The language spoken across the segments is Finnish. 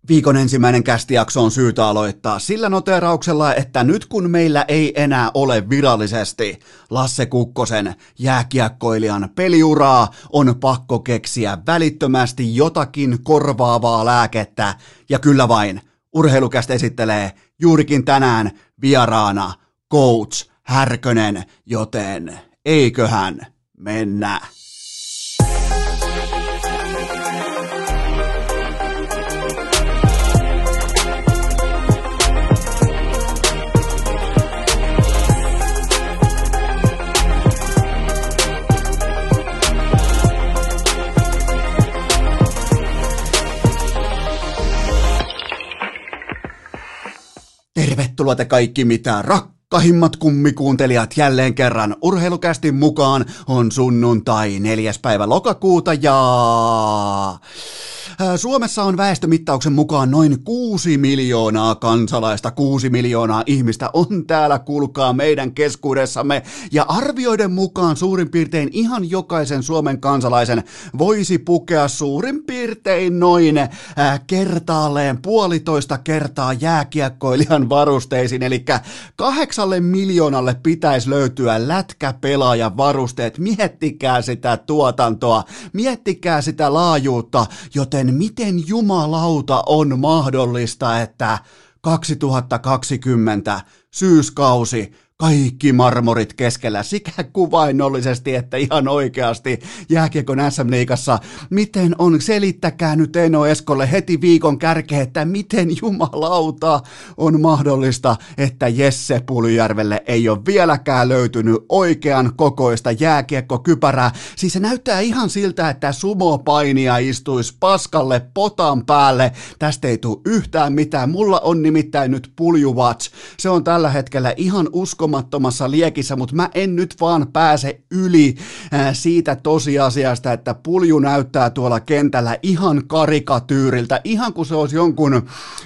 Viikon ensimmäinen kästijakso on syytä aloittaa sillä noteerauksella, että nyt kun meillä ei enää ole virallisesti Lasse Kukkosen jääkiekkoilijan peliuraa, on pakko keksiä välittömästi jotakin korvaavaa lääkettä. Ja kyllä vain, Urheilucast esittelee juurikin tänään vieraana Coach Härkönen, joten eiköhän mennä. Tervetuloa te kaikki mitä rakkahimmat kummikuuntelijat jälleen kerran Urheilucastin mukaan. On sunnuntai 4. päivä lokakuuta ja Suomessa on väestömittauksen mukaan noin 6 miljoonaa kansalaista, 6 miljoonaa ihmistä on täällä, kuulkaa, meidän keskuudessamme. Ja arvioiden mukaan suurin piirtein ihan jokaisen Suomen kansalaisen voisi pukea suurin piirtein noin kertaalleen 1,5 kertaa jääkiekkoilijan varusteisiin. Eli 8 miljoonalle pitäisi löytyä lätkäpelaajan varusteet. Miettikää sitä tuotantoa, miettikää sitä laajuutta, joten miten jumalauta on mahdollista, että 2020 syyskausi, kaikki marmorit keskellä sekä kuvainnollisesti että ihan oikeasti jääkiekon SM-liigassa. Miten on, selittäkää nyt Eino Eskolle heti viikon kärkeen, että miten jumalauta on mahdollista, että Jesse Puljujärvelle ei ole vieläkään löytynyt oikean kokoista jääkiekkokypärää. Siis se näyttää ihan siltä, että sumopainija istuisi paskalle potan päälle. Tästä ei tule yhtään mitään. Mulla on nimittäin nyt Pulju-watch. Se on tällä hetkellä ihan uskomattomassa liekissä, mutta mä en nyt vaan pääse yli siitä tosiasiasta, että Pulju näyttää tuolla kentällä ihan karikatyyriltä, ihan kuin se olisi jonkun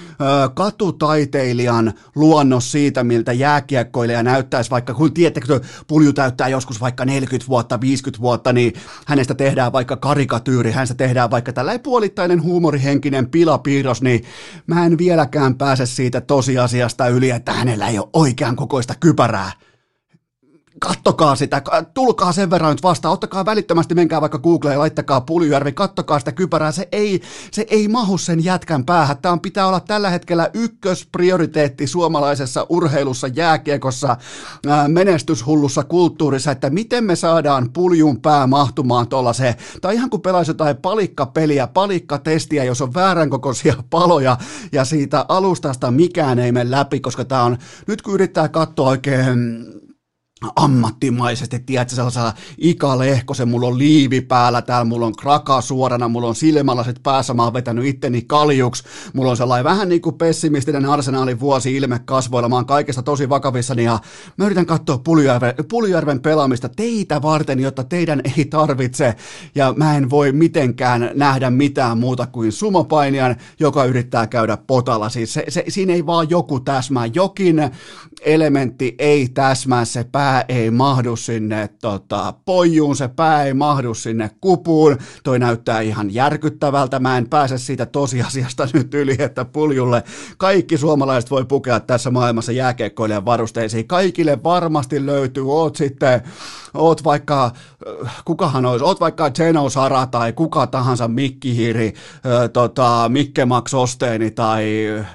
katutaiteilijan luonnos siitä, miltä jääkiekkoilija näyttäisi, vaikka kun tiedättekö, Pulju täyttää joskus vaikka 40 vuotta, 50 vuotta, niin hänestä tehdään vaikka karikatyyri, hänestä tehdään vaikka tällainen puolittainen huumorihenkinen pilapiirros, niin mä en vieläkään pääse siitä tosiasiasta yli, että hänellä ei ole oikean kokoista kypärää. Kattokaa sitä, tulkaa sen verran nyt vastaan, ottakaa välittömästi, menkää vaikka Googleen ja laittakaa Puljujärvi, kattokaa sitä kypärää, se ei mahu sen jätkän päähän. Tämä pitää olla tällä hetkellä ykkösprioriteetti suomalaisessa urheilussa, jääkiekossa, menestyshullussa kulttuurissa, että miten me saadaan Puljun pää mahtumaan tuollaiseen, tai ihan kun pelaisi jotain palikkapeliä, palikkatestiä, jos on väärän kokoisia paloja, ja siitä alustasta mikään ei mene läpi, koska tämä on, nyt kun yrittää katsoa oikein ammattimaisesti, tiedätkö, sellaisella ikalehkosen, mulla on liivi päällä täällä, mulla on kraka suorana, mulla on silmälasit päässä, mä oon vetänyt itteni kaljuksi, mulla on sellainen vähän niin kuin pessimistinen Arsenaalin vuosi ilme kasvoilla, mä oon kaikesta tosi vakavissani ja mä yritän katsoa Puljujärven pelaamista teitä varten, jotta teidän ei tarvitse, ja mä en voi mitenkään nähdä mitään muuta kuin sumopainijan, joka yrittää käydä potalla, siis siinä ei vaan joku täsmää, jokin elementti ei täsmää, se pää ei mahdu sinne pojuun, se pää ei mahdu sinne kupuun, toi näyttää ihan järkyttävältä, mä en pääse siitä tosiasiasta nyt yli, että Puljulle kaikki suomalaiset voi pukea tässä maailmassa jääkiekkoilijan varusteisiin, kaikille varmasti löytyy, oot vaikka, kukahan olisi, oot vaikka Zeno Sara tai kuka tahansa Mikkihiiri, Mikke Max Osteeni tai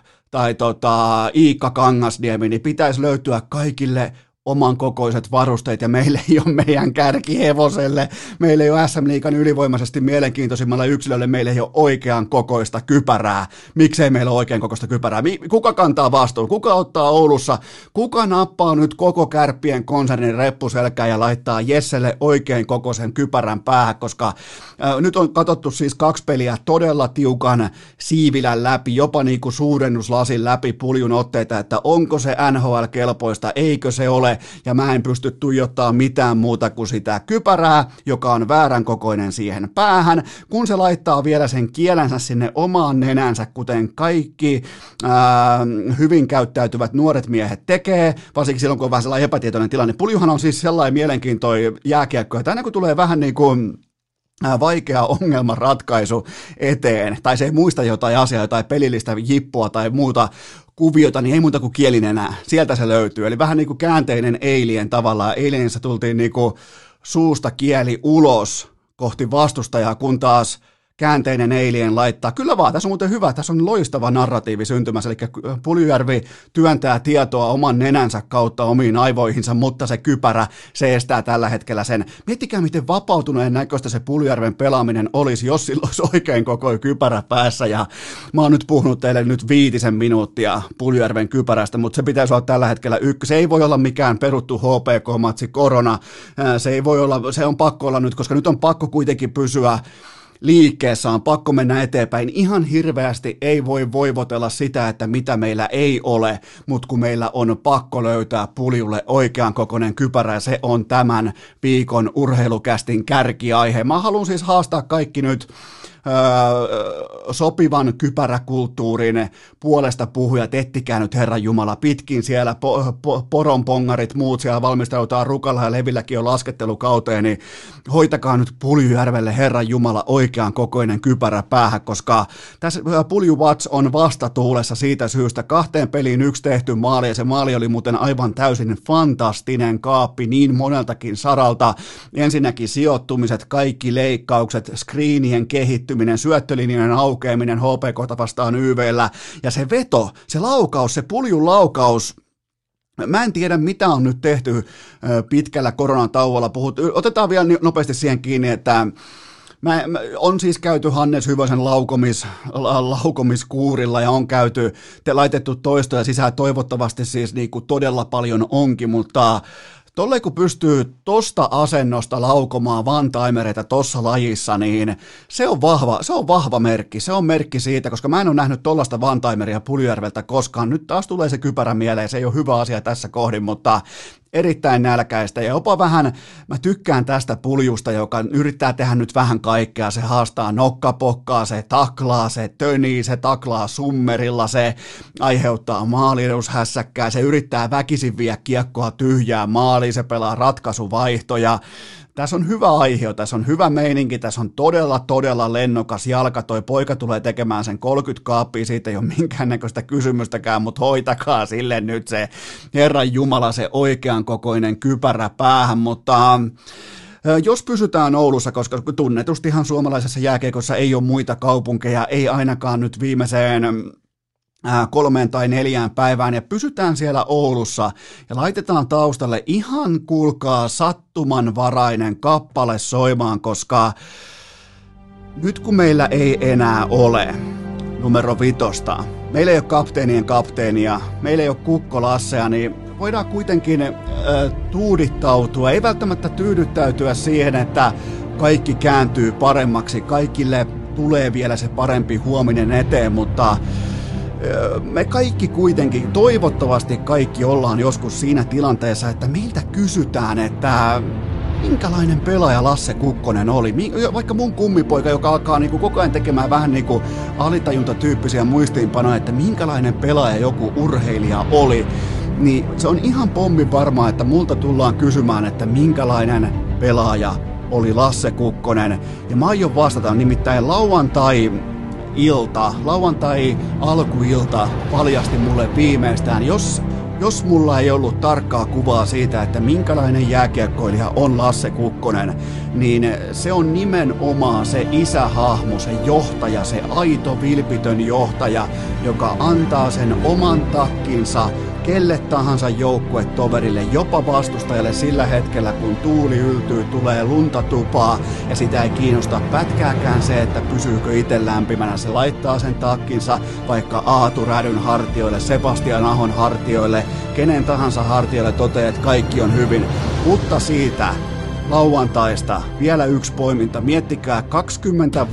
Iikka Kangasniemi, niin pitäisi löytyä kaikille oman kokoiset varusteet, ja meillä ei ole meidän kärkihevoselle, meillä ei ole SM-liigan ylivoimaisesti mielenkiintoisimmalle yksilölle, meillä ei ole oikean kokoista kypärää. Miksei meillä ole oikean kokoista kypärää? Kuka kantaa vastuun? Kuka ottaa Oulussa? Kuka nappaa nyt koko Kärppien konsernin reppuselkään ja laittaa Jesselle oikein kokoisen kypärän päähän, koska nyt on katsottu siis 2 peliä todella tiukan siivilän läpi, jopa niin kuin suurennuslasin läpi Puljun otteita, että onko se NHL-kelpoista, eikö se ole, ja mä en pysty tuijottaa mitään muuta kuin sitä kypärää, joka on väärän kokoinen siihen päähän, kun se laittaa vielä sen kielensä sinne omaan nenänsä, kuten kaikki hyvin käyttäytyvät nuoret miehet tekee, varsinkin silloin, kun on vähän sellainen epätietoinen tilanne. Puljuhan on siis sellainen mielenkiintoinen jääkiekko, että aina kun tulee vähän niin kuin vaikea ongelmanratkaisu eteen, tai se ei muista jotain asiaa, jotain pelillistä jippua tai muuta kuviota, niin ei muuta kuin kielinenä. Sieltä se löytyy. Eli vähän niin kuin käänteinen Alien tavallaan. Alienissa tultiin niin kuin suusta kieli ulos kohti vastustajaa, kun taas käänteinen Alien laittaa. Kyllä vaan, tässä on muuten hyvä, tässä on loistava narratiivi syntymässä, eli Puljujärvi työntää tietoa oman nenänsä kautta omiin aivoihinsa, mutta se kypärä, se estää tällä hetkellä sen. Miettikää, miten vapautuneen näköistä se Puljujärven pelaaminen olisi, jos sillä olisi oikein koko kypärä päässä, ja mä oon nyt puhunut teille nyt 5 minuuttia Puljujärven kypärästä, mutta se pitäisi olla tällä hetkellä se ei voi olla mikään peruttu HPK-matsi korona, se ei voi olla, se on pakko olla nyt, koska nyt on pakko kuitenkin pysyä liikkeessä, on pakko mennä eteenpäin. Ihan hirveästi ei voi voivotella sitä, että mitä meillä ei ole, mutta kun meillä on pakko löytää Puljulle oikean kokoinen kypärä, ja se on tämän viikon urheilukästin kärkiaihe. Mä haluan siis haastaa kaikki nyt sopivan kypäräkulttuurin puolesta puhujat, ettikää nyt Herran Jumala pitkin siellä poronpongarit, muut siellä valmistaudutaan Rukalla ja Levilläkin jo laskettelukauteen, niin hoitakaa nyt Puljujärvelle Herran Jumala oikean kokoinen kypärä päähän, koska tässä Pulju Watch on vastatuulessa siitä syystä 2 peliin 1 tehty maali, ja se maali oli muuten aivan täysin fantastinen kaappi niin moneltakin saralta. Ensinnäkin sijoittumiset, kaikki leikkaukset, screenien kehittyminen, syöttölinjojen aukeaminen HPK:ta vastaan YV:llä, ja se veto, se laukaus, se Puljun laukaus, mä en tiedä, mitä on nyt tehty pitkällä koronatauolla. Otetaan vielä nopeasti siihen kiinni, että on siis käyty Hannes Hyvösen laukomiskuurilla ja on käyty, laitettu toistoja sisään, toivottavasti siis niin kuin todella paljon onkin, mutta tolleen kun pystyy tosta asennosta laukomaan one-timereita tossa lajissa, niin se on vahva merkki. Se on merkki siitä, koska mä en ole nähnyt tollaista one-timeria Puljujärveltä koskaan. Nyt taas tulee se kypärä mieleen, se ei ole hyvä asia tässä kohdin, mutta erittäin nälkäistä ja jopa vähän, mä tykkään tästä Puljusta, joka yrittää tehdä nyt vähän kaikkea, se haastaa nokkapokkaa, se taklaa, se tönii, se taklaa summerilla, se aiheuttaa maalireushässäkkää, se yrittää väkisin viedä kiekkoa tyhjää maaliin, se pelaa ratkaisuvaihtoja. Tässä on hyvä aihe, tässä on hyvä meininki, tässä on todella lennokas jalka, toi poika tulee tekemään sen 30 kaappia, siitä ei ole minkäännäköistä kysymystäkään, mutta hoitakaa sille nyt se Herran Jumala, se oikean kokoinen kypärä päähän, mutta jos pysytään Oulussa, koska tunnetustihan suomalaisessa jääkiekossa ei ole muita kaupunkeja, ei ainakaan nyt viimeiseen 3 tai 4 päivään, ja pysytään siellä Oulussa ja laitetaan taustalle ihan kuulkaa sattumanvarainen kappale soimaan, koska nyt kun meillä ei enää ole numero 5, meillä ei ole kapteenien kapteenia, meillä ei ole Kukko Lassea, niin voidaan kuitenkin tuudittautua, ei välttämättä tyydyttäytyä siihen, että kaikki kääntyy paremmaksi, kaikille tulee vielä se parempi huominen eteen, mutta me kaikki kuitenkin, toivottavasti kaikki ollaan joskus siinä tilanteessa, että meiltä kysytään, että minkälainen pelaaja Lasse Kukkonen oli. Vaikka mun kummipoika, joka alkaa niinku koko ajan tekemään vähän niinku alitajuntatyyppisiä muistiinpanoja, että minkälainen pelaaja joku urheilija oli, niin se on ihan pommin varmaa, että multa tullaan kysymään, että minkälainen pelaaja oli Lasse Kukkonen. Ja mä aion vastata, nimittäin lauantai alkuilta paljasti mulle viimeistään, jos mulla ei ollut tarkkaa kuvaa siitä, että minkälainen jääkiekkoilija on Lasse Kukkonen, niin se on nimenomaan se isähahmo, se johtaja, se aito vilpitön johtaja, joka antaa sen oman takkinsa kelle tahansa joukkuetoverille, jopa vastustajalle sillä hetkellä, kun tuuli yltyy, tulee lunta tupaa ja sitä ei kiinnosta pätkääkään se, että pysyykö itse lämpimänä. Se laittaa sen takkinsa vaikka Aatu Rädyn hartioille, Sebastian Ahon hartioille, kenen tahansa hartioille, toteaa, että kaikki on hyvin. Mutta siitä lauantaista vielä yksi poiminta. Miettikää 20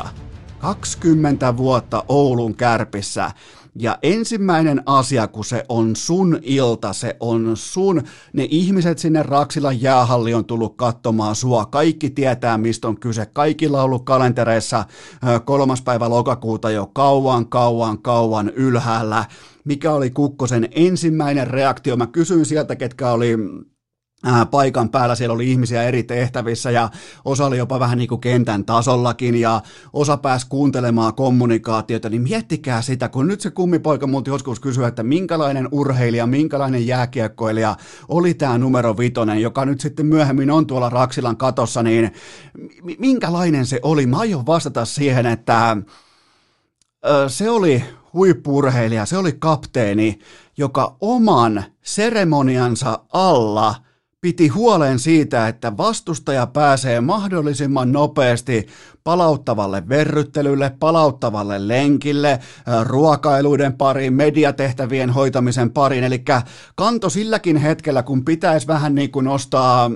vuotta Oulun Kärpissä. Ja ensimmäinen asia, kun se on sun ilta, se on ne ihmiset sinne Raksilan jäähalli on tullut katsomaan sua, kaikki tietää mistä on kyse, kaikilla on ollut kalentereissa 3. päivä lokakuuta jo kauan ylhäällä. Mikä oli Kukkosen ensimmäinen reaktio? Mä kysyin sieltä, ketkä oli paikan päällä, siellä oli ihmisiä eri tehtävissä ja osa oli jopa vähän niin kuin kentän tasollakin ja osa pääsi kuuntelemaan kommunikaatiota, niin miettikää sitä, kun nyt se kummipoika multa joskus kysyi, että minkälainen urheilija, minkälainen jääkiekkoilija oli tämä numero 5, joka nyt sitten myöhemmin on tuolla Raksilan katossa, niin minkälainen se oli? Mä aion vastata siihen, että se oli huippu-urheilija, se oli kapteeni, joka oman seremoniansa alla piti huolen siitä, että vastustaja pääsee mahdollisimman nopeasti palauttavalle verryttelylle, palauttavalle lenkille, ruokailuiden pariin, mediatehtävien hoitamisen pariin, eli kanto silläkin hetkellä, kun pitäisi vähän niin kuin nostaa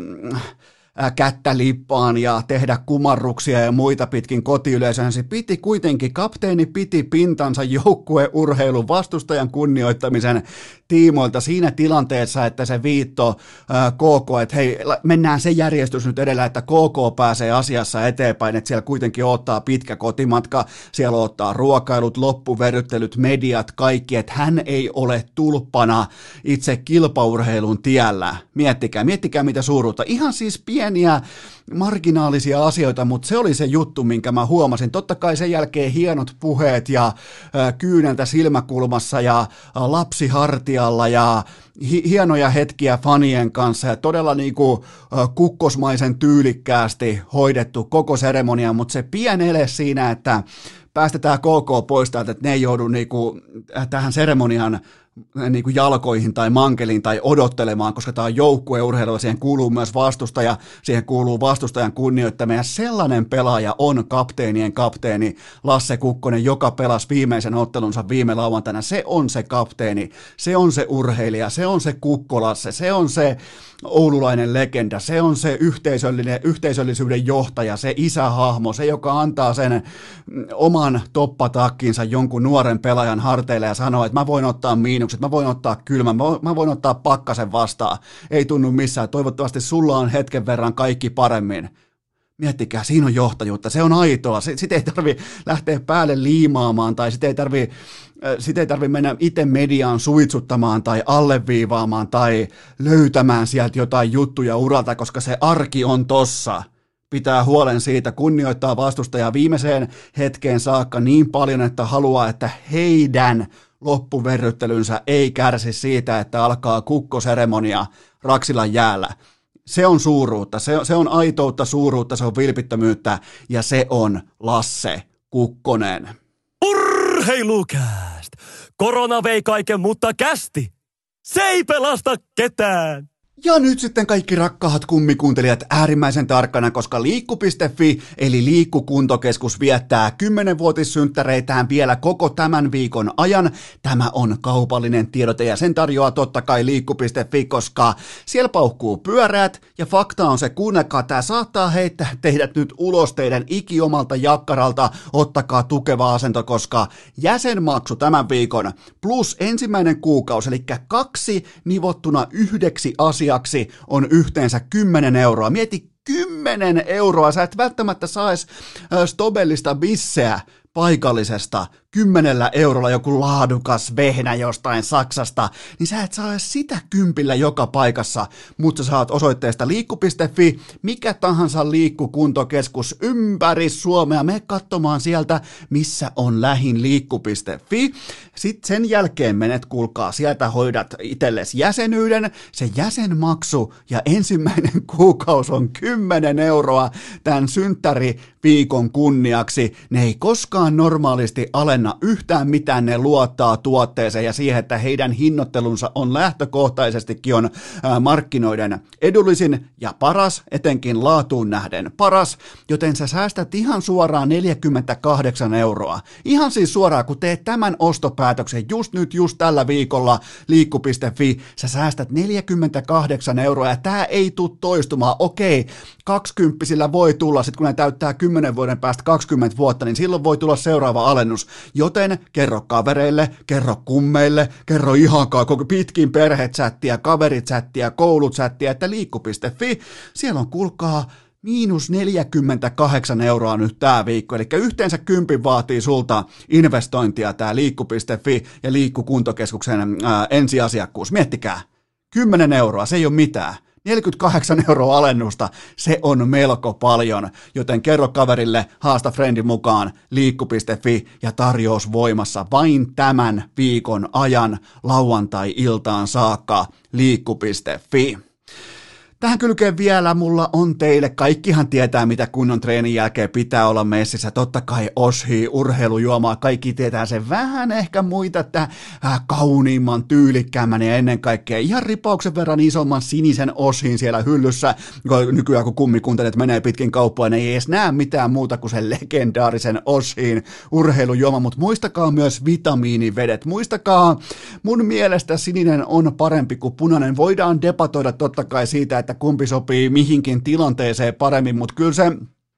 kättä lippaan ja tehdä kumarruksia ja muita pitkin kotiyleisöön. Se piti kuitenkin, kapteeni piti pintansa joukkueurheilun vastustajan kunnioittamisen tiimoilta siinä tilanteessa, että se viitto KK, että hei, mennään se järjestys nyt edellä, että KK pääsee asiassa eteenpäin, että siellä kuitenkin ottaa pitkä kotimatka, siellä ottaa ruokailut, loppuverryttelyt, mediat, kaikki, että hän ei ole tulppana itse kilpaurheilun tiellä. Miettikää mitä suuruutta. Ihan siis pieniä marginaalisia asioita, mutta se oli se juttu, minkä mä huomasin. Totta kai sen jälkeen hienot puheet ja kyyneltä silmäkulmassa ja lapsi hartialla ja hienoja hetkiä fanien kanssa ja todella niinku kukkosmaisen tyylikkäästi hoidettu koko seremonia, mutta se pieni ele siinä, että päästetään KK pois täältä, että ne ei joudu niinku tähän seremonian niin kuin jalkoihin tai mankeliin tai odottelemaan, koska tämä on joukkueurheilua, siihen kuuluu myös vastustaja, siihen kuuluu vastustajan kunnioittaminen, ja sellainen pelaaja on kapteenien kapteeni Lasse Kukkonen, joka pelasi viimeisen ottelunsa viime lauantaina. Se on se kapteeni, se on se urheilija, se on se Kukkolasse, se on se oululainen legenda, se on se yhteisöllisyyden johtaja, se isähahmo, se joka antaa sen oman toppatakkinsa jonkun nuoren pelaajan harteille ja sanoo, että mä voin ottaa miinukset, mä voin ottaa kylmän, mä voin ottaa pakkasen vastaan, ei tunnu missään, toivottavasti sulla on hetken verran kaikki paremmin. Miettikää, siinä on johtajuutta, se on aitoa, sitä ei tarvitse lähteä päälle liimaamaan tai sitä ei tarvitse mennä itse mediaan suitsuttamaan tai alleviivaamaan tai löytämään sieltä jotain juttuja uralta, koska se arki on tossa. Pitää huolen siitä, kunnioittaa vastustajaa viimeiseen hetkeen saakka niin paljon, että haluaa, että heidän loppuverryttelynsä ei kärsi siitä, että alkaa kukkoseremonia Raksilan jäällä. Se on suuruutta, se on aitoutta, suuruutta, se on vilpittömyyttä ja se on Lasse Kukkonen. Urheilukääst! Korona vei kaiken, mutta kästi! Se ei pelasta ketään! Ja nyt sitten kaikki rakkaat kummikuuntelijat äärimmäisen tarkkana, koska liikku.fi eli Liikkukuntokeskus viettää 10-vuotissynttäreitään vielä koko tämän viikon ajan. Tämä on kaupallinen tiedote ja sen tarjoaa totta kai liikku.fi, koska siellä paukkuu pyöräät ja fakta on se, kuunnelkaa, tämä saattaa heittää teidät nyt ulos teidän ikiomalta jakkaralta, ottakaa tukeva asento, koska jäsenmaksu tämän viikon plus ensimmäinen kuukausi, eli 2 nivottuna 1 asiaksi on yhteensä 10 euroa. Mieti 10 euroa. Sä et välttämättä saisi Stobellista bisseä paikallisesta 10 eurolla joku laadukas vehnä jostain Saksasta, niin sä et saa sitä kympillä joka paikassa, mutta sä saat osoitteesta liikku.fi, mikä tahansa liikkukuntokeskus ympäri Suomea, mene katsomaan sieltä, missä on lähin liikku.fi. Sitten sen jälkeen menet, kuulkaa, sieltä hoidat itsellesi jäsenyyden, se jäsenmaksu ja ensimmäinen kuukausi on 10 euroa tämän synttäriviikon kunniaksi. Ne ei koskaan normaalisti alenna yhtään mitään, ne luottaa tuotteeseen ja siihen, että heidän hinnoittelunsa on lähtökohtaisestikin on markkinoiden edullisin ja paras, etenkin laatuun nähden paras, joten sä säästät ihan suoraan 48 euroa. Ihan siis suoraan, kun teet tämän ostopäätöksen just nyt, just tällä viikolla liikku.fi, sä säästät 48 euroa ja tää ei tule toistumaan. Okei, 20 voi tulla, sit kun ne täyttää 10 vuoden päästä 20 vuotta, niin silloin voi tulla seuraava alennus. Joten kerro kavereille, kerro kummeille, kerro ihankaan koko pitkin perhechattia, kaverichattia, kouluchattia, että liikku.fi, siellä on kuulkaa miinus 48 euroa nyt tää viikko, eli yhteensä 10 vaatii sulta investointia tää liikku.fi ja Liikkukuntokeskuksen ensiasiakkuus. Miettikää, 10 euroa, se ei ole mitään. 48 € alennusta, se on melko paljon, joten kerro kaverille, haasta friendin mukaan, liikku.fi ja tarjous voimassa vain tämän viikon ajan lauantai-iltaan saakka, liikku.fi. Tähän kylkeen vielä mulla on teille, kaikkihan tietää mitä kunnon treenin jälkeen pitää olla messissä, totta kai Oshi, urheilujuomaa, kaikki tietää sen vähän ehkä muita, että kauniimman, tyylikkäämmän ja ennen kaikkea ihan ripauksen verran isomman sinisen Oshin siellä hyllyssä, nykyään kun kummikuuntelijat menee pitkin kauppaa, ne ei edes näe mitään muuta kuin sen legendaarisen Oshin urheilujuoma, mutta muistakaa myös vitamiinivedet, muistakaa, mun mielestä sininen on parempi kuin punainen, voidaan debatoida totta kai siitä, että kumpi sopii mihinkin tilanteeseen paremmin, mutta kyllä se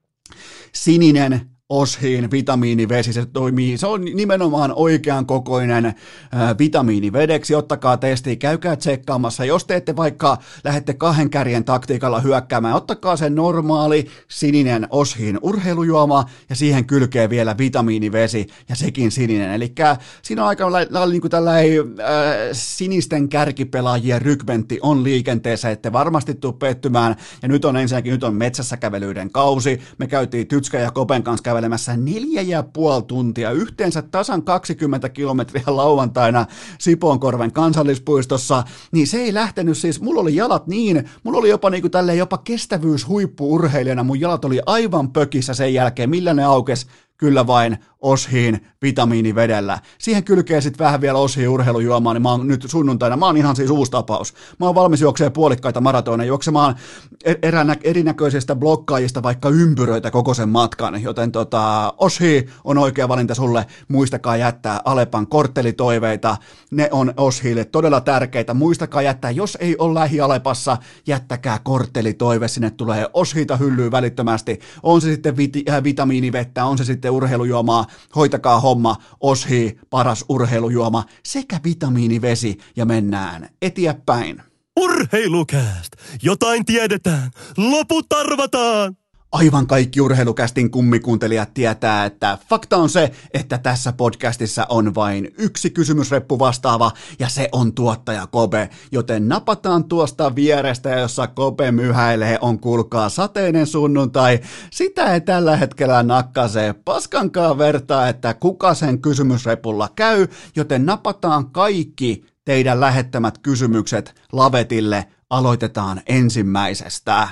sininen Oshin vitamiinivesi, se toimii, se on nimenomaan oikean kokoinen vitamiinivedeksi, ottakaa testi, käykää tsekkaamassa, jos te ette vaikka lähdette 2 kärjen taktiikalla hyökkäämään, ottakaa se normaali sininen Oshin urheilujuoma ja siihen kylkee vielä vitamiinivesi ja sekin sininen, eli siinä on aika niin kuin tällainen sinisten kärkipelaajien rykmentti on liikenteessä, ette varmasti tule pettymään ja nyt on metsässä kävelyiden kausi, me käytiin Tytskä ja Kopen kanssa kävelemässä 4,5 tuntia, yhteensä tasan 20 kilometriä lauantaina Sipoonkorven kansallispuistossa, niin se ei lähtenyt siis, mulla oli jalat mulla oli jopa niinku tälleen jopa kestävyyshuippu-urheilijana, mun jalat oli aivan pökissä sen jälkeen, millä ne aukes, kyllä vain Oshin vitamiinivedellä. Siihen kylkee sitten vähän vielä Oshin urheilujuomaa, niin mä oon nyt sunnuntaina, mä oon ihan siis uusi tapaus. Mä oon valmis juoksemaan puolikkaita maratoneja, juoksemaan erinäköisistä blokkaajista vaikka ympyröitä koko sen matkan, joten Oshi on oikea valinta sulle. Muistakaa jättää Alepan korttelitoiveita, ne on Oshille todella tärkeitä. Muistakaa jättää, jos ei ole lähi-Alepassa, jättäkää korttelitoive, sinne tulee Oshita hyllyyn välittömästi. On se sitten vitamiinivettä, on se sitten urheilujuomaa, hoitakaa homma, Oshi, paras urheilujuoma sekä vitamiinivesi ja mennään eteenpäin. Urheilukääst! Jotain tiedetään, loput arvataan! Aivan kaikki urheilukästin kummikuuntelijat tietää, että fakta on se, että tässä podcastissa on vain yksi kysymysreppu vastaava, ja se on tuottaja Kobe, joten napataan tuosta vierestä, jossa Kobe myhäilee, on kuulkaa sateinen sunnuntai. Sitä ei tällä hetkellä nakkasee paskankaan vertaa, että kuka sen kysymysrepulla käy, joten napataan kaikki teidän lähettämät kysymykset lavetille. Aloitetaan ensimmäisestä.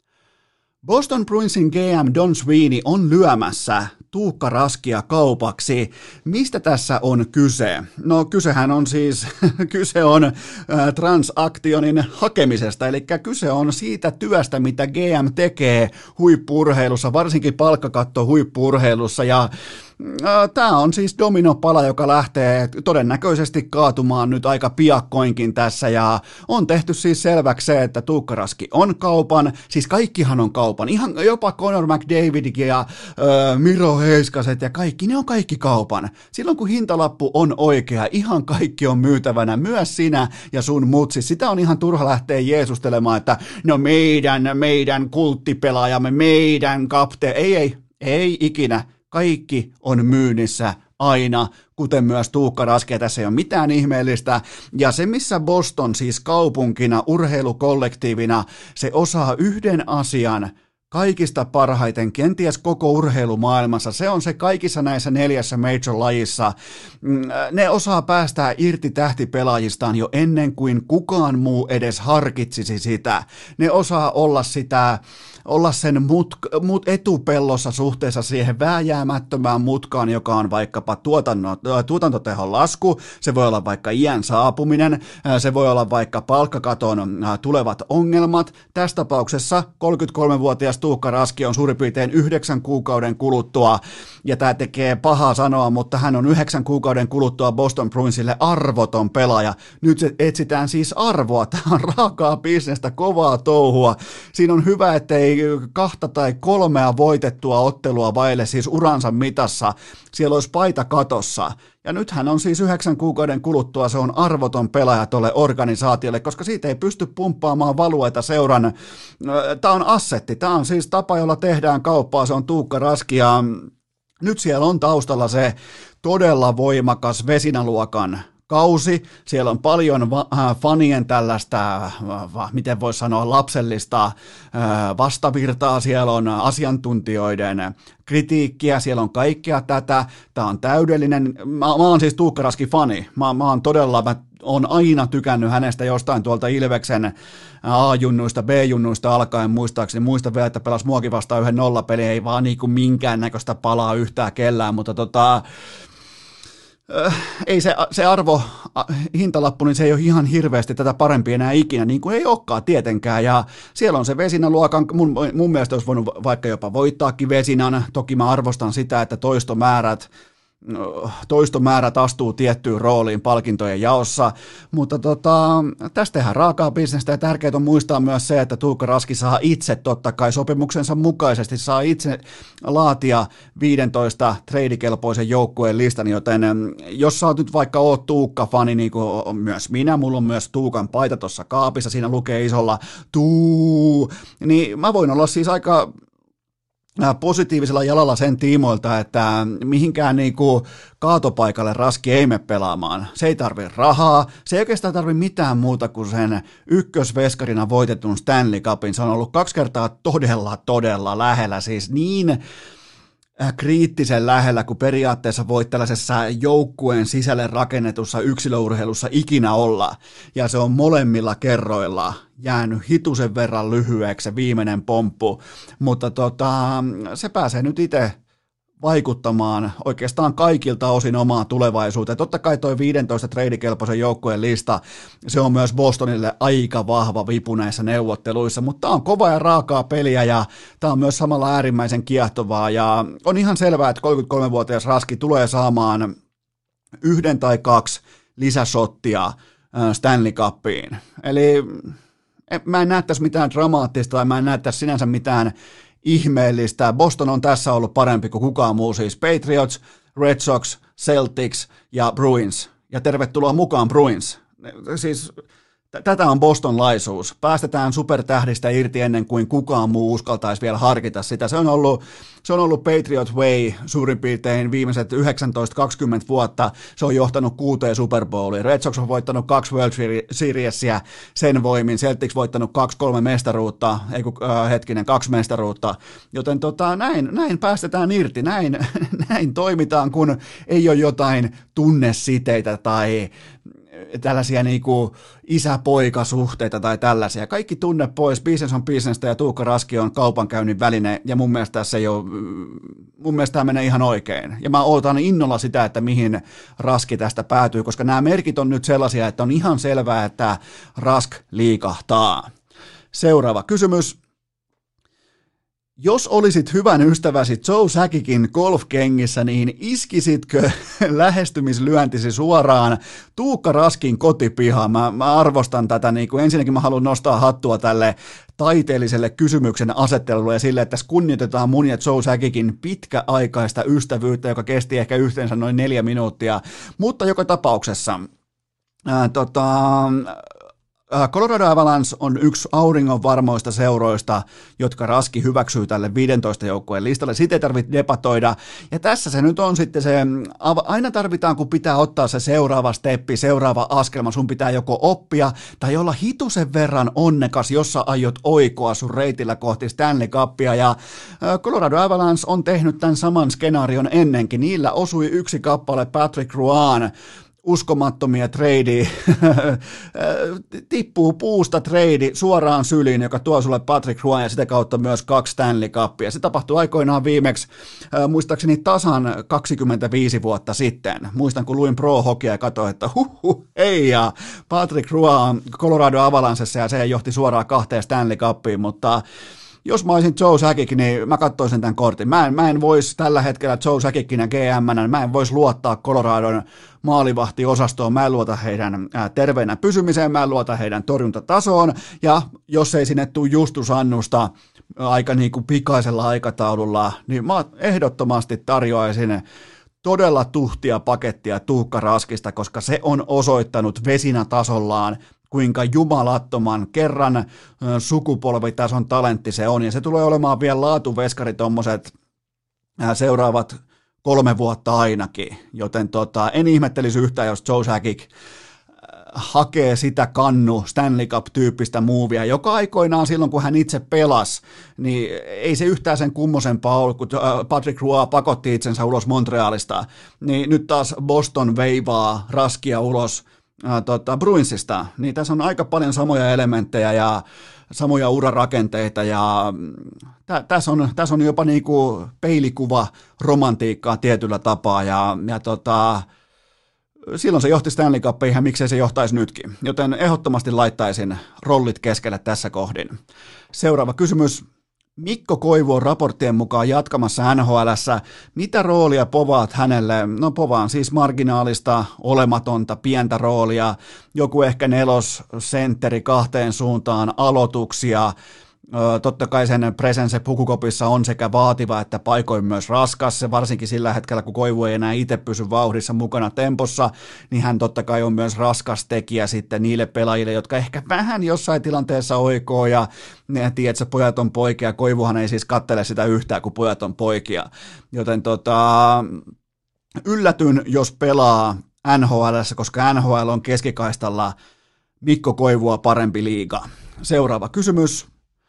Boston Bruinsin GM Don Sweeney on lyömässä Tuukka Raskia kaupaksi. Mistä tässä on kyse? No kysehän on siis, kyse on transaktionin hakemisesta, eli kyse on siitä työstä, mitä GM tekee huippu-urheilussa, varsinkin palkkakatto huippu-urheilussa, ja tämä on siis dominopala, joka lähtee todennäköisesti kaatumaan nyt aika piakkoinkin tässä, ja on tehty siis selväksi se, että Tuukka Raski on kaupan, siis kaikkihan on kaupan, ihan jopa Connor McDavid ja Miro Heiskaset ja kaikki, ne on kaikki kaupan. Silloin kun hintalappu on oikea, ihan kaikki on myytävänä, myös sinä ja sun mutsi. Sitä on ihan turha lähteä jeesustelemaan, että no meidän kulttipelaajamme, meidän ei ikinä. Kaikki on myynnissä aina, kuten myös Tuukka Raski, tässä ei ole mitään ihmeellistä. Ja se, missä Boston siis kaupunkina, urheilukollektiivina, se osaa yhden asian kaikista parhaiten, kenties koko urheilumaailmassa, se on se kaikissa näissä 4 major-lajissa. Ne osaa päästää irti tähtipelaajistaan jo ennen kuin kukaan muu edes harkitsisi sitä. Ne osaa olla sen etupellossa suhteessa siihen vääjäämättömään mutkaan, joka on vaikkapa tuotantotehon lasku, se voi olla vaikka iän saapuminen, se voi olla vaikka palkkakaton tulevat ongelmat. Tässä tapauksessa 33-vuotias Tuukka Raski on suurin piirtein 9 kuukauden kuluttua, ja tämä tekee pahaa sanoa, mutta hän on 9 kuukauden kuluttua Boston Bruinsille arvoton pelaaja. Nyt se etsitään siis arvoa, tämä on raakaa bisnestä, kovaa touhua. Siinä on hyvä, ettei 2 tai 3 voitettua ottelua vaille siis uransa mitassa, siellä olisi paita katossa. Ja nythän on siis 9 kuukauden kuluttua, se on arvoton pelaaja tuolle organisaatiolle, koska siitä ei pysty pumppaamaan valueita seuran. Tämä on assetti, tämä on siis tapa, jolla tehdään kauppaa, se on Tuukka Raski, ja nyt siellä on taustalla se todella voimakas Vesinaluokan kausi, siellä on paljon fanien tällaista, miten voisi sanoa, lapsellista vastavirtaa, siellä on asiantuntijoiden kritiikkiä, siellä on kaikkea tätä, tämä on täydellinen, mä oon siis Tuukka Raski fani, mä oon aina tykännyt hänestä jostain tuolta Ilveksen A-junnuista, B-junnuista alkaen muistaakseni, muistan vielä, että pelasi muakin vastaan 1-0 ei vaan niin kuin minkäännäköistä palaa yhtään kellään, mutta ei se arvo, hintalappu, niin se ei ole ihan hirveästi tätä parempi enää ikinä, niin kuin ei olekaan tietenkään, ja siellä on se Vesina-luokan, mun mielestä olisi voinut vaikka jopa voittaakin Vesinan, toki mä arvostan sitä, että toistomäärät astuu tiettyyn rooliin palkintojen jaossa, mutta tästä tehdään raakaa bisnestä ja tärkeää on muistaa myös se, että Tuukka Raski saa itse totta kai sopimuksensa mukaisesti saa itse laatia 15 treidikelpoisen joukkueen listan, joten jos sä oot nyt vaikka oot Tuukka-fani, niin kuin myös minä, mulla on myös Tuukan paita tuossa kaapissa, siinä lukee isolla Tuu, niin mä voin olla siis aika positiivisella jalalla sen tiimoilta, että mihinkään niinku kaatopaikalle Raski ei mene pelaamaan. Se ei tarvi rahaa, se ei oikeastaan tarvi mitään muuta kuin sen ykkösveskarina voitetun Stanley Cupin. Se on ollut 2 kertaa todella lähellä, siis niin kriittisen lähellä, kun periaatteessa voit tällaisessa joukkueen sisälle rakennetussa yksilöurheilussa ikinä olla. Ja se on molemmilla kerroilla jäänyt hitusen verran lyhyeksi se viimeinen pomppu, mutta se pääsee nyt itse vaikuttamaan oikeastaan kaikilta osin omaan tulevaisuuteen. Totta kai toi 15 treidikelpoisen joukkueen lista, se on myös Bostonille aika vahva vipu näissä neuvotteluissa, mutta tämä on kova ja raakaa peliä ja tämä on myös samalla äärimmäisen kiehtovaa ja on ihan selvää, että 33-vuotias Raski tulee saamaan 1 tai 2 lisäshottia Stanley Cupiin. Eli mä en näe tässä mitään dramaattista tai mä en näe tässä sinänsä mitään ihmeellistä. Boston on tässä ollut parempi kuin kukaan muu, siis Patriots, Red Sox, Celtics ja Bruins. Ja tervetuloa mukaan Bruins. Siis tätä on bostonlaisuus. Päästetään supertähdistä irti ennen kuin kukaan muu uskaltaisi vielä harkita sitä. Se on ollut Patriot Way suurin piirtein viimeiset 19-20 vuotta. Se on johtanut 6 Super Bowliin. Red Sox on voittanut 2 World Seriesia sen voimin. Celtics voittanut 2-3 mestaruutta, 2 mestaruutta. Joten näin päästetään irti. Näin toimitaan, kun ei ole jotain tunnesiteitä tai tällaisia niinku isä-poika-suhteita tai tällaisia. Kaikki tunne pois, business on businessta ja Tuukka Raski on kaupankäynnin väline ja mun mielestä tämä menee ihan oikein. Ja mä ootan innolla sitä, että mihin Raski tästä päätyy, koska nämä merkit on nyt sellaisia, että on ihan selvää, että Rask liikahtaa. Seuraava kysymys. Jos olisit hyvän ystäväsi Joe Sakikin golfkengissä, niin iskisitkö lähestymislyöntisi suoraan Tuukka Raskin kotipihaan? Mä arvostan tätä. Niin kuin ensinnäkin mä haluan nostaa hattua tälle taiteelliselle kysymyksen asettelulle ja sille, että tässä kunnioitetaan mun ja Joe Sakikin pitkäaikaista ystävyyttä, joka kesti ehkä yhteensä noin 4 minuuttia. Mutta joka tapauksessa Colorado Avalanche on yksi auringon varmoista seuroista, jotka Raski hyväksyy tälle 15 joukkueen listalle. Siitä ei tarvitse debatoida. Ja tässä se nyt on sitten se, aina tarvitaan, kun pitää ottaa se seuraava steppi, seuraava askelma. Sun pitää joko oppia tai olla hitusen verran onnekas, jos sä aiot oikoa sun reitillä kohti Stanley Cupia. Ja Colorado Avalanche on tehnyt tämän saman skenaarion ennenkin. Niillä osui 1 kappale Patrick Royn uskomattomia trade, tippuu puusta trade suoraan syliin, joka tuo sulle Patrick Royn ja sitä kautta myös 2 Stanley Cupia. Se tapahtui aikoinaan viimeksi, muistaakseni tasan 25 vuotta sitten. Muistan, kun luin Pro Hockeya ja katsoin, että hei ja Patrick Royn Colorado Avalancessa ja se johti suoraan 2 Stanley Cupiin, mutta jos mä olisin Joe Sakic, niin mä katsoisin tämän kortin. Mä en vois tällä hetkellä Joe Sakicina GM:nä, mä en vois luottaa Coloradon maalivahtiosastoon, mä en luota heidän terveenä pysymiseen, mä en luota heidän torjuntatasoon, ja jos ei sinne tule Justus Annusta aika niin kuin pikaisella aikataululla, niin mä ehdottomasti tarjoaisin todella tuhtia pakettia Tuukka Raskista, koska se on osoittanut Vesina-tasollaan, kuinka jumalattoman kerran sukupolvitason talentti se on, ja se tulee olemaan vielä laatuveskari tommoset seuraavat 3 vuotta ainakin, joten en ihmettelisi yhtään, jos Joe Sakic hakee sitä kannu Stanley Cup-tyyppistä muuvia, joka aikoinaan silloin, kun hän itse pelasi, niin ei se yhtään sen kummosempaa ollut, kun Patrick Roy pakotti itsensä ulos Montrealista, niin nyt taas Boston veivaa raskia ulos Bruinsista, niin tässä on aika paljon samoja elementtejä ja samoja urarakenteita ja tässä on jopa niinku peilikuva romantiikkaa tietyllä tapaa ja silloin se johti Stanley Cupiin ja miksei se johtaisi nytkin, joten ehdottomasti laittaisin rollit keskelle tässä kohdin. Seuraava kysymys. Mikko Koivu on raporttien mukaan jatkamassa NHL:ssä. Mitä roolia povaat hänelle? No povaan siis marginaalista, olematonta, pientä roolia, joku ehkä sentteri kahteen suuntaan, aloituksia. Totta kai sen presence pukukopissa on sekä vaativa että paikoin myös raskas, se varsinkin sillä hetkellä, kun Koivu ei enää itse pysy vauhdissa mukana tempossa, niin hän totta kai on myös raskas tekijä sitten niille pelaajille, jotka ehkä vähän jossain tilanteessa oikoo ja ne tiedät, että pojat on poikia, Koivuhan ei siis kattele sitä yhtään, kun pojat on poikia, joten yllätyn, jos pelaa NHL:ssä, koska NHL on keskikaistalla Mikko Koivua parempi liiga. Seuraava kysymys.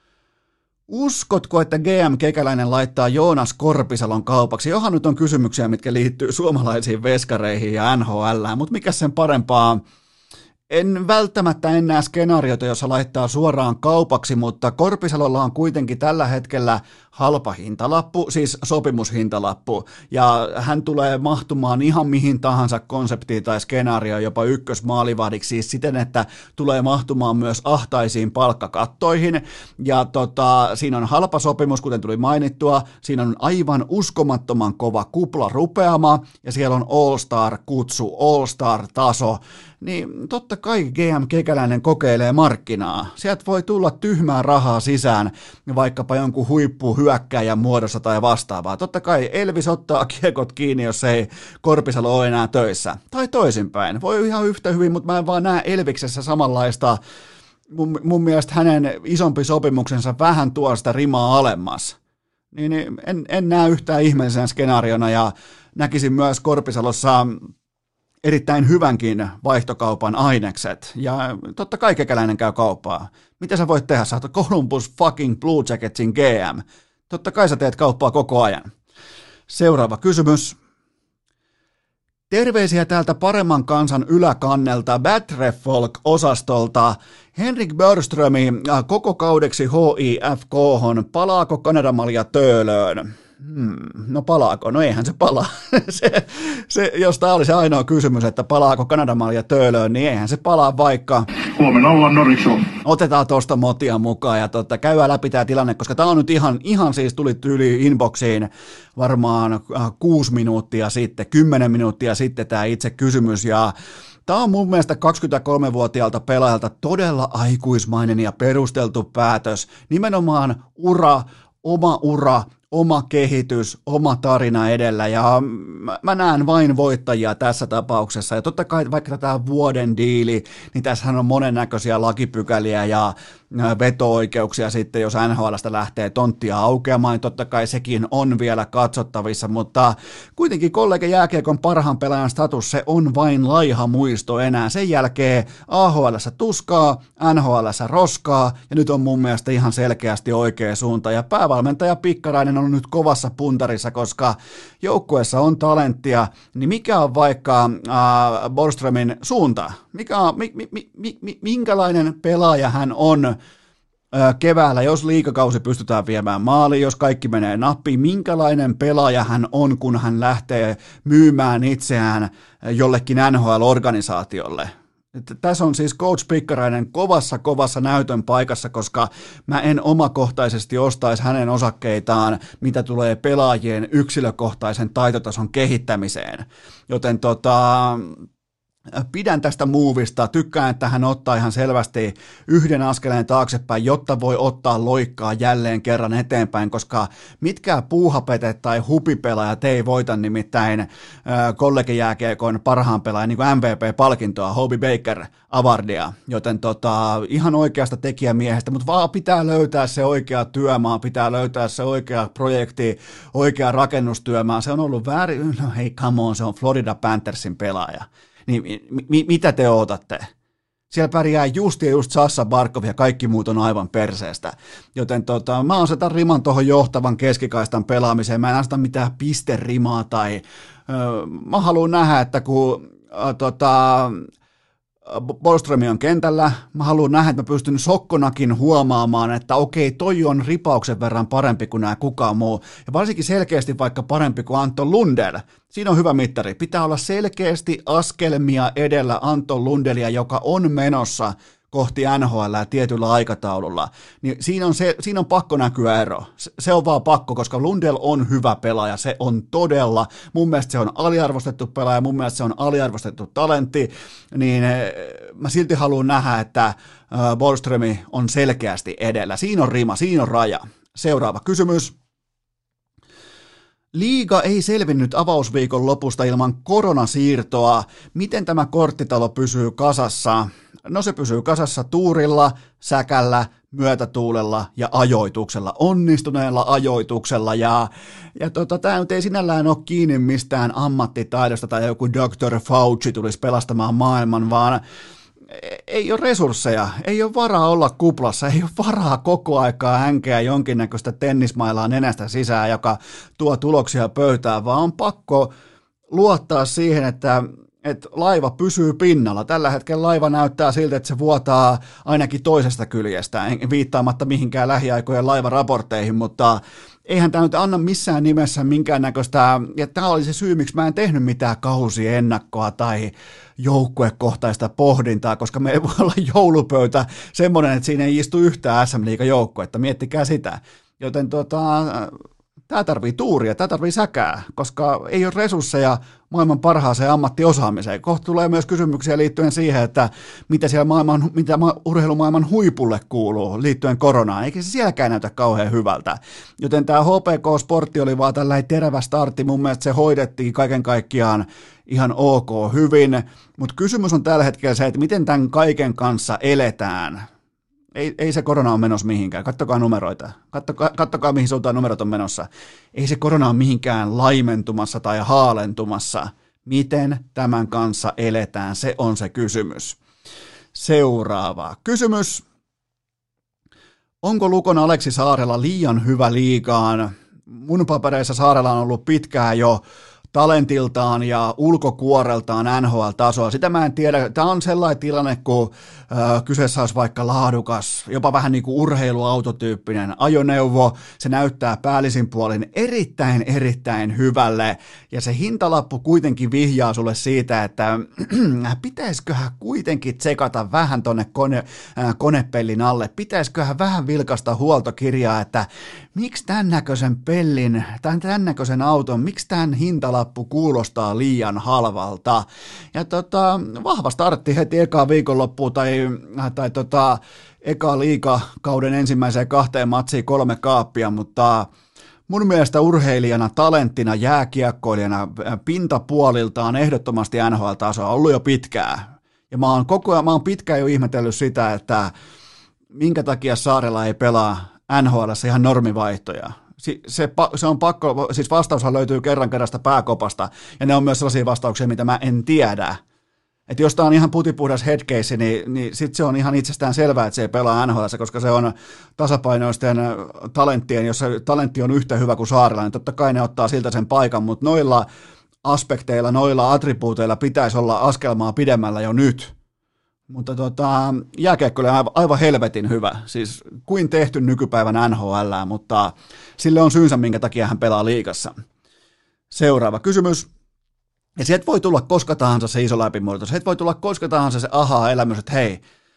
Uskotko, että GM Kekäläinen laittaa Joonas Korpisalon kaupaksi? Johan nyt on kysymyksiä, mitkä liittyy suomalaisiin veskareihin ja NHL:ään, mutta mikä sen parempaa? En välttämättä näe skenaariota, jossa laittaa suoraan kaupaksi, mutta Korpisalolla on kuitenkin tällä hetkellä halpa hintalappu, siis sopimushintalappu, ja hän tulee mahtumaan ihan mihin tahansa konseptiin tai skenaarioon, jopa ykkösmaalivahdiksi, siis siten, että tulee mahtumaan myös ahtaisiin palkkakattoihin, ja siinä on halpa sopimus, kuten tuli mainittua, siinä on aivan uskomattoman kova kupla rupeama, ja siellä on All-Star-kutsu, All-Star-taso, niin totta kai GM Kekäläinen kokeilee markkinaa. Sieltä voi tulla tyhmää rahaa sisään, vaikkapa jonkun huippuhyökkäjän muodossa tai vastaavaa. Totta kai Elvis ottaa kiekot kiinni, jos ei Korpisalo ole enää töissä. Tai toisinpäin. Voi ihan yhtä hyvin, mutta mä en vaan näe Elviksessä samanlaista. Mun mielestä hänen isompi sopimuksensa vähän tuo sitä rimaa alemmas. Niin en näe yhtään ihmeellisenä skenaariona ja näkisin myös Korpisalossa erittäin hyvänkin vaihtokaupan ainekset, ja totta kai Kekäläinen käy kauppaa. Mitä sä voit tehdä? Sä oot Columbus fucking Blue Jacketsin GM. Totta kai sä teet kauppaa koko ajan. Seuraava kysymys. Terveisiä täältä paremman kansan yläkannelta Batreffolk-osastolta. Henrik Börströmi koko kaudeksi HIFK:hon. Palaako Kanadamalja Töölöön? No palaako? No eihän se palaa. Jos tämä oli se ainoa kysymys, että palaako Kanadamalja Töölöön, niin eihän se palaa vaikka. Huomenna ollaan Norikso. Otetaan tuosta motia mukaan ja käydään läpi tämä tilanne, koska tämä on nyt ihan siis tuli yli inboxiin varmaan 6 minuuttia sitten, 10 minuuttia sitten tämä itse kysymys ja tämä on mun mielestä 23-vuotiaalta pelaajalta todella aikuismainen ja perusteltu päätös, nimenomaan oma kehitys, oma tarina edellä ja mä näen vain voittajia tässä tapauksessa ja totta kai vaikka tämä vuoden diili, niin tässähän on monennäköisiä lakipykäliä ja veto-oikeuksia sitten, jos NHL:stä lähtee tonttia aukeamaan, niin totta kai sekin on vielä katsottavissa, mutta kuitenkin kollega jääkiekon parhaan pelaajan status, se on vain laiha muisto enää. Sen jälkeen AHL:ssä tuskaa, NHL:ssä roskaa, ja nyt on mun mielestä ihan selkeästi oikea suunta, ja päävalmentaja Pikkarainen on nyt kovassa puntarissa, koska joukkueessa on talenttia, niin mikä on vaikka Borströmin suunta? Minkälainen pelaaja hän on keväällä, jos liigakausi pystytään viemään maaliin, jos kaikki menee nappiin, minkälainen pelaaja hän on, kun hän lähtee myymään itseään jollekin NHL-organisaatiolle. Tässä on siis Coach Pikkarainen kovassa näytön paikassa, koska mä en omakohtaisesti ostaisi hänen osakkeitaan, mitä tulee pelaajien yksilökohtaisen taitotason kehittämiseen. Joten Pidän tästä muuvista, tykkään, että hän ottaa ihan selvästi yhden askeleen taaksepäin, jotta voi ottaa loikkaa jälleen kerran eteenpäin, koska mitkään puuhapetet tai hupipelaajat ei voita nimittäin kollegijääkiekon parhaan pelaajan niin kuin MVP-palkintoa, Hobey Baker Awardia, joten ihan oikeasta tekijämiehestä, mutta vaan pitää löytää se oikea työmaa, pitää löytää se oikea projekti, oikea rakennustyömaa, se on ollut väärin, no hei come on, se on Florida Panthersin pelaaja. Niin mitä te ootatte? Siellä pärjää just Sasha Barkov ja kaikki muut on aivan perseestä. Joten mä asetan riman tuohon johtavan keskikaistan pelaamiseen. Mä en aseta mitään pisterimaa tai mä haluan nähdä, että kun Borgström on kentällä, mä haluan nähdä, että mä pystyn sokkonakin huomaamaan, että okei, toi on ripauksen verran parempi kuin nämä kukaan muu. Ja varsinkin selkeästi vaikka parempi kuin Anton Lundell. Siinä on hyvä mittari. Pitää olla selkeästi askelmia edellä Anton Lundelia, joka on menossa kohti NHL tietyllä aikataululla, niin siinä on pakko näkyä ero. Se on vaan pakko, koska Lundell on hyvä pelaaja, se on todella, mun mielestä se on aliarvostettu pelaaja, mun mielestä se on aliarvostettu talentti, niin mä silti haluan nähdä, että Borgström on selkeästi edellä. Siinä on rima, siinä on raja. Seuraava kysymys. Liiga ei selvinnyt avausviikon lopusta ilman koronasiirtoa. Miten tämä korttitalo pysyy kasassa? No se pysyy kasassa tuurilla, säkällä, myötätuulella ja ajoituksella, onnistuneella ajoituksella. Ja tämä nyt ei sinällään ole kiinni mistään ammattitaidosta tai joku Dr. Fauci tulisi pelastamaan maailman, vaan ei ole resursseja, ei ole varaa olla kuplassa, ei ole varaa koko aikaa hänkeä jonkinnäköistä tennismailaa nenästä sisään, joka tuo tuloksia pöytään, vaan on pakko luottaa siihen, että laiva pysyy pinnalla. Tällä hetkellä laiva näyttää siltä, että se vuotaa ainakin toisesta kyljestä, viittaamatta mihinkään lähiaikojen laivaraportteihin, mutta eihän tämä nyt anna missään nimessä minkäännäköistä, ja tämä oli se syy, miksi mä en tehnyt mitään kausiennakkoa tai joukkuekohtaista pohdintaa, koska meillä voi olla joulupöytä semmoinen, että siinä ei istu yhtään SM-liigan joukkuetta, miettikää sitä. Joten tämä tarvii tuuria, tämä tarvii säkää, koska ei ole resursseja maailman parhaaseen ammattiosaamiseen. Kohta tulee myös kysymyksiä liittyen siihen, että mitä urheilumaailman huipulle kuuluu liittyen koronaan. Eikä se sielläkään näytä kauhean hyvältä. Joten tämä HPK-sportti oli vaan tällainen terävä startti. Mun mielestä se hoidettiin kaiken kaikkiaan ihan ok hyvin. Mutta kysymys on tällä hetkellä se, että miten tämän kaiken kanssa eletään. Ei se korona ole menossa mihinkään. Kattokaa numeroita. Kattokaa mihin suuntaan numerot on menossa. Ei se korona ole mihinkään laimentumassa tai haalentumassa. Miten tämän kanssa eletään? Se on se kysymys. Seuraava kysymys. Onko Lukon Aleksi Saarela liian hyvä liigaan? Mun papereissa Saarela on ollut pitkään jo talentiltaan ja ulkokuoreltaan NHL-tasoa. Sitä mä en tiedä. Tämä on sellainen tilanne, kun kyseessä olisi vaikka laadukas, jopa vähän niin kuin urheiluautotyyppinen ajoneuvo. Se näyttää päällisin puolin erittäin hyvälle, ja se hintalappu kuitenkin vihjaa sulle siitä, että pitäisiköhän kuitenkin tsekata vähän tonne konepellin alle, pitäisiköhän vähän vilkasta huoltokirjaa, että miksi tämän näköisen pellin, tämän näköisen auton, miksi tämän hintalappu kuulostaa liian halvalta. Ja vahva startti heti ekaa viikonloppuun tai eka liigakauden ensimmäiseen 2 matsiin 3 kaappia, mä mun mielestä urheilijana, talenttina, jääkiekkoilijana, pintapuoliltaan ehdottomasti NHL-tasoa ollut jo pitkään. Ja mä oon pitkään jo ihmetellyt sitä, minkä takia Saarela ei pelaa NHL:ssä ihan normivaihtoja. Se on pakko, siis vastaushan löytyy kerrasta pääkopasta, ja ne on myös sellaisia vastauksia, mitä mä en tiedä. Että jos tämä on ihan putipuhdas headcase, niin sitten se on ihan itsestään selvää, että se ei pelaa NHL:ssä, koska se on tasapainoisten talenttien, jos se talentti on yhtä hyvä kuin Saarela, niin totta kai ne ottaa siltä sen paikan, mutta noilla aspekteilla, noilla attribuuteilla pitäisi olla askelmaa pidemmällä jo nyt. Mutta jääkiekko oli aivan helvetin hyvä, siis kuin tehty nykypäivän NHL, mutta sille on syynsä, minkä takia hän pelaa liigassa. Seuraava kysymys. Ja sieltä voi tulla koska tahansa se iso läpimurto, sieltä voi tulla koska tahansa se aha-elämys, että hei,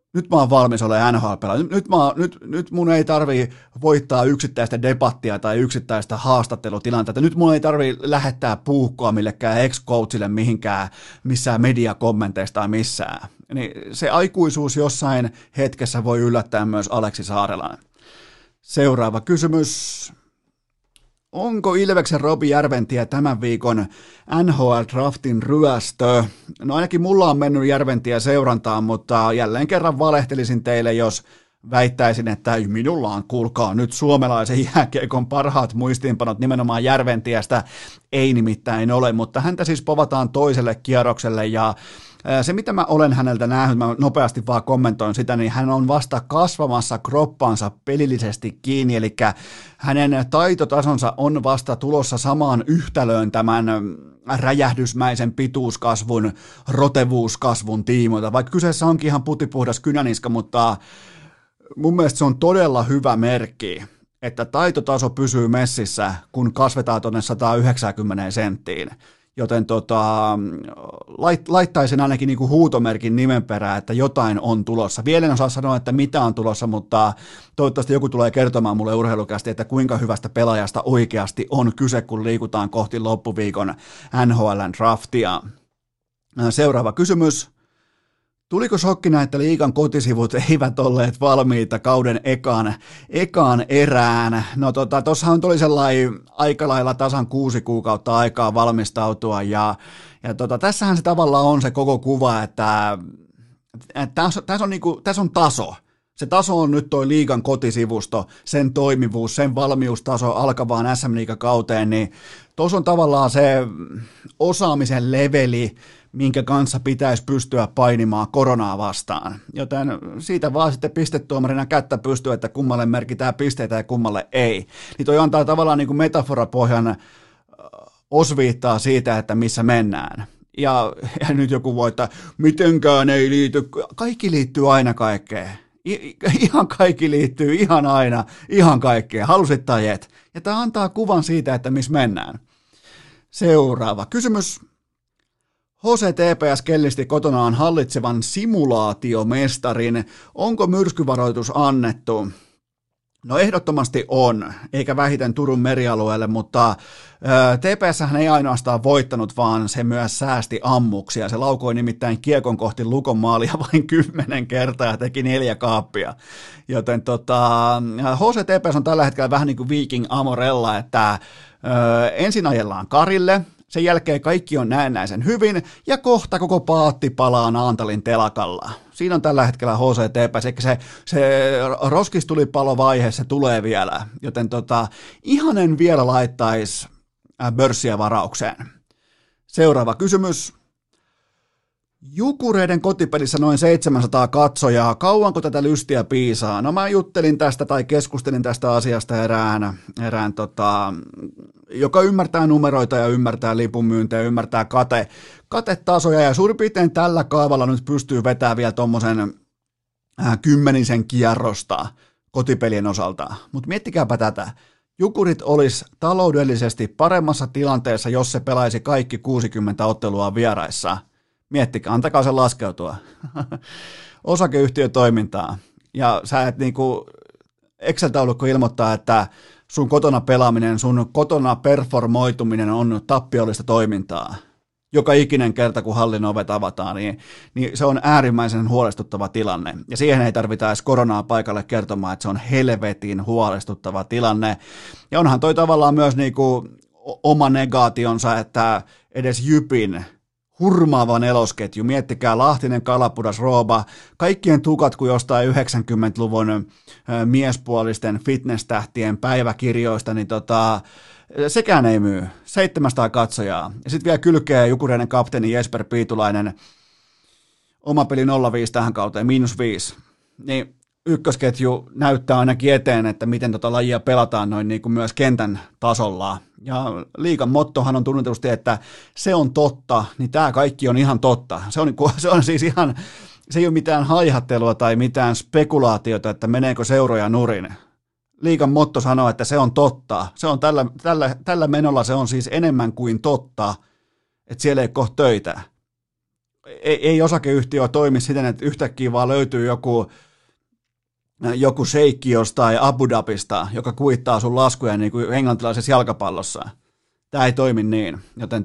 nyt mä oon valmis olemaan NHL-pelaaja. Nyt mun ei tarvii voittaa yksittäistä debattia tai yksittäistä haastattelutilanteita. Nyt mun ei tarvii lähettää puukkoa millekään ex-coachille missään mediakommenteista tai missään. Niin se aikuisuus jossain hetkessä voi yllättää myös Aleksi Saarelan. Seuraava kysymys. Onko Ilveksen Robi Järventie tämän viikon NHL-draftin ryöstö? No ainakin mulla on mennyt Järventie seurantaan, mutta jälleen kerran valehtelisin teille, jos väittäisin, että minulla on, kuulkaa nyt suomalaisen jääkiekon parhaat muistiinpanot nimenomaan Järventiestä. Ei nimittäin ole, mutta häntä siis povataan toiselle kierrokselle ja se, mitä mä olen häneltä nähnyt, mä nopeasti vaan kommentoin sitä, niin hän on vasta kasvamassa kroppansa pelillisesti kiinni, eli hänen taitotasonsa on vasta tulossa samaan yhtälöön tämän räjähdysmäisen pituuskasvun, rotevuuskasvun tiimoilta, vaikka kyseessä onkin ihan putipuhdas kynäniska, mutta mun mielestä se on todella hyvä merkki, että taitotaso pysyy messissä, kun kasvetaan tuonne 190 senttiin. Joten laittaisin ainakin niinku huutomerkin nimen perään, että jotain on tulossa. Vielä en osaa sanoa, että mitä on tulossa, mutta toivottavasti joku tulee kertomaan mulle urheilukästi, että kuinka hyvästä pelaajasta oikeasti on kyse, kun liikutaan kohti loppuviikon NHL:n draftia. Seuraava kysymys. Tuliko shokkina, että liigan kotisivut eivät olleet valmiita kauden ekaan erään? No tossahan oli sellainen aika lailla tasan 6 kuukautta aikaa valmistautua ja tässähän se tavallaan on se koko kuva, että tässä on taso. Se taso on nyt toi liigan kotisivusto, sen toimivuus, sen valmiustaso alkavaan SM-liigakauteen, niin tuossa on tavallaan se osaamisen leveli, minkä kanssa pitäisi pystyä painimaan koronaa vastaan. Joten siitä vaan sitten pistetuomarina kättä pystyy, että kummalle merkitään pisteitä ja kummalle ei. Niin toi antaa tavallaan niin kuin metaforapohjan osviittaa siitä, että missä mennään. Ja nyt joku voi, että mitenkään ei liity, kaikki liittyy aina kaikkeen. Ihan kaikki liittyy ihan aina, ihan kaikkeen, halusit tai et. Ja tämä antaa kuvan siitä, että missä mennään. Seuraava kysymys. HC TPS kellisti kotonaan hallitsevan simulaatiomestarin. Onko myrskyvaroitus annettu? No ehdottomasti on, eikä vähiten Turun merialueelle, mutta TPS ei ainoastaan voittanut, vaan se myös säästi ammuksia. Se laukoi nimittäin kiekon kohti Lukon maalia vain 10 kertaa ja teki 4 kaappia. Joten HC TPS on tällä hetkellä vähän niin kuin Viking Amorella, että ensin ajellaan karille. Sen jälkeen kaikki on näennäisen hyvin, ja kohta koko paatti palaa Naantalin telakalla. Siinä on tällä hetkellä HCTP, se roskistulipalovaihe, se tulee vielä, joten ihan en vielä laittaisi pörssiä varaukseen. Seuraava kysymys. Jukureiden kotipelissä noin 700 katsojaa. Kauanko tätä lystiä piisaa? No mä juttelin tästä tai keskustelin tästä asiasta erään joka ymmärtää numeroita ja ymmärtää lipunmyyntejä ja ymmärtää katetasoja ja suurin piirtein tällä kaavalla nyt pystyy vetämään vielä tommosen 10 kierrosta kotipelien osalta. Mutta miettikääpä tätä. Jukurit olisi taloudellisesti paremmassa tilanteessa, jos se pelaisi kaikki 60 ottelua vieraissa. Miettikää, antakaa sen laskeutua. Osakeyhtiötoimintaa. Ja sä et niinku Excel-taulukko ilmoittaa, että sun kotona pelaaminen, sun kotona performoituminen on tappiollista toimintaa. Joka ikinen kerta, kun hallin ovet avataan, niin se on äärimmäisen huolestuttava tilanne. Ja siihen ei tarvita edes koronaa paikalle kertomaan, että se on helvetin huolestuttava tilanne. Ja onhan toi tavallaan myös niinku oma negaationsa, että edes Jypin hurmaava nelosketju, miettikää Lahtinen, Kalapudas, Rooba, kaikkien tukat kuin jostain 90-luvun miespuolisten fitness-tähtien päiväkirjoista, niin sekään ei myy. 700 katsojaa. Ja sitten vielä kylkee Jukureiden kapteeni Jesper Piitulainen, oma peli 0-5 tähän kauteen, -5. Niin ykkösketju näyttää ainakin eteen, että miten lajia pelataan noin niin kuin myös kentän tasolla. Ja liigan mottohan on tunnetusti, että se on totta, niin tämä kaikki on ihan totta. Se on siis ihan, se ei ole mitään haihattelua tai mitään spekulaatiota, että meneekö seuroja nurin. Liigan motto sanoo, että se on totta. Se on tällä menolla se on siis enemmän kuin totta, että siellä ei kohta töitä. ei osakeyhtiö toimi siten, että yhtäkkiä vaan löytyy joku sheikki jostain Abu Dhabista, joka kuittaa sun laskuja niin kuin englantilaisessa jalkapallossa. Tämä ei toimi niin, joten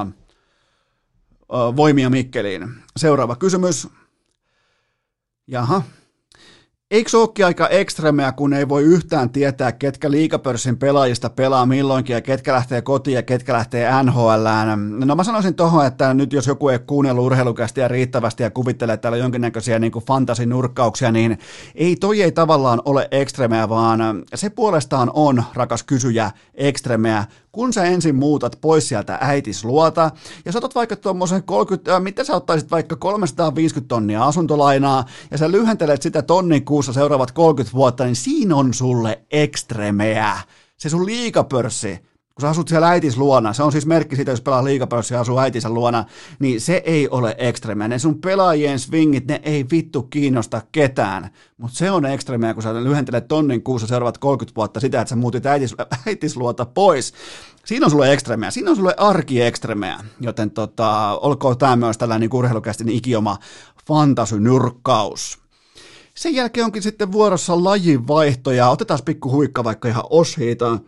voimia Mikkeliin. Seuraava kysymys. Jaha. Eikö olekin aika ekstremeä, kun ei voi yhtään tietää, ketkä liigapörssin pelaajista pelaa milloinkin ja ketkä lähtee kotiin ja ketkä lähtee NHLään? No mä sanoisin tohon, että nyt jos joku ei kuunnellut urheilukästiä riittävästi ja kuvittelee, että täällä on jonkinnäköisiä niin kuin fantasinurkkauksia, niin ei tavallaan ole ekstremeä, vaan se puolestaan on, rakas kysyjä, ekstremeä, kun sä ensin muutat pois sieltä äitisluota, ja sä otat vaikka tuommoisen 30, mitä sä ottaisit vaikka 350 tonnia asuntolainaa, ja sä lyhentelet sitä tonnin kuussa seuraavat 30 vuotta, niin siinä on sulle ekstremeä. Se sun liigapörssi, kun sä asut siellä äitisluona, se on siis merkki siitä, jos pelaa liigapörssi ja asuu äitinsä luona, niin se ei ole ekstremeä. Ne sun pelaajien swingit, ne ei vittu kiinnosta ketään, mutta se on ekstremeä, kun sä lyhentelet tonnin kuussa seuraavat 30 vuotta sitä, että sä muutit äitisluota pois. Siinä on sulle ekstremeä, siinä on sulle arkiekstremeä, joten olkoon tämä myös tällainen urheilukästin ikioma fantasynyrkkaus. Sen jälkeen onkin sitten vuorossa lajinvaihto, ja otetaan pikku huikka vaikka ihan Oshiita.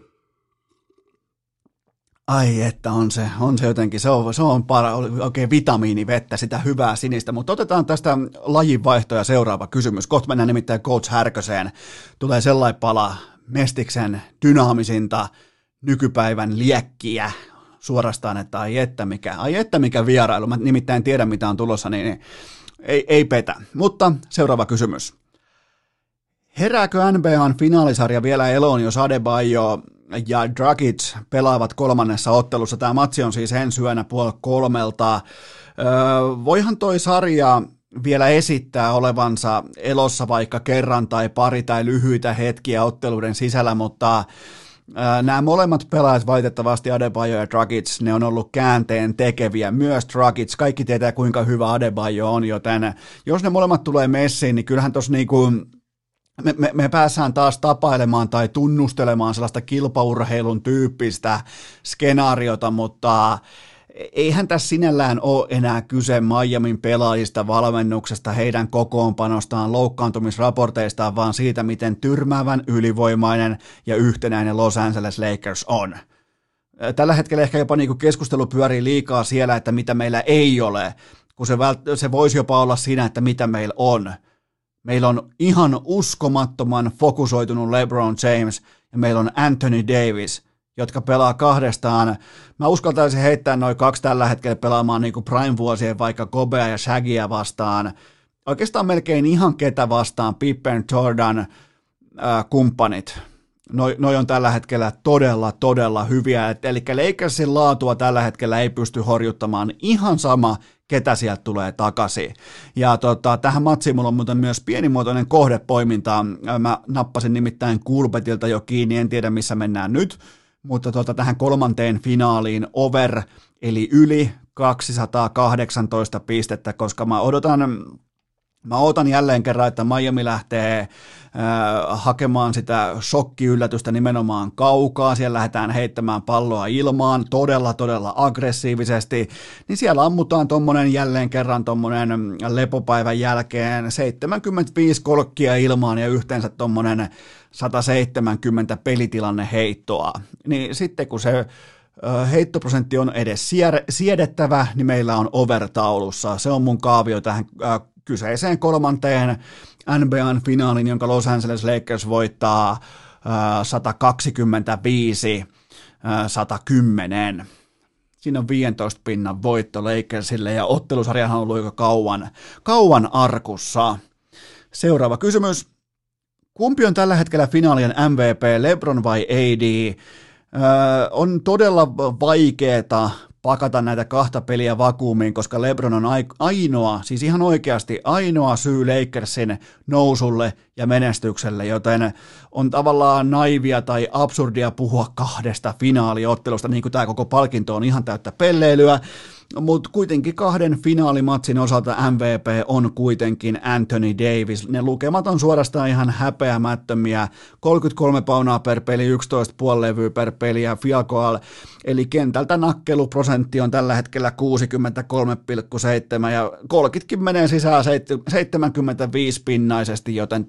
Ai että on se jotenkin, se on oikein vitamiinivettä, sitä hyvää sinistä, mutta otetaan tästä lajinvaihtoja ja seuraava kysymys. Kohta mennään nimittäin Coach Härköseen. Tulee sellainen pala Mestiksen dynaamisinta nykypäivän liekkiä suorastaan, että ai että mikä vierailu. Mä nimittäin tiedän mitä on tulossa, niin ei petä. Mutta seuraava kysymys. Herääkö NBA:n finaalisarja vielä eloon, jos Adebayo ja Dragic pelaavat kolmannessa ottelussa? Tämä matsi on siis ensi yönä 2:30. Voihan toi sarja vielä esittää olevansa elossa vaikka kerran tai pari tai lyhyitä hetkiä otteluiden sisällä, mutta nämä molemmat pelaajat, valitettavasti Adebayo ja Dragic, ne on ollut käänteen tekeviä. Myös Dragic, kaikki tietää kuinka hyvä Adebayo on, joten jos ne molemmat tulee messiin, niin kyllähän tuossa niinku me päässään taas tapailemaan tai tunnustelemaan sellaista kilpaurheilun tyyppistä skenaariota, mutta eihän tässä sinällään ole enää kyse Miamin pelaajista, valmennuksesta, heidän kokoonpanostaan, loukkaantumisraporteistaan, vaan siitä, miten tyrmäävän ylivoimainen ja yhtenäinen Los Angeles Lakers on. Tällä hetkellä ehkä jopa niin keskustelu pyörii liikaa siellä, että mitä meillä ei ole, kun se voisi jopa olla siinä, että mitä meillä on. Meillä on ihan uskomattoman fokusoitunut LeBron James ja meillä on Anthony Davis, jotka pelaa kahdestaan. Mä uskaltaisin heittää noin kaksi tällä hetkellä pelaamaan niin kuin prime-vuosien vaikka Kobea ja Shagia vastaan. Oikeastaan melkein ihan ketä vastaan, Pippen, Jordan, kumppanit. Noi on tällä hetkellä todella hyviä. Eli Lakersin laatua tällä hetkellä ei pysty horjuttamaan, ihan sama, ketä sieltä tulee takaisin. Ja tähän matsiin mulla on muuten myös pienimuotoinen kohdepoiminta. Mä nappasin nimittäin Coolbetilta jo kiinni, en tiedä missä mennään nyt, mutta tähän kolmanteen finaaliin over, eli yli 218 pistettä, koska mä odotan jälleen kerran, että Miami lähtee hakemaan sitä shokkiyllätystä nimenomaan kaukaa, siellä lähdetään heittämään palloa ilmaan todella aggressiivisesti, niin siellä ammutaan jälleen kerran lepopäivän jälkeen 75 kolkkia ilmaan ja yhteensä 170 pelitilanne heittoa, niin sitten kun se heittoprosentti on edes siedettävä, niin meillä on over-taulussa. Se on mun kaavio tähän kyseiseen kolmanteen NBA:n finaalin, jonka Los Angeles Lakers voittaa 125-110. Siinä on 15 pinnan voitto Lakersille ja ottelusarjahan on ollut jo kauan arkussa. Seuraava kysymys. Kumpi on tällä hetkellä finaalien MVP, LeBron vai AD? On todella vaikeeta pakata näitä kahta peliä vakuumiin, koska LeBron on ainoa, siis ihan oikeasti ainoa syy Lakersin nousulle ja menestykselle, joten on tavallaan naivia tai absurdia puhua kahdesta finaaliottelusta, niin kuin tämä koko palkinto on ihan täyttä pelleilyä. mutta kuitenkin 2 finaalimatsin osalta MVP on kuitenkin Anthony Davis. Ne lukemat on suorastaan ihan häpeämättömiä. 33 paunaa per peli, 11,5 levyä per peli ja field goal. Eli kentältä nakkeluprosentti on tällä hetkellä 63,7 ja 30 menee sisään 75-pinnaisesti, joten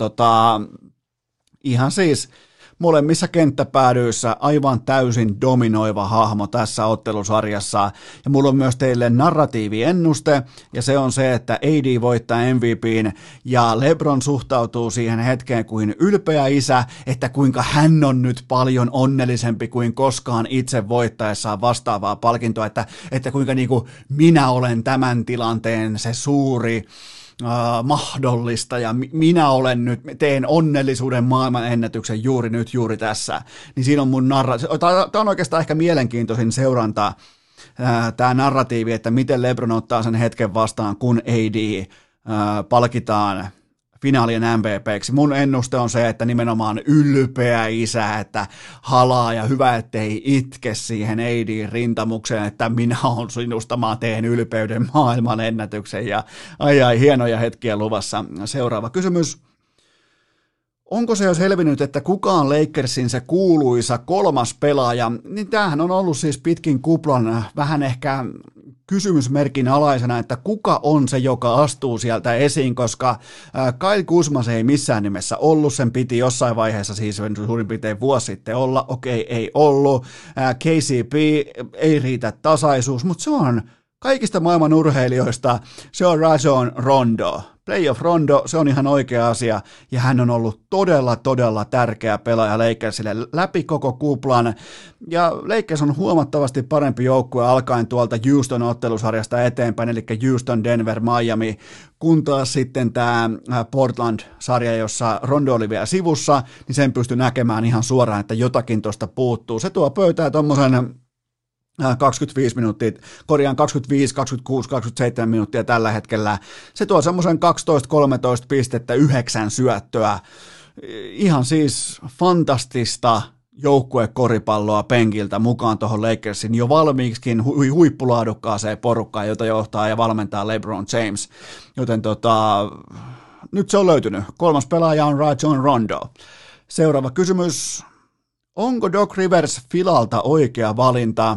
ihan siis molemmissa kenttäpäädyissä aivan täysin dominoiva hahmo tässä ottelusarjassa. Ja mulla on myös teille narratiiviennuste, ja se on se, että AD voittaa MVP:n, ja LeBron suhtautuu siihen hetkeen kuin ylpeä isä, että kuinka hän on nyt paljon onnellisempi kuin koskaan itse voittaessaan vastaavaa palkintoa, että kuinka niinku minä olen tämän tilanteen se suuri mahdollista ja minä teen onnellisuuden maailmanennätyksen juuri nyt, juuri tässä, niin siinä on mun tämä on oikeastaan ehkä mielenkiintoisin seuranta, tämä narratiivi, että miten LeBron ottaa sen hetken vastaan, kun AD palkitaan finaalien MVP:ksi. Mun ennuste on se, että nimenomaan ylpeä isä, että halaa ja hyvä, ettei itke siihen AD-rintamukseen, että minä olen sinusta, mä teen ylpeyden maailman ennätyksen ja ai hienoja hetkiä luvassa. Seuraava kysymys. Onko se jo selvinnyt, että kuka on Lakersin se kuuluisa 3. pelaaja? Niin tämähän on ollut siis pitkin kuplan vähän ehkä kysymysmerkin alaisena, että kuka on se, joka astuu sieltä esiin, koska Kyle Kuzma se ei missään nimessä ollut, sen piti jossain vaiheessa siis suurin piirtein vuosi sitten olla, okei, ei ollut, KCP ei riitä tasaisuus, mutta se on kaikista maailman urheilijoista, se on Rajon Rondo. Playoff Rondo, se on ihan oikea asia, ja hän on ollut todella tärkeä pelaaja Lakersille läpi koko kuplan, ja Lakers on huomattavasti parempi joukkue alkaen tuolta Houston-ottelusarjasta eteenpäin, eli Houston, Denver, Miami, kun taas sitten tämä Portland-sarja, jossa Rondo oli vielä sivussa, niin sen pystyi näkemään ihan suoraan, että jotakin tuosta puuttuu. Se tuo pöytään tommosen 25 minuuttia, 25, 26, 27 minuuttia tällä hetkellä. Se tuo semmoisen 12-13 pistettä, 9 syöttöä. Ihan siis fantastista joukkuekoripalloa penkiltä mukaan tuohon Lakersin jo valmiiksikin huippulaadukkaaseen porukkaan, jota johtaa ja valmentaa LeBron James. Joten nyt se on löytynyt. 3. pelaaja on Rajon Rondo. Seuraava kysymys. Onko Doc Rivers Philalta oikea valinta?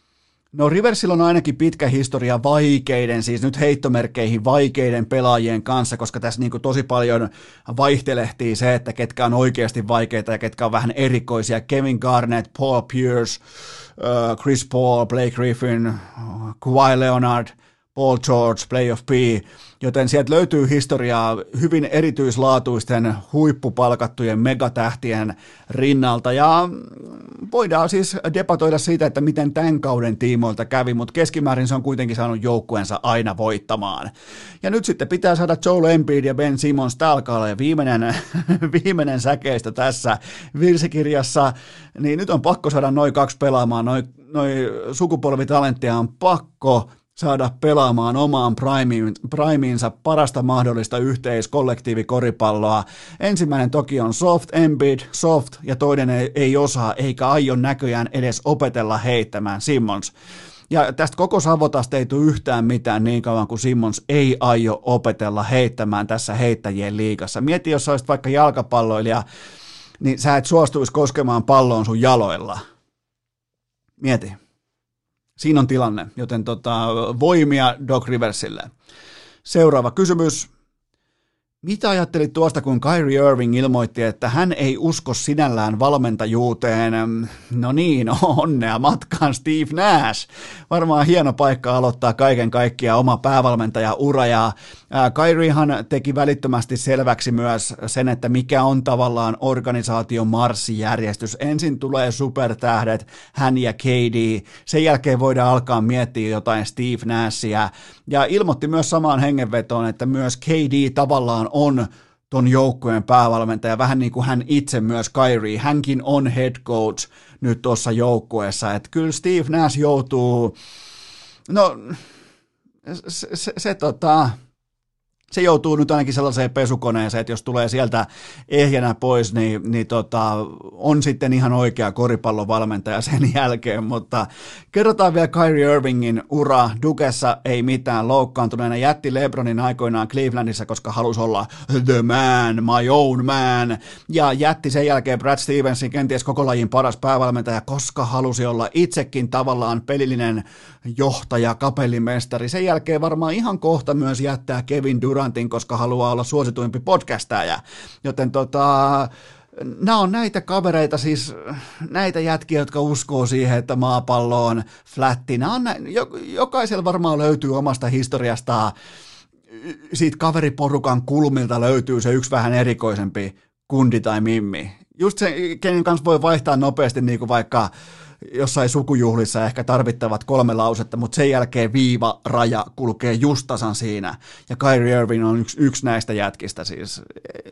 No Riversilla on ainakin pitkä historia vaikeiden, siis nyt heittomerkkeihin vaikeiden pelaajien kanssa, koska tässä niin kuin tosi paljon vaihtelehtii se, että ketkä on oikeasti vaikeita ja ketkä on vähän erikoisia. Kevin Garnett, Paul Pierce, Chris Paul, Blake Griffin, Kawhi Leonard, Paul George, Playoff P, joten sieltä löytyy historiaa hyvin erityislaatuisten huippupalkattujen megatähtien rinnalta, ja voidaan siis debatoida siitä, että miten tämän kauden tiimoilta kävi, mutta keskimäärin se on kuitenkin saanut joukkueensa aina voittamaan. Ja nyt sitten pitää saada Joel Embiid ja Ben Simmons, tämä alkaa olla viimeinen säkeistö tässä virsikirjassa, niin nyt on pakko saada noin 2 pelaamaan, noin sukupolvitalenttia on pakko saada pelaamaan omaan primiinsa parasta mahdollista yhteiskollektiivikoripalloa. Ensimmäinen toki on soft, Embiid, soft, ja toinen ei osaa eikä aio näköjään edes opetella heittämään, Simmons. Ja tästä koko savotasta ei tule yhtään mitään niin kauan kuin Simmons ei aio opetella heittämään tässä heittäjien liigassa. Mieti, jos olisit vaikka jalkapalloilija, niin sä et suostuisi koskemaan palloon sun jaloilla. Mieti. Siinä on tilanne, joten voimia Doc Riversille. Seuraava kysymys. Mitä ajattelit tuosta, kun Kyrie Irving ilmoitti, että hän ei usko sinällään valmentajuuteen? No niin, onnea matkaan Steve Nash. Varmaan hieno paikka aloittaa kaiken kaikkiaan oma päävalmentajaura, ja Kyriehan teki välittömästi selväksi myös sen, että mikä on tavallaan organisaation marssijärjestys. Ensin tulee supertähdet, hän ja KD, sen jälkeen voidaan alkaa miettiä jotain Steve Nashia, ja ilmoitti myös samaan hengenvetoon, että myös KD tavallaan on ton joukkueen päävalmentaja, vähän niin kuin hän itse myös Kyrie, hänkin on head coach nyt tuossa joukkueessa, että kyllä Steve Nash joutuu, no se se joutuu nyt ainakin sellaiseen pesukoneeseen, että jos tulee sieltä ehjänä pois, niin on sitten ihan oikea koripallovalmentaja sen jälkeen, mutta kerrotaan vielä Kyrie Irvingin ura. Dukessa ei mitään, loukkaantuneena jätti LeBronin aikoinaan Clevelandissa, koska halusi olla the man, my own man, ja jätti sen jälkeen Brad Stevensin kenties koko lajin paras päävalmentaja, koska halusi olla itsekin tavallaan pelillinen johtaja, kapellimestari. Sen jälkeen varmaan ihan kohta myös jättää Kevin Durantin, koska haluaa olla suosituimpi podcastaja. Joten nämä on näitä kavereita, siis näitä jätkiä, jotka uskoo siihen, että maapallo on flätti. Jokaisella varmaan löytyy omasta historiastaan, siitä kaveriporukan kulmilta löytyy se yksi vähän erikoisempi kundi tai mimmi. Just se, kenen kanssa voi vaihtaa nopeasti, niin kuin vaikka jossain sukujuhlissa ehkä tarvittavat 3 lausetta, mutta sen jälkeen viiva, raja kulkee just tasan siinä. Ja Kyrie Irving on yksi näistä jätkistä siis.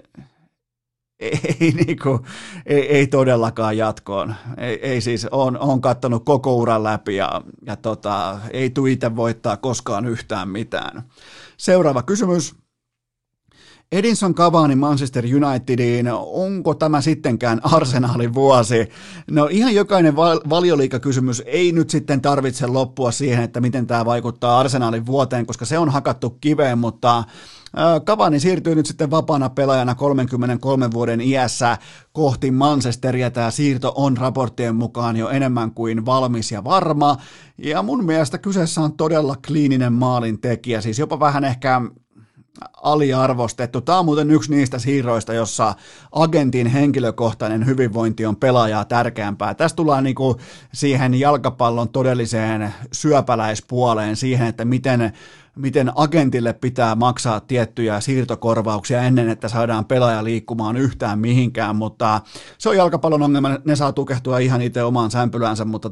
Ei todellakaan jatkoon. Ei siis, on kattonut koko uran läpi ja ei tule itse voittaa koskaan yhtään mitään. Seuraava kysymys. Edinson Cavani Manchester Unitediin, onko tämä sittenkään Arsenalin vuosi? No ihan jokainen valioliigakysymys ei nyt sitten tarvitse loppua siihen, että miten tämä vaikuttaa Arsenalin vuoteen, koska se on hakattu kiveen, mutta Cavani siirtyy nyt sitten vapaana pelaajana 33 vuoden iässä kohti Manchesteria. Tämä siirto on raporttien mukaan jo enemmän kuin valmis ja varma, ja mun mielestä kyseessä on todella kliininen maalintekijä, siis jopa vähän ehkä aliarvostettu. Tämä on muuten yksi niistä siirroista, jossa agentin henkilökohtainen hyvinvointi on pelaajaa tärkeämpää. Tässä tullaan niinku siihen jalkapallon todelliseen syöpäläispuoleen, siihen, että miten agentille pitää maksaa tiettyjä siirtokorvauksia ennen, että saadaan pelaaja liikkumaan yhtään mihinkään, mutta se on jalkapallon ongelma, ne saa tukehtua ihan itse omaan sämpylänsä, mutta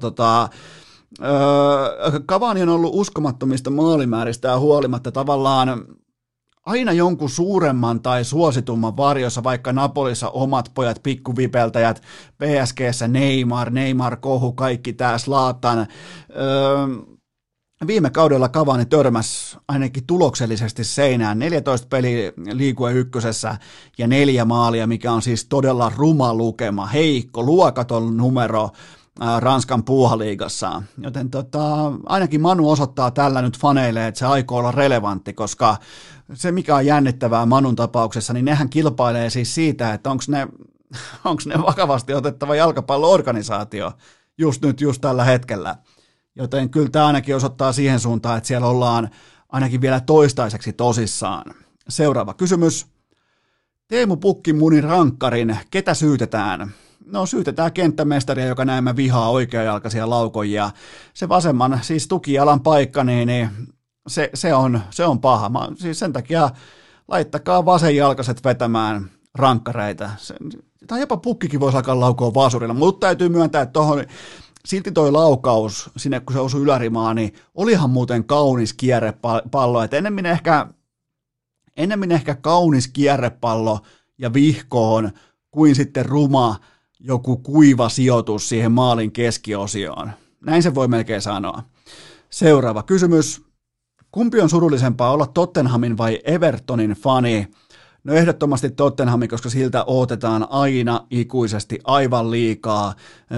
Cavani on ollut uskomattomista maalimääristä ja huolimatta tavallaan aina jonkun suuremman tai suositumman varjossa, vaikka Napolissa omat pojat, pikkuvipeltäjät, PSG:ssä Neymar kohu, kaikki tää Zlatan. Viime kaudella Cavani törmäsi ainakin tuloksellisesti seinään, 14 peli Ligue 1:ssä ja 4 maalia, mikä on siis todella ruma lukema, heikko, luokaton numero Ranskan puuhaliigassa, joten ainakin Manu osoittaa tällä nyt faneille, että se aikoo olla relevantti, koska se mikä on jännittävää Manun tapauksessa, niin nehän kilpailee siis siitä, että onko ne vakavasti otettava jalkapallo-organisaatio just tällä hetkellä, joten kyllä tämä ainakin osoittaa siihen suuntaan, että siellä ollaan ainakin vielä toistaiseksi tosissaan. Seuraava kysymys. Teemu Pukki muni rankkarin, ketä syytetään? No syytetään kenttämestaria, joka näemmä vihaa oikeajalkaisia laukojia. Se vasemman, siis tukijalan paikka, niin se on paha. Siis sen takia laittakaa vasenjalkaiset vetämään rankkareita. Tai jopa Pukkikin voisi alkaa laukoa vasurilla, mutta täytyy myöntää, että silti toi laukaus, sinne kun se osui ylärimaan, niin olihan muuten kaunis kierrepallo. Et ennemmin ehkä kaunis kierrepallo ja vihkoon kuin sitten ruma joku kuiva sijoitus siihen maalin keskiosioon. Näin se voi melkein sanoa. Seuraava kysymys. Kumpi on surullisempaa olla Tottenhamin vai Evertonin fani? No ehdottomasti Tottenhamin, koska siltä odotetaan aina ikuisesti aivan liikaa.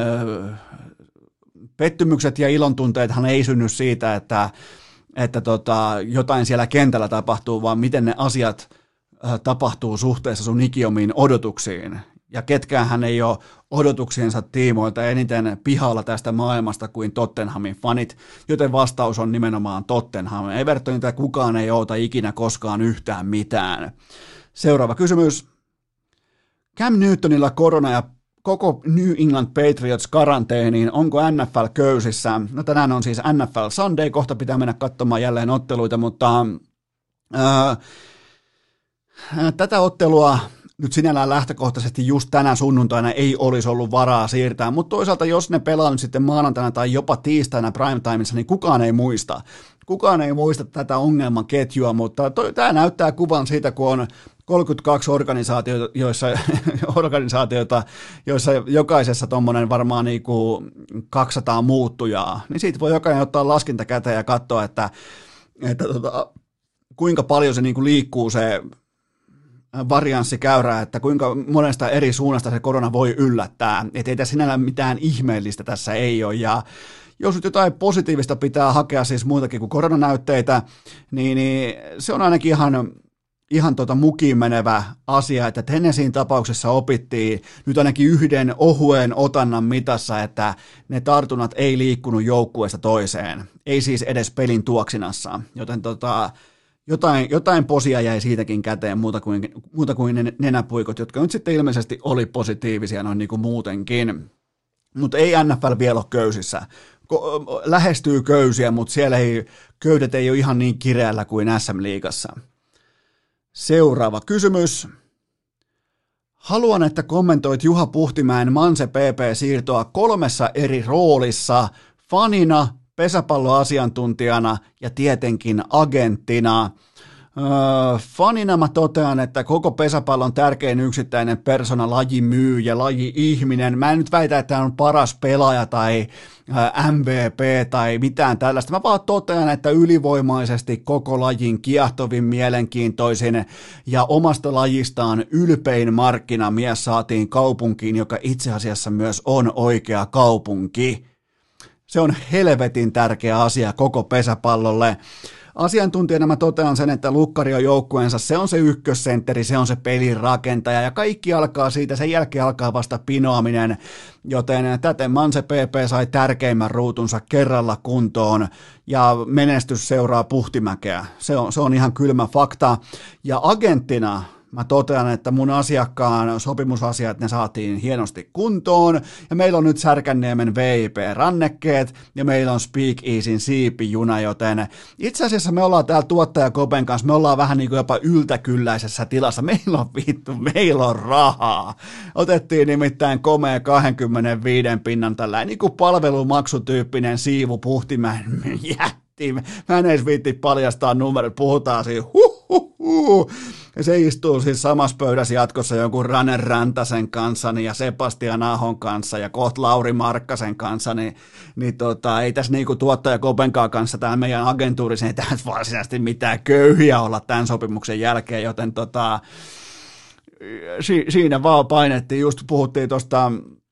Pettymykset ja ilontunteethan ei synny siitä, että jotain siellä kentällä tapahtuu, vaan miten ne asiat tapahtuu suhteessa sun ikiomiin odotuksiin. Ja ketkäänhän ei ole odotuksiensa tiimoilta eniten pihalla tästä maailmasta kuin Tottenhamin fanit, joten vastaus on nimenomaan Tottenham. Evertonilta kukaan ei oota ikinä koskaan yhtään mitään. Seuraava kysymys. Cam Newtonilla korona ja koko New England Patriots karanteeniin, onko NFL köysissä? No tänään on siis NFL Sunday, kohta pitää mennä katsomaan jälleen otteluita, mutta tätä ottelua nyt sinällään lähtökohtaisesti just tänä sunnuntaina ei olisi ollut varaa siirtää, mutta toisaalta jos ne pelaa nyt sitten maanantaina tai jopa tiistaina primetimeissa, niin kukaan ei muista. Kukaan ei muista tätä ongelmaketjua, mutta tämä näyttää kuvan siitä, kun on 32 organisaatioita, joissa jokaisessa tuommoinen varmaan niin kuin 200 muuttujaa, niin siitä voi jokainen ottaa laskintakäteen ja katsoa, että kuinka paljon se niin kuin liikkuu se varianssikäyrä, että kuinka monesta eri suunnasta se korona voi yllättää. Että ei tässä sinällään mitään ihmeellistä tässä ei ole. Ja jos nyt jotain positiivista pitää hakea, siis muutakin kuin koronanäytteitä, niin se on ainakin ihan mukiin menevä asia, että Tennesseein tapauksessa opittiin nyt ainakin yhden ohuen otannan mitassa, että ne tartunnat ei liikkunut joukkueesta toiseen, ei siis edes pelin tuoksinassa, joten jotain posia jäi siitäkin käteen muuta kuin ne nenäpuikot, jotka nyt sitten ilmeisesti oli positiivisia noin niin kuin muutenkin, mutta ei NFL vielä ole köysissä. Lähestyy köysiä, mutta siellä köydet ei ole ihan niin kireällä kuin SM-liigassa. Seuraava kysymys. Haluan, että kommentoit Juha Puhtimäen Manse PP-siirtoa 3 eri roolissa, fanina, pesäpalloasiantuntijana ja tietenkin agenttina. Fanina mä totean, että koko pesäpallon tärkein yksittäinen persona, lajimyyjä, laji-ihminen. Mä en nyt väitä, että hän on paras pelaaja tai MVP tai mitään tällaista. Mä vaan totean, että ylivoimaisesti koko lajin kiehtovin, mielenkiintoisin ja omasta lajistaan ylpein markkinamies saatiin kaupunkiin, joka itse asiassa myös on oikea kaupunki. Se on helvetin tärkeä asia koko pesäpallolle. Asiantuntijana mä totean sen, että lukkari on joukkueensa, se on se ykkössentteri, se on se pelin rakentaja ja kaikki alkaa siitä, sen jälkeen alkaa vasta pinoaminen, joten täten Manse PP sai tärkeimmän ruutunsa kerralla kuntoon ja menestys seuraa Puhtimäkeä. Se on ihan kylmä fakta ja agenttina mä totean, että mun asiakkaan sopimusasiat, ne saatiin hienosti kuntoon, ja meillä on nyt Särkänniemen VIP-rannekkeet, ja meillä on Speak Easyn siipijuna, joten itse asiassa me ollaan täällä tuottaja Kopen kanssa, me ollaan vähän niin kuin jopa yltäkylläisessä tilassa, meillä on rahaa. Otettiin nimittäin komea 25 pinnan tällainen niin kuin palvelumaksutyyppinen siivu Puhtimäen jätti. Mä en edes viitti paljastaa numerot, puhutaan siinä ja se istuu siis samassa pöydässä jatkossa jonkun Rane Rantasen kanssa ja Sebastian Ahon kanssa ja kohta Lauri Markkasen kanssa, niin ei tässä niinku tuottaja Kopenkaan kanssa tämä meidän agentuurissa ei tässä varsinaisesti mitään köyhiä olla tämän sopimuksen jälkeen, joten siinä vaan painettiin, just puhuttiin tuosta,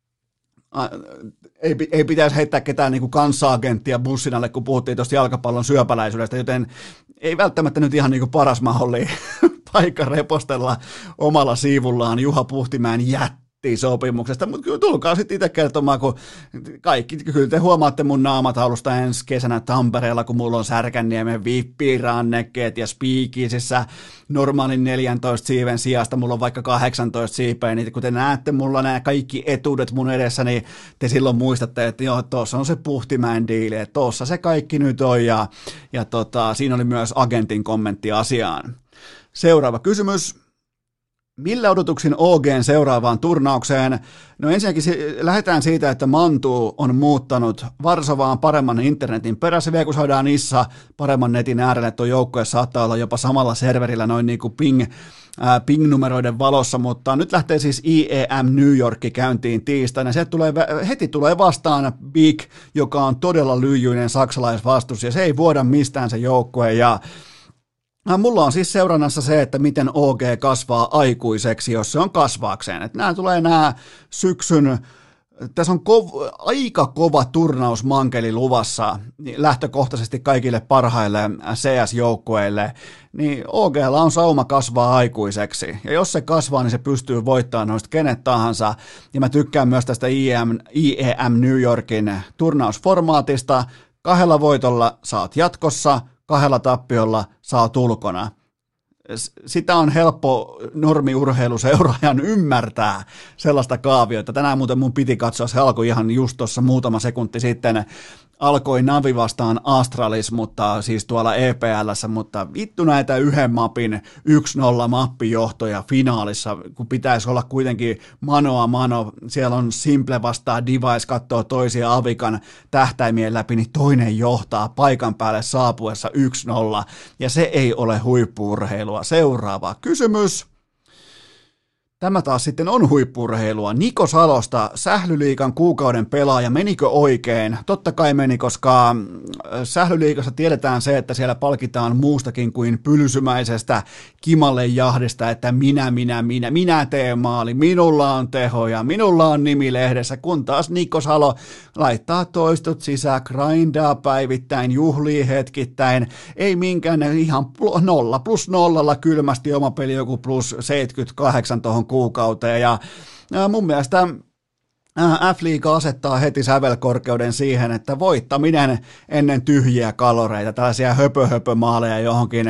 ei pitäisi heittää ketään niin kuin kanssa-agenttia bussin alle, kun puhuttiin tuosta jalkapallon syöpäläisyydestä, joten ei välttämättä nyt ihan niin kuin paras mahdollinen paikka repostella omalla siivullaan Juha Puhtimäen jättisopimuksesta, mutta kyllä tulkaa sitten itse kertomaan, kun kyllä te huomaatte mun naamataulusta ensi kesänä Tampereella, kun mulla on Särkänniemen vippirannekkeet ja Speakisissä normaalin 14 siiven sijasta mulla on vaikka 18 siipeä, niin kun te näette mulla nämä kaikki etuudet mun edessä, niin te silloin muistatte, että joo, tuossa on se Puhtimäen diili, että tuossa se kaikki nyt on, ja siinä oli myös agentin kommentti asiaan. Seuraava kysymys. Millä odotuksin OGn seuraavaan turnaukseen? No ensinnäkin lähdetään siitä, että Mantu on muuttanut Varsovaan paremman internetin perässä. Vielä kun saadaan Nissa paremman netin äärelle, tuo joukkue saattaa olla jopa samalla serverillä noin niin kuin ping-numeroiden valossa, mutta nyt lähtee siis IEM New York käyntiin tiistaina. Heti tulee vastaan Big, joka on todella lyijyinen saksalaisvastus, ja se ei vuoda mistään se joukkue, ja mulla on siis seurannassa se, että miten OG kasvaa aikuiseksi, jos se on kasvaakseen. Että nämä tulee syksyn, tässä on aika kova turnausmankeli luvassa lähtökohtaisesti kaikille parhaille CS-joukkueille, niin OGlla on sauma kasvaa aikuiseksi. Ja jos se kasvaa, niin se pystyy voittamaan noista kenet tahansa. Ja mä tykkään myös tästä IEM New Yorkin turnausformaatista. 2 voitolla saat jatkossa, 2 tappiolla saat ulkona. Sitä on helppo normiurheiluseuraajan ymmärtää sellaista kaaviota. Tänään muuten mun piti katsoa, se alkoi ihan just tuossa muutama sekunti sitten. Alkoi Navi vastaan Astralis, mutta siis tuolla EPL:ssä, mutta vittu näitä yhden mapin 1-0 mappijohtoja finaalissa, kun pitäisi olla kuitenkin mano a mano, siellä on Simple vastaan Device, katsoo toisia Avikan tähtäimien läpi, niin toinen johtaa paikan päälle saapuessa 1-0, ja se ei ole huippu-urheilua. Seuraava kysymys. Tämä taas sitten on huippu-urheilua. Niko Salosta, Sählyliigan kuukauden pelaaja, menikö oikein? Totta kai meni, koska Sählyliigassa tiedetään se, että siellä palkitaan muustakin kuin pylsymäisestä kimalle-jahdista, että minä teen maali, minulla on tehoja, minulla on nimi lehdessä, kun taas Niko Salo laittaa toistot sisään, grindaa päivittäin, juhlii hetkittäin, ei minkään ihan 0+0 kylmästi oma peli joku +78 tuohon kuukauteen ja mun mielestä F-liiga asettaa heti sävelkorkeuden siihen, että voittaminen ennen tyhjiä kaloreita, tällaisia höpö-höpö-maaleja johonkin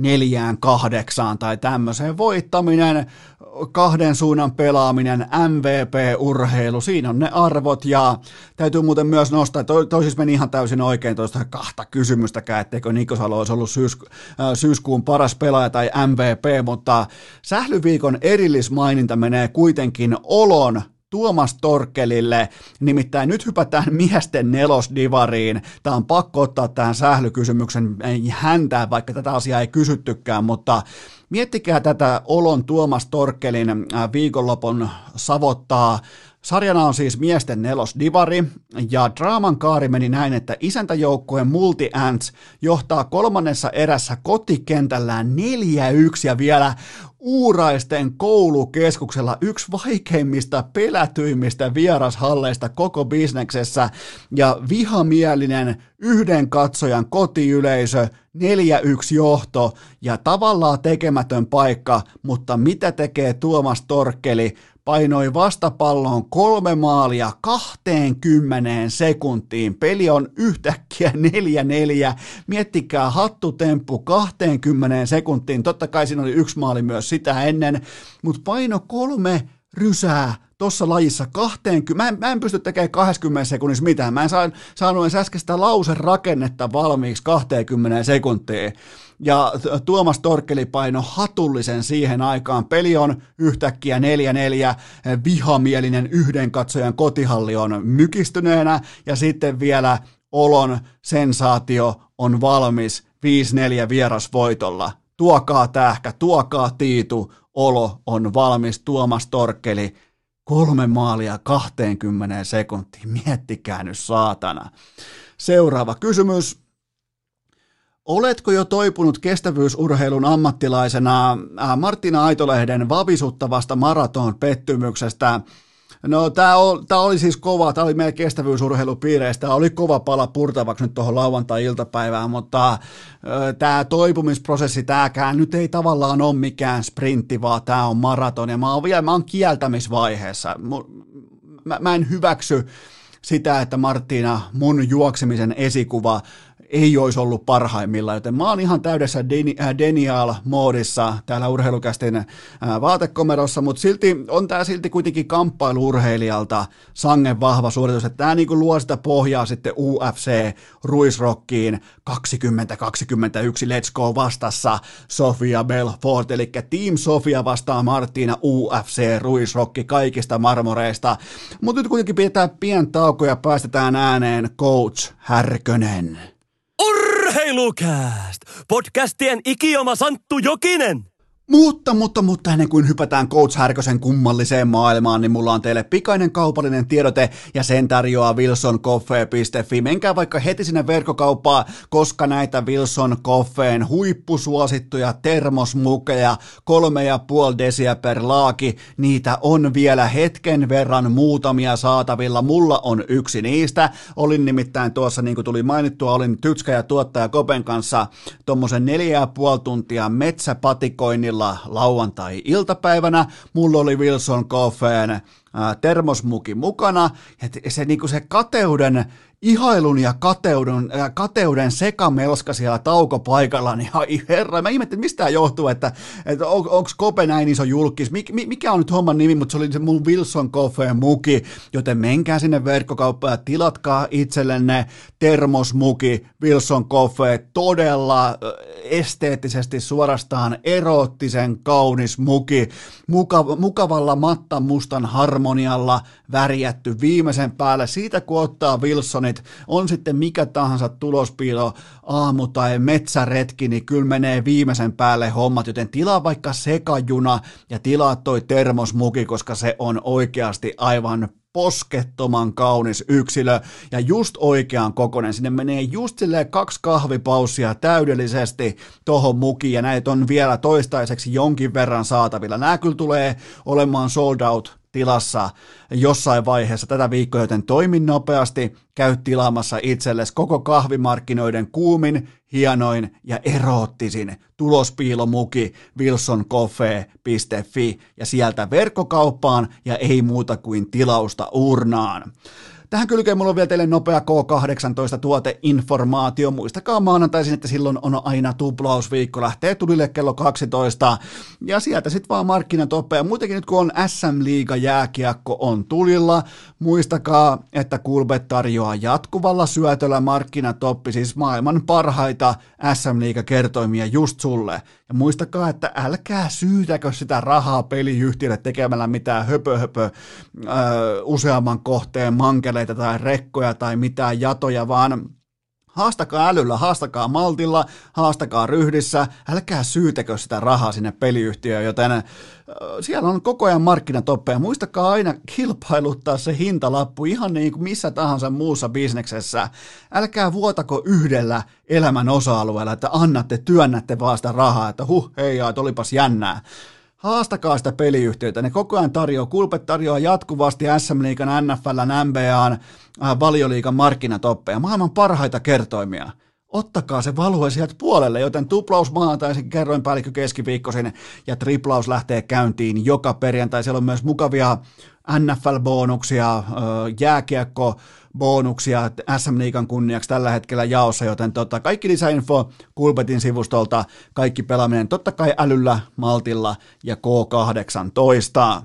4-8 tai tämmöiseen, voittaminen, kahden suunnan pelaaminen, MVP-urheilu, siinä on ne arvot ja täytyy muuten myös nostaa, toi siis meni ihan täysin oikein tuosta kahta kysymystäkään, etteikö Niko Salo olisi ollut syyskuun paras pelaaja tai MVP, mutta Sählyviikon erillismaininta menee kuitenkin Olon Tuomas Torkkelille, nimittäin nyt hypätään miesten nelosdivariin. Tämä on pakko ottaa tähän sählykysymyksen häntään, vaikka tätä asiaa ei kysyttykään, mutta miettikää tätä Olon Tuomas Torkkelin viikonlopun savottaa. Sarjana on siis miesten nelosdivari, ja draaman kaari meni näin, että isäntäjoukkueen Multi Ants johtaa kolmannessa erässä kotikentällään 4-1 ja vielä Uuraisten koulukeskuksella yksi vaikeimmista pelätyimmistä vierashalleista koko bisneksessä ja vihamielinen yhden katsojan kotiyleisö, 4-1 johto ja tavallaan tekemätön paikka, mutta mitä tekee Tuomas Torkkeli? Painoi vastapalloon 3 maalia 20 sekuntiin. Peli on yhtäkkiä 4-4. Miettikää hattutemppu 20 sekuntiin. Totta kai siinä oli 1 maali myös sitä ennen, mutta paino 3 rysää tuossa lajissa 20. Mä en pysty tekemään 20 sekunnissa mitään. Mä en saanut edes äsken sitä lauserakennetta valmiiksi 20 sekuntiin. Ja Tuomas Torkkeli paino hatullisen siihen aikaan. Peli on yhtäkkiä 4-4, vihamielinen yhden katsojan kotihalli on mykistyneenä ja sitten vielä Olon sensaatio on valmis 5-4 vierasvoitolla. Tuokaa tähkä, tuokaa Tiitu, Olo on valmis, Tuomas Torkkeli. 3 maalia 20 sekuntiin, miettikää nyt saatana. Seuraava kysymys. Oletko jo toipunut kestävyysurheilun ammattilaisena Martina Aitolehden vavisuttavasta maratonpettymyksestä? No tää oli siis kova, tää oli meidän kestävyysurheilupiireistä, tää oli kova pala purtavaksi nyt tuohon lauantai-iltapäivään, mutta tää toipumisprosessi, tääkään nyt ei tavallaan ole mikään sprintti, vaan tää on maraton ja mä oon kieltämisvaiheessa. Mä en hyväksy sitä, että Martina, mun juoksemisen esikuva, ei olisi ollut parhaimmillaan, joten mä oon ihan täydessä Denial-moodissa täällä urheilukästin vaatekomerossa, mutta silti on tää silti kuitenkin kamppailu-urheilijalta sangen vahva suoritus, että tää niinku luo sitä pohjaa sitten UFC-ruisrockiin 2021 Let's Go vastassa Sofia Belfort, eli Team Sofia vastaa Martina UFC-ruisrocki kaikista marmoreista, mutta nyt kuitenkin pidetään pieni tauko ja päästetään ääneen Coach Härkönen. Urheilukääst! Podcastien ikioma Santtu Jokinen! Mutta ennen kuin hypätään Coach Härkösen kummalliseen maailmaan, niin mulla on teille pikainen kaupallinen tiedote ja sen tarjoaa wilsoncoffee.fi. Menkää vaikka heti sinne verkkokauppaan, koska näitä Wilson Coffeen huippusuosittuja termosmukeja 3,5 desiä per laaki, niitä on vielä hetken verran muutamia saatavilla. Mulla on yksi niistä. Olin nimittäin tuossa, niin kuin tuli mainittua, olin Tytskä ja tuottaja Kopen kanssa tommosen 4,5 tuntia metsäpatikoinnilla lauantai-iltapäivänä. Mulla oli Wilson Coffeen termosmuki mukana, ja se, niin kuin se kateuden, ihailun ja kateuden sekamelska siellä taukopaikalla, niin ai herra, mä ihmettelin, mistä tämä johtuu, että onko Kope näin iso julkis, mikä on nyt homman nimi, mutta se oli se mun Wilson Coffeen muki, joten menkää sinne verkkokauppaan ja tilatkaa itsellenne termosmuki Wilson Coffee, todella esteettisesti suorastaan eroottisen kaunis muki, mukavalla mattan mustan harmonialla värjätty viimeisen päälle, siitä kun ottaa Wilsonit että on sitten mikä tahansa tulospiilo, aamu- tai metsäretki, niin kyllä menee viimeisen päälle hommat, joten tilaa vaikka sekajuna ja tilaa toi termosmuki, koska se on oikeasti aivan poskettoman kaunis yksilö ja just oikean kokoinen. Sinne menee just silleen 2 kahvipaussia täydellisesti tohon mukiin ja näitä on vielä toistaiseksi jonkin verran saatavilla. Nämä kyllä tulee olemaan sold out tilassa jossain vaiheessa tätä viikkoa, joten toimi nopeasti, käy tilaamassa itsellesi koko kahvimarkkinoiden kuumin, hienoin ja eroottisin tulospiilomuki wilsoncoffee.fi ja sieltä verkkokauppaan ja ei muuta kuin tilausta urnaan. Tähän kylkeen mulla on vielä teille nopea K18 tuoteinformaatio. Muistakaa maanantaisin, että silloin on aina tuplausviikko. Lähtee tulille kello 12 ja sieltä sitten vaan markkinatoppeja. Muutenkin nyt kun on SM-liiga jääkiekko on tulilla, muistakaa, että Kulbet tarjoaa jatkuvalla syötöllä markkinatoppi, siis maailman parhaita SM-liiga-kertoimia just sulle. Ja muistakaa, että älkää syytäkö sitä rahaa peliyhtiölle tekemällä mitään useamman kohteen mankeleita tai rekkoja tai mitään jatoja, vaan haastakaa älyllä, haastakaa maltilla, haastakaa ryhdissä, älkää syytäkö sitä rahaa sinne peliyhtiöön, joten siellä on koko ajan markkinatoppeja. Muistakaa aina kilpailuttaa se hintalappu ihan niin kuin missä tahansa muussa bisneksessä. Älkää vuotako yhdellä elämän osa-alueella, että työnnätte vaan sitä rahaa, että heijaa, että olipas jännää. Haastakaa sitä peliyhtiötä, ne koko ajan tarjoaa, Kulpet tarjoaa jatkuvasti SM-liigan, NFL:n, NBA:n, Valioliigan markkinatoppeja, maailman parhaita kertoimia. Ottakaa se value sieltä puolelle, joten tuplaus maanantaisin, kerroinpäällikkö keskiviikkoisin ja triplaus lähtee käyntiin joka perjantai. Siellä on myös mukavia NFL-bonuksia, jääkiekko-bonuksia SM-liigan kunniaksi tällä hetkellä jaossa, joten kaikki lisäinfo Kulpetin sivustolta, kaikki pelaaminen totta kai älyllä, maltilla ja K18.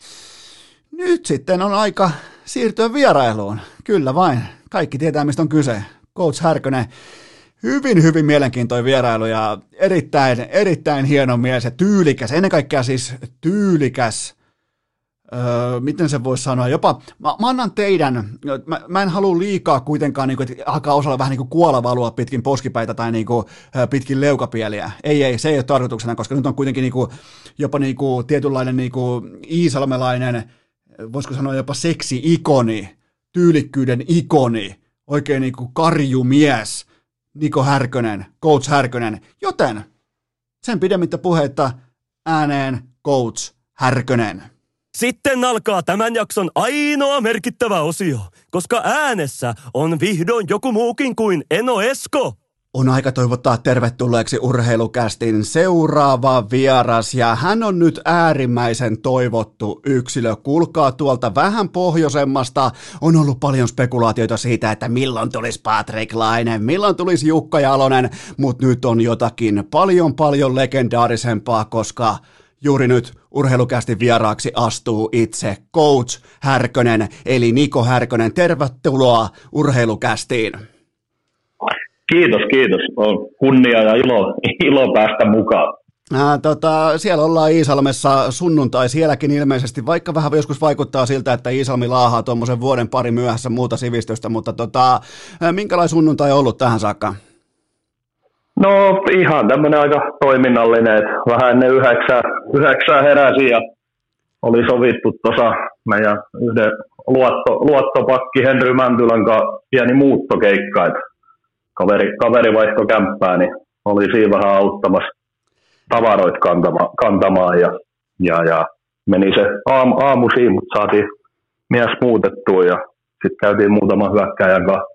Nyt sitten on aika siirtyä vierailuun. Kyllä vain, kaikki tietää mistä on kyse. Coach Härkönen, hyvin mielenkiintoinen vierailu ja erittäin hieno mies ja tyylikäs, ennen kaikkea siis tyylikäs, miten se voisi sanoa, jopa, mä annan teidän, mä en halua liikaa kuitenkaan, niin kuin, että alkaa osalla vähän niin kuin kuola valua pitkin poskipäitä tai niin kuin, pitkin leukapieliä. Ei, se ei ole tarkoituksena, koska nyt on kuitenkin niin kuin, jopa niin kuin, tietynlainen niin kuin, iisalmelainen, voisiko sanoa jopa seksi-ikoni, tyylikkyyden ikoni, oikein niin kuin karjumies, Niko Härkönen, Coach Härkönen, joten sen pidemmittä puheitta ääneen Coach Härkönen. Sitten alkaa tämän jakson ainoa merkittävä osio, koska äänessä on vihdoin joku muukin kuin Eno Esko. On aika toivottaa tervetulleeksi Urheilukästin seuraava vieras ja hän on nyt äärimmäisen toivottu yksilö. Kuulkaa tuolta vähän pohjoisemmasta. On ollut paljon spekulaatioita siitä, että milloin tulisi Patrick Laine, milloin tulisi Jukka Jalonen, mutta nyt on jotakin paljon legendaarisempaa, koska juuri nyt Urheilukästin vieraaksi astuu itse Coach Härkönen, eli Niko Härkönen. Tervetuloa Urheilukästiin. Kiitos. On kunnia ja ilo päästä mukaan. Siellä ollaan Iisalmessa sunnuntai, sielläkin ilmeisesti, vaikka vähän joskus vaikuttaa siltä, että Iisalmi laahaa tuommoisen vuoden pari myöhässä muuta sivistystä, mutta minkälainen sunnuntai on ollut tähän saakka? No ihan tämmöinen aika toiminnallinen, että vähän ennen yhdeksää heräsin ja oli sovittu tuossa meidän yhden luottopakki Henry Mäntylän kanssa pieni muuttokeikka, että kaveri vaihtoi kämppää, niin oli siinä vähän auttamassa tavaroita kantamaan ja meni se aamu siinä, mutta saatiin mies muutettua ja sitten käytiin muutaman hyökkääjän kanssa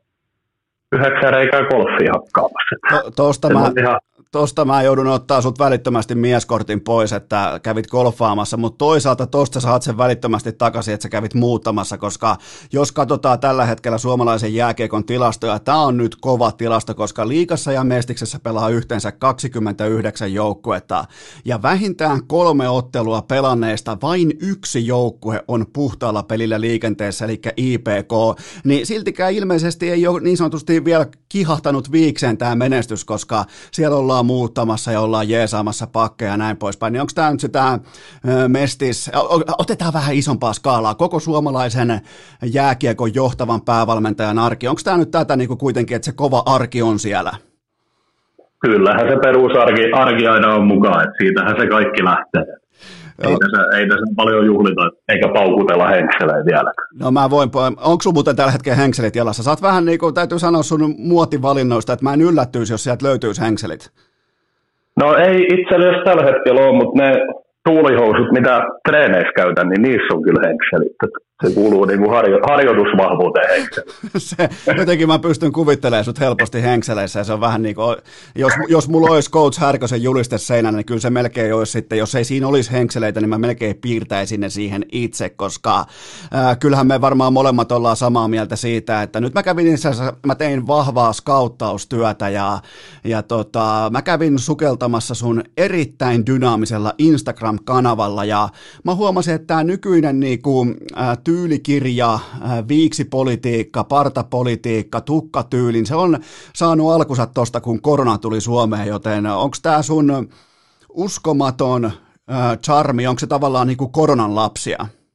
9 reikää golfia hakkaamassa. Tosta mä joudun ottaa sut välittömästi mieskortin pois, että kävit golfaamassa, mutta toisaalta tosta saat sen välittömästi takaisin, että sä kävit muuttamassa, koska jos katsotaan tällä hetkellä suomalaisen jääkiekon tilastoja, tää on nyt kova tilasto, koska liigassa ja mestiksessä pelaa yhteensä 29 joukkuetta, ja vähintään 3 ottelua pelanneesta vain 1 joukkue on puhtaalla pelillä liikenteessä, eli IPK, niin siltikään ilmeisesti ei ole niin sanotusti vielä kihahtanut viikseen tämä menestys, koska siellä ollaan ollaan muuttamassa ja ollaan jeesaamassa pakkeja ja näin poispäin, niin onko tämä nyt sitä mestis, otetaan vähän isompaa skaalaa, koko suomalaisen jääkiekon johtavan päävalmentajan arki, onko tämä nyt tätä niin kuin kuitenkin, että se kova arki on siellä? Kyllähän se perusarki aina on mukaan, että siitähän se kaikki lähtee. Ei tässä paljon juhlita, eikä paukutella henkseleitä vielä. No mä voin, onko sun muuten tällä hetkellä henkselit jalassa? Sä oot vähän niin kuin, täytyy sanoa sun muotivalinnoista, että mä en yllättyisi, jos sieltä löytyisi henkselit. No ei itse asiassa tällä hetkellä ole, mutta ne tuulihousut, mitä treeneissä käytän, niin niissä on kyllä henkselit. Se kuuluu niin kuin harjoitusvahvuuteen henkselit. Jotenkin mä pystyn kuvittelemaan sut helposti henkseleissä ja se on vähän niin kuin, jos mulla olisi Coach Härkösen juliste seinänä, niin kyllä se melkein olisi sitten, jos ei siinä olisi henkseleitä, niin mä melkein piirtäisin ne siihen itse, koska kyllähän me varmaan molemmat ollaan samaa mieltä siitä, että nyt mä tein vahvaa skauttaustyötä ja mä kävin sukeltamassa sun erittäin dynaamisella Instagram-kanavalla ja mä huomasin, että tämä nykyinen niinku, tyylikirja, viiksipolitiikka, partapolitiikka, tukkatyylin, se on saanut alkunsa tuosta, kun korona tuli Suomeen, joten onko tämä sun uskomaton charmi, onko se tavallaan niin kuin koronan lapsia?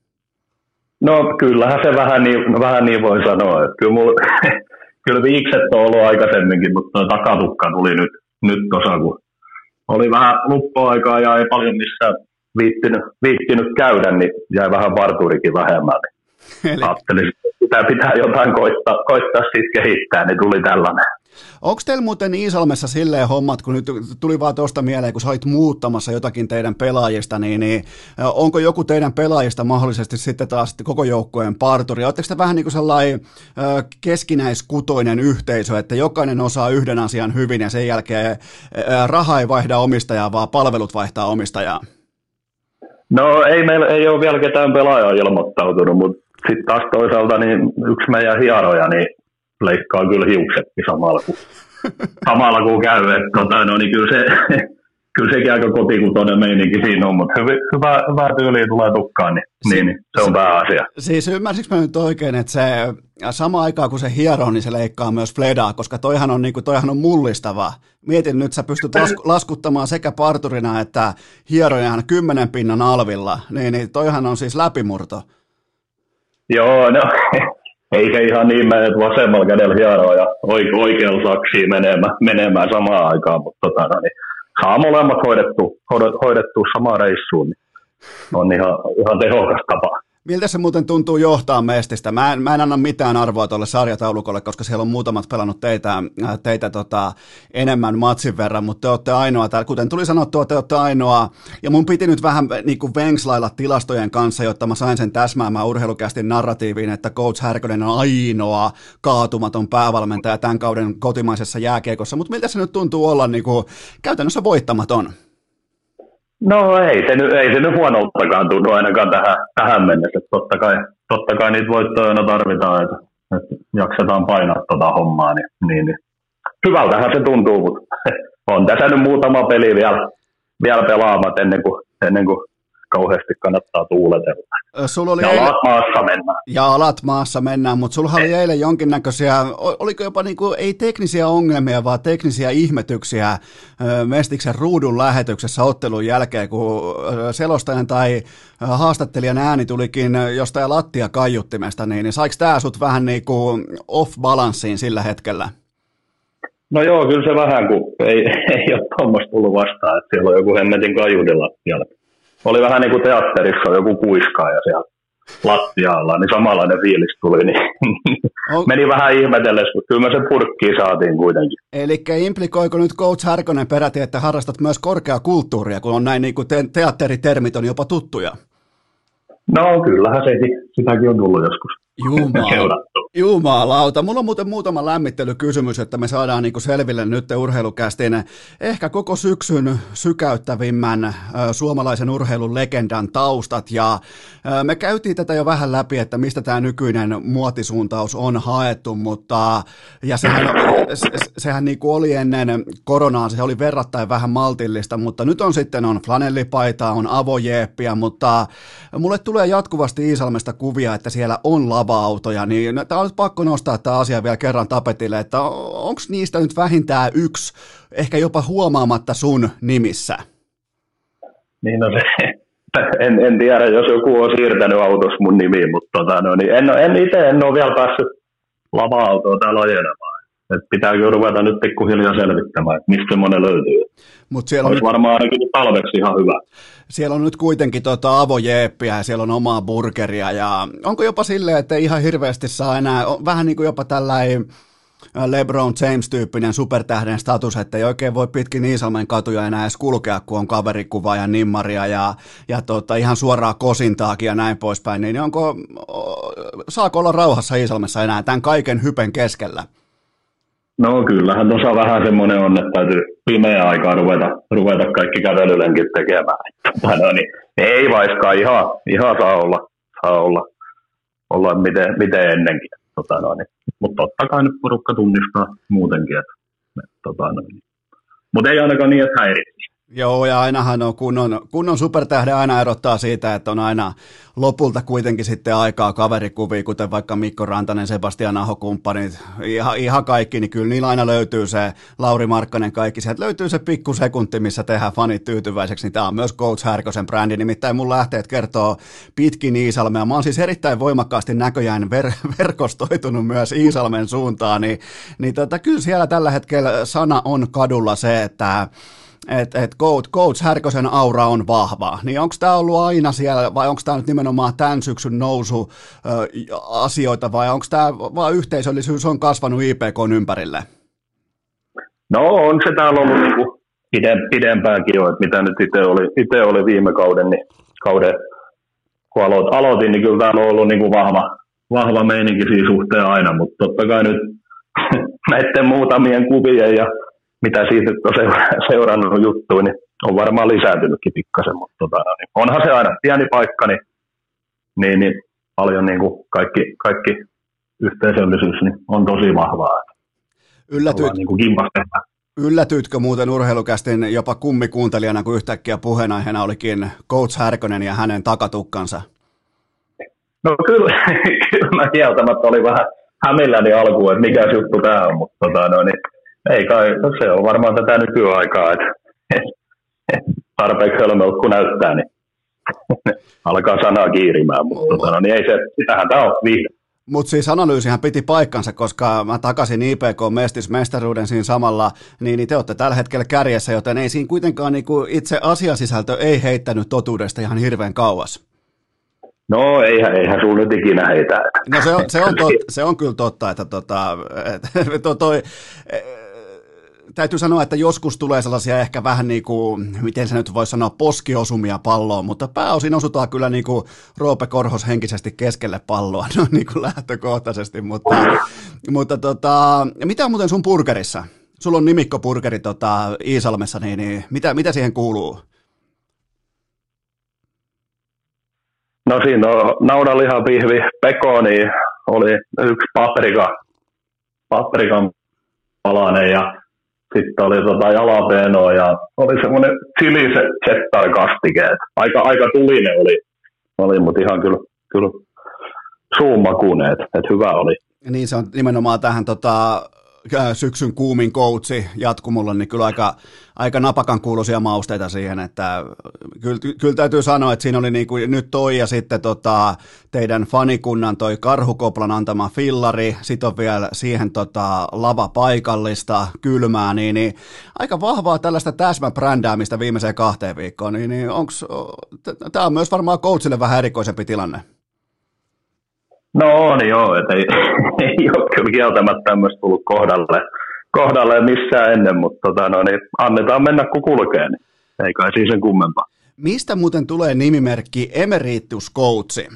No kyllähän se vähän niin voi sanoa. Kyllä viikset on ollut aikaisemminkin, mutta tuo takatukka tuli nyt tuossa, kun oli vähän luppuaikaa ja ei paljon missään viittinyt käydä, niin jäi vähän varturikin vähemmälle. Ajattelin, että pitää jotain koittaa siitä kehittää, niin tuli tällainen. Onko teillä muuten Iisalmessa silleen hommat, kun nyt tuli vaan tuosta mieleen, kun sä olit muuttamassa jotakin teidän pelaajista, niin onko joku teidän pelaajista mahdollisesti sitten taas koko joukkueen parturi? Oletteko te vähän niin kuin sellainen keskinäiskutoinen yhteisö, että jokainen osaa yhden asian hyvin ja sen jälkeen raha ei vaihda omistajaa, vaan palvelut vaihtaa omistajaa? No meillä ei ole vielä ketään pelaajaa ilmoittautunut, mutta sitten taas toisaalta niin yksi meidän hieroja niin leikkaa kyllä hiuksetkin samalla kun käy. Niin kyllä sekin aika kotikutoinen meininki siinä on, mutta hyvää tyyliä tulee tukkaan, niin se on pääasia. Siis ymmärsikö mä nyt oikein, että se sama aikaa kun se hieroo, niin se leikkaa myös fledaa, koska toihan on mullistavaa. Mietin nyt, sä pystyt laskuttamaan sekä parturina että hierojan 10 pinnan alvilla, niin toihan on siis läpimurto. Joo, no ei se ihan niin mene, että vasemmalla kädellä hieroa ja oikealla saksiin menemään samaan aikaan, mutta niin saa molemmat hoidettua samaan reissuun, niin on ihan tehokas tapa. Miltä se muuten tuntuu johtaa Mestistä? Mä en anna mitään arvoa tuolle sarjataulukolle, koska siellä on muutamat pelannut teitä enemmän matsin verran, mutta te olette ainoa, kuten tuli sanottua, te olette ainoa, ja mun piti nyt vähän niin kuin venkslailla tilastojen kanssa, jotta mä sain sen täsmäämään urheilukästin narratiiviin, että Coach Härkönen on ainoa kaatumaton päävalmentaja tämän kauden kotimaisessa jääkiekossa, mutta miltä se nyt tuntuu olla niin kuin käytännössä voittamaton? No ei se nyt huonoltakaan tunnu ainakaan tähän mennessä. Totta kai niitä voittoja aina tarvitaan, että jaksetaan painaa tuota hommaa. Niin. Hyvältähän se tuntuu, mutta on tässä nyt muutama peli vielä pelaamat ennen kuin kauheasti kannattaa tuuletella. Ja alat maassa mennään, mutta sulla oli eilen jonkinnäköisiä, oliko jopa niinku, ei teknisiä ongelmia, vaan teknisiä ihmetyksiä Mestiksen ruudun lähetyksessä ottelun jälkeen, kun selostajan tai haastattelijan ääni tulikin jostain lattiakaiuttimesta, niin saiko tämä sut vähän niinku off-balanssiin sillä hetkellä? No joo, kyllä se vähän, kun ei ole tuommoista tullut vastaan, että siellä on joku hemmetin kaiudella siellä. Oli vähän niin kuin teatterissa on joku kuiskaaja siellä lattialla, niin samanlainen fiilis tuli. Niin meni vähän ihmetellessä, mutta kyllä me se purkkiin saatiin kuitenkin. Eli implikoiko nyt Coach Härkönen peräti, että harrastat myös korkeakulttuuria, kun on näin niin kuin teatteritermit on jopa tuttuja? No kyllähän sitäkin on tullut joskus. Jumalauta. Mulla on muuten muutama lämmittelykysymys, että me saadaan niinku selville nyt urheilukästin ehkä koko syksyn sykäyttävimmän suomalaisen urheilun legendan taustat. Ja me käytiin tätä jo vähän läpi, että mistä tämä nykyinen muotisuuntaus on haettu, mutta ja sehän niinku oli ennen koronaa, se oli verrattain vähän maltillista, mutta nyt on flanellipaitaa, on avojeeppiä, mutta mulle tulee jatkuvasti Iisalmesta kuvia, että siellä on lava-autoja, niin tämä on nyt pakko nostaa tämä asia vielä kerran tapetille, että onko niistä nyt vähintään yksi, ehkä jopa huomaamatta sun nimissä? Niin no se, en tiedä, jos joku on siirtänyt autossa mun nimiin, mutta en ole vielä päässyt lava-autoa täällä ajelemaan. Et pitää kyllä ruveta nyt pikkuhiljaa selvittämään, että mistä semmoinen löytyy. Siellä olisi varmaan ainakin talveksi ihan hyvä. Siellä on nyt kuitenkin avojeeppiä ja siellä on omaa burgeria ja onko jopa silleen, että ei ihan hirveästi saa enää, vähän niin kuin jopa tällainen LeBron James-tyyppinen supertähden status, että ei oikein voi pitkin Iisalmen katuja enää edes kulkea, kun on kaverikuvaa ja nimmaria ja ihan suoraa kosintaakin ja näin poispäin, niin saako olla rauhassa Iisalmessa enää tämän kaiken hypen keskellä? No kyllähän tuossa vähän semmoinen on, että täytyy pimeä aikaa ruveta kaikki kävelylenkit tekemään. Niin, ei vaiskaan ihan saa olla miten ennenkin. Mutta totta kai nyt porukka tunnistaa muutenkin. Mutta ei ainakaan niin, että häiritsisi. Joo, ja ainahan on kunnon supertähden aina erottaa siitä, että on aina lopulta kuitenkin sitten aikaa kaverikuvia, kuten vaikka Mikko Rantanen, Sebastian Aho-kumppanit, ihan kaikki, niin kyllä niillä aina löytyy se Lauri Markkanen kaikki, sieltä löytyy se pikkusekunti, missä tehdään fanit tyytyväiseksi, niin tämä on myös Coach Härkösen brändi, nimittäin mun lähteet kertoo pitkin Iisalmea, mä oon siis erittäin voimakkaasti näköjään verkostoitunut myös Iisalmen suuntaan, niin kyllä siellä tällä hetkellä sana on kadulla se, että Coach Härkösen aura on vahva, niin onko tämä ollut aina siellä vai onko tämä nyt nimenomaan tämän syksyn nousu asioita vai onko tämä vaan yhteisöllisyys on kasvanut IPK:n ympärille? No on se täällä ollut niinku pidempäänkin jo, että mitä nyt itse oli viime kauden, kun aloitin, niin kyllä täällä on ollut niinku vahva meininki siinä suhteen aina, mutta totta kai nyt näiden muutamien kuvien ja mitä siitä nyt on seurannut juttuja, niin on varmaan lisääntynytkin pikkasen, mutta niin onhan se aina pieni paikka, niin paljon niin kuin kaikki yhteisöllisyys niin on tosi vahvaa. Yllätyitkö muuten urheilukästin jopa kummikuuntelijana, kun yhtäkkiä puheenaiheena olikin Coach Härkönen ja hänen takatukkansa? No kyllä mä kieltämättä oli vähän hämilläni alkuun, että mikä juttu tämä on, mutta niin ei kai, se on varmaan tätä nykyaikaa, että tarpeeksi hölmöltä kun näyttää, niin alkaa sanaa kiirimään, mutta niin ei se, sitähän tämä on vihde. Mutta siis analyysihän piti paikkansa, koska mä takasin IPK-mestismestaruuden siinä samalla, niin te olette tällä hetkellä kärjessä, joten ei siinä kuitenkaan niinku itse asiasisältö ei heittänyt totuudesta ihan hirveän kauas. No eihän sun nyt ikinä heitä. No se on kyllä totta, että täytyy sanoa, että joskus tulee sellaisia ehkä vähän niin kuin, miten se nyt voisi sanoa, poskiosumia palloon, mutta pääosin osutaan kyllä niin kuin Roope Korhos henkisesti keskelle palloa, no niin kuin lähtökohtaisesti, mutta mitä on muuten sun burgerissa? Sulla on nimikkoburgeri Iisalmessa, niin mitä siihen kuuluu? No siinä on naudanliha, pihvi, pekoni, oli yksi paprikan palanen ja sitten oli jalapenoa ja oli semmoinen chili cheddar kastike. Aika tulinen oli mutta ihan kyllä suun makuinen, että hyvä oli. Niin se on nimenomaan tähän syksyn kuumin koutsi jatkumulla, niin kyllä aika napakan kuuluisia mausteita siihen, että kyllä täytyy sanoa, että siinä oli niin kuin nyt toi ja sitten teidän fanikunnan toi Karhukoplan antama fillari, sitten on vielä siihen lava paikallista, kylmää, niin aika vahvaa tällaista täsmäbrändäämistä viimeiseen 2 viikkoon, niin tämä on myös varmaan coachille vähän erikoisempi tilanne. No niin joo, että ei ole kyllä kieltämättä tämmöistä tullut kohdalle missään ennen, mutta niin annetaan mennä kun kulkee, niin ei kai siis sen kummempaa. Mistä muuten tulee nimimerkki Emeritus Coach?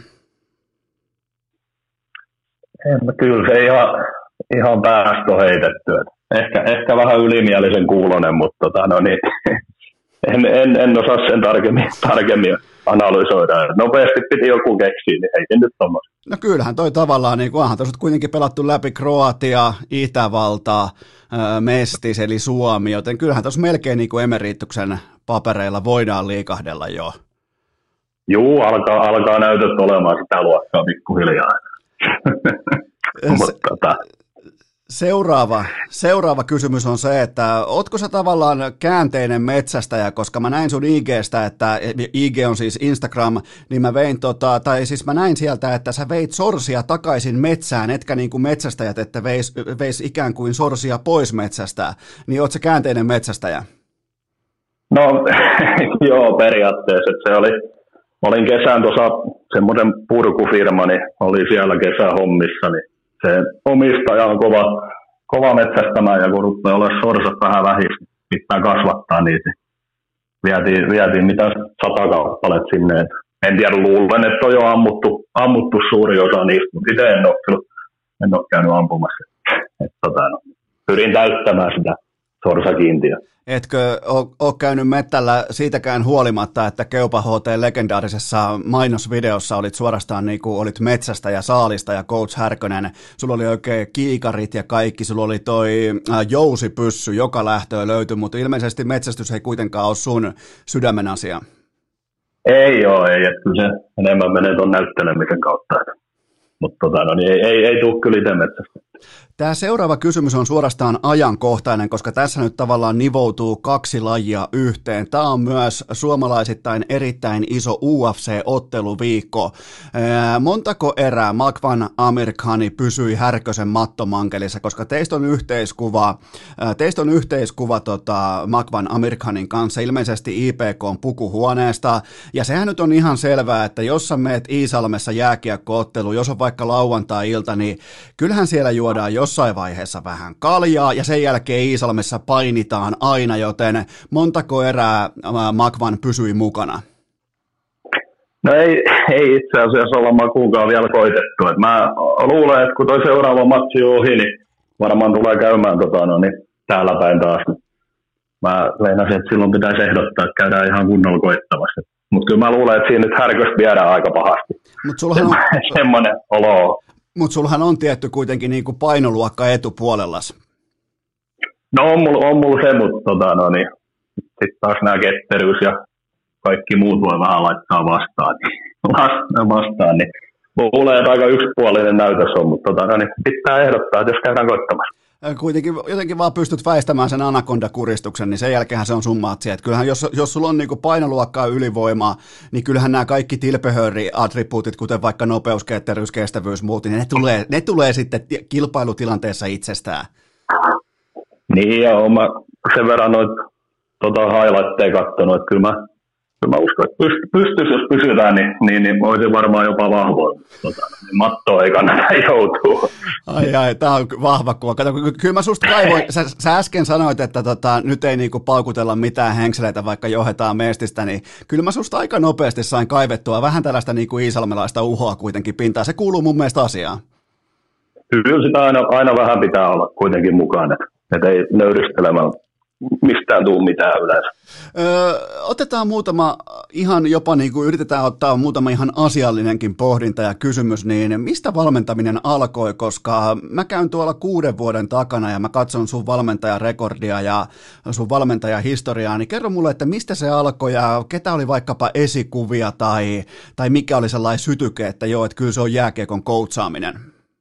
Kyllä se ihan päästä on heitetty. Ehkä vähän ylimielisen kuulonen, mutta niin, en osaa sen tarkemmin analysoida. Nopeasti piti joku keksiä, niin heitin nyt tommoista. No kyllähän toi tavallaan, niin onhan tuossa kuitenkin pelattu läpi Kroatia, Itävalta, Mestis eli Suomi, joten kyllähän tuossa melkein niin kuin Emerituksen papereilla voidaan liikahdella jo. Juu, alkaa näytöt olemaan sitä luokkaa pikkuhiljaa. Mutta Seuraava kysymys on se, että ootko sä tavallaan käänteinen metsästäjä, koska mä näin sun IGstä, että IG on siis Instagram, niin mä näin sieltä, että sä veit sorsia takaisin metsään, etkä niin kuin metsästäjät, että veis ikään kuin sorsia pois metsästä, niin oot sä käänteinen metsästäjä? No joo, periaatteessa, että olin kesän tuossa semmoisen purkufirma, niin oli siellä kesähommissa, niin se omistaja on kova metsästämään, ja kun rupeaa olemaan sorsat vähän vähistä, pitää kasvattaa niitä. Vietiin mitä 100 kappaleet sinne. En tiedä, luulen, että on jo ammuttu suuri osa niistä, mutta itse en ole käynyt ampumassa. Pyrin täyttämään sitä sorsakiintiä. Etkö ole käynyt mettällä siitäkään huolimatta, että Keupa HT legendaarisessa mainosvideossa olit suorastaan niin kuin olit metsästä ja saalista ja Coach Härkönen, sulla oli oikein kiikarit ja kaikki, sulla oli toi jousipyssy, joka lähtöön löytyi, mutta ilmeisesti metsästys ei kuitenkaan ole sun sydämen asia. Ei ole, että kyllä se enemmän menee tuon näyttelemisen kautta. Mutta ei tule kyllä itse metsästä. Tämä seuraava kysymys on suorastaan ajankohtainen, koska tässä nyt tavallaan nivoutuu 2 lajia yhteen. Tämä on myös suomalaisittain erittäin iso UFC-otteluviikko. Montako erää Makvan Amir Khani pysyi Härkösen mattomankelissa, koska teistä on yhteiskuva Makvan Amir Khanin kanssa, ilmeisesti IPK:n pukuhuoneesta, ja sehän nyt on ihan selvää, että jos sä meet Iisalmessa jääkiekko-otteluun, jos on vaikka lauantai-ilta, niin kyllähän siellä juodaan jossain vaiheessa vähän kaljaa, ja sen jälkeen Iisalmessa painitaan aina, joten montako erää Makvan pysyi mukana? No ei itse asiassa olla makuukaan vielä koitettu. Et mä luulen, että kun toi seuraava matsi on ohi, niin varmaan tulee käymään täällä päin taas. Mä meinasin, että silloin pitäisi ehdottaa, että käydään ihan kunnolla koittamassa. Mutta kyllä mä luulen, että siinä nyt Härköstä viedään aika pahasti. Semmoinen olo. Mutta sulhan on tietty kuitenkin niin kuin painoluokka etupuolellas. No on mulla se, mutta sitten taas nämä ketteryys ja kaikki muut voi vähän laittaa vastaan. Niin luulen, että aika yksipuolinen näytös on, mutta pitää ehdottaa, että jos käydään koittamassa. Kuitenkin jotenkin vaan pystyt väistämään sen anakondakuristuksen, niin sen jälkeenhän se on sun matsi. Että kyllähän jos sulla on niinku painoluokkaa ylivoimaa, niin kyllähän nämä kaikki tilpehööri-attribuutit, kuten vaikka nopeus, ketteryys, kestävyys, muut, niin ne tulee sitten kilpailutilanteessa itsestään. Niin, ja mä sen verran noita highlightteja katsonut, että kyllä mä uskon, että pystyisi, jos pysytään, niin olisi varmaan jopa vahvoin. Mattoa ei kannata joutua. Ai, tämä on vahva kuva. Kato, kyllä mä susta kaivoin, sä äsken sanoit, että nyt ei niinku paukutella mitään henkseleitä, vaikka johdetaan mestistä, niin kyllä mä susta aika nopeasti sain kaivettua vähän tällaista niinku iisalmelaista uhoa kuitenkin pintaan. Se kuuluu mun mielestä asiaan. Kyllä sitä aina vähän pitää olla kuitenkin mukana, että ei nöyristelemään mistään tuu mitään yleensä. Otetaan muutama ihan jopa niin kuin yritetään ottaa muutama ihan asiallinenkin pohdinta ja kysymys, niin mistä valmentaminen alkoi, koska mä käyn tuolla 6 vuoden takana ja mä katson sun valmentajarekordia ja sun valmentajahistoriaa, niin kerro mulle, että mistä se alkoi ja ketä oli vaikkapa esikuvia tai mikä oli sellainen sytyke, että joo, että kyllä se on jääkiekon coachaaminen.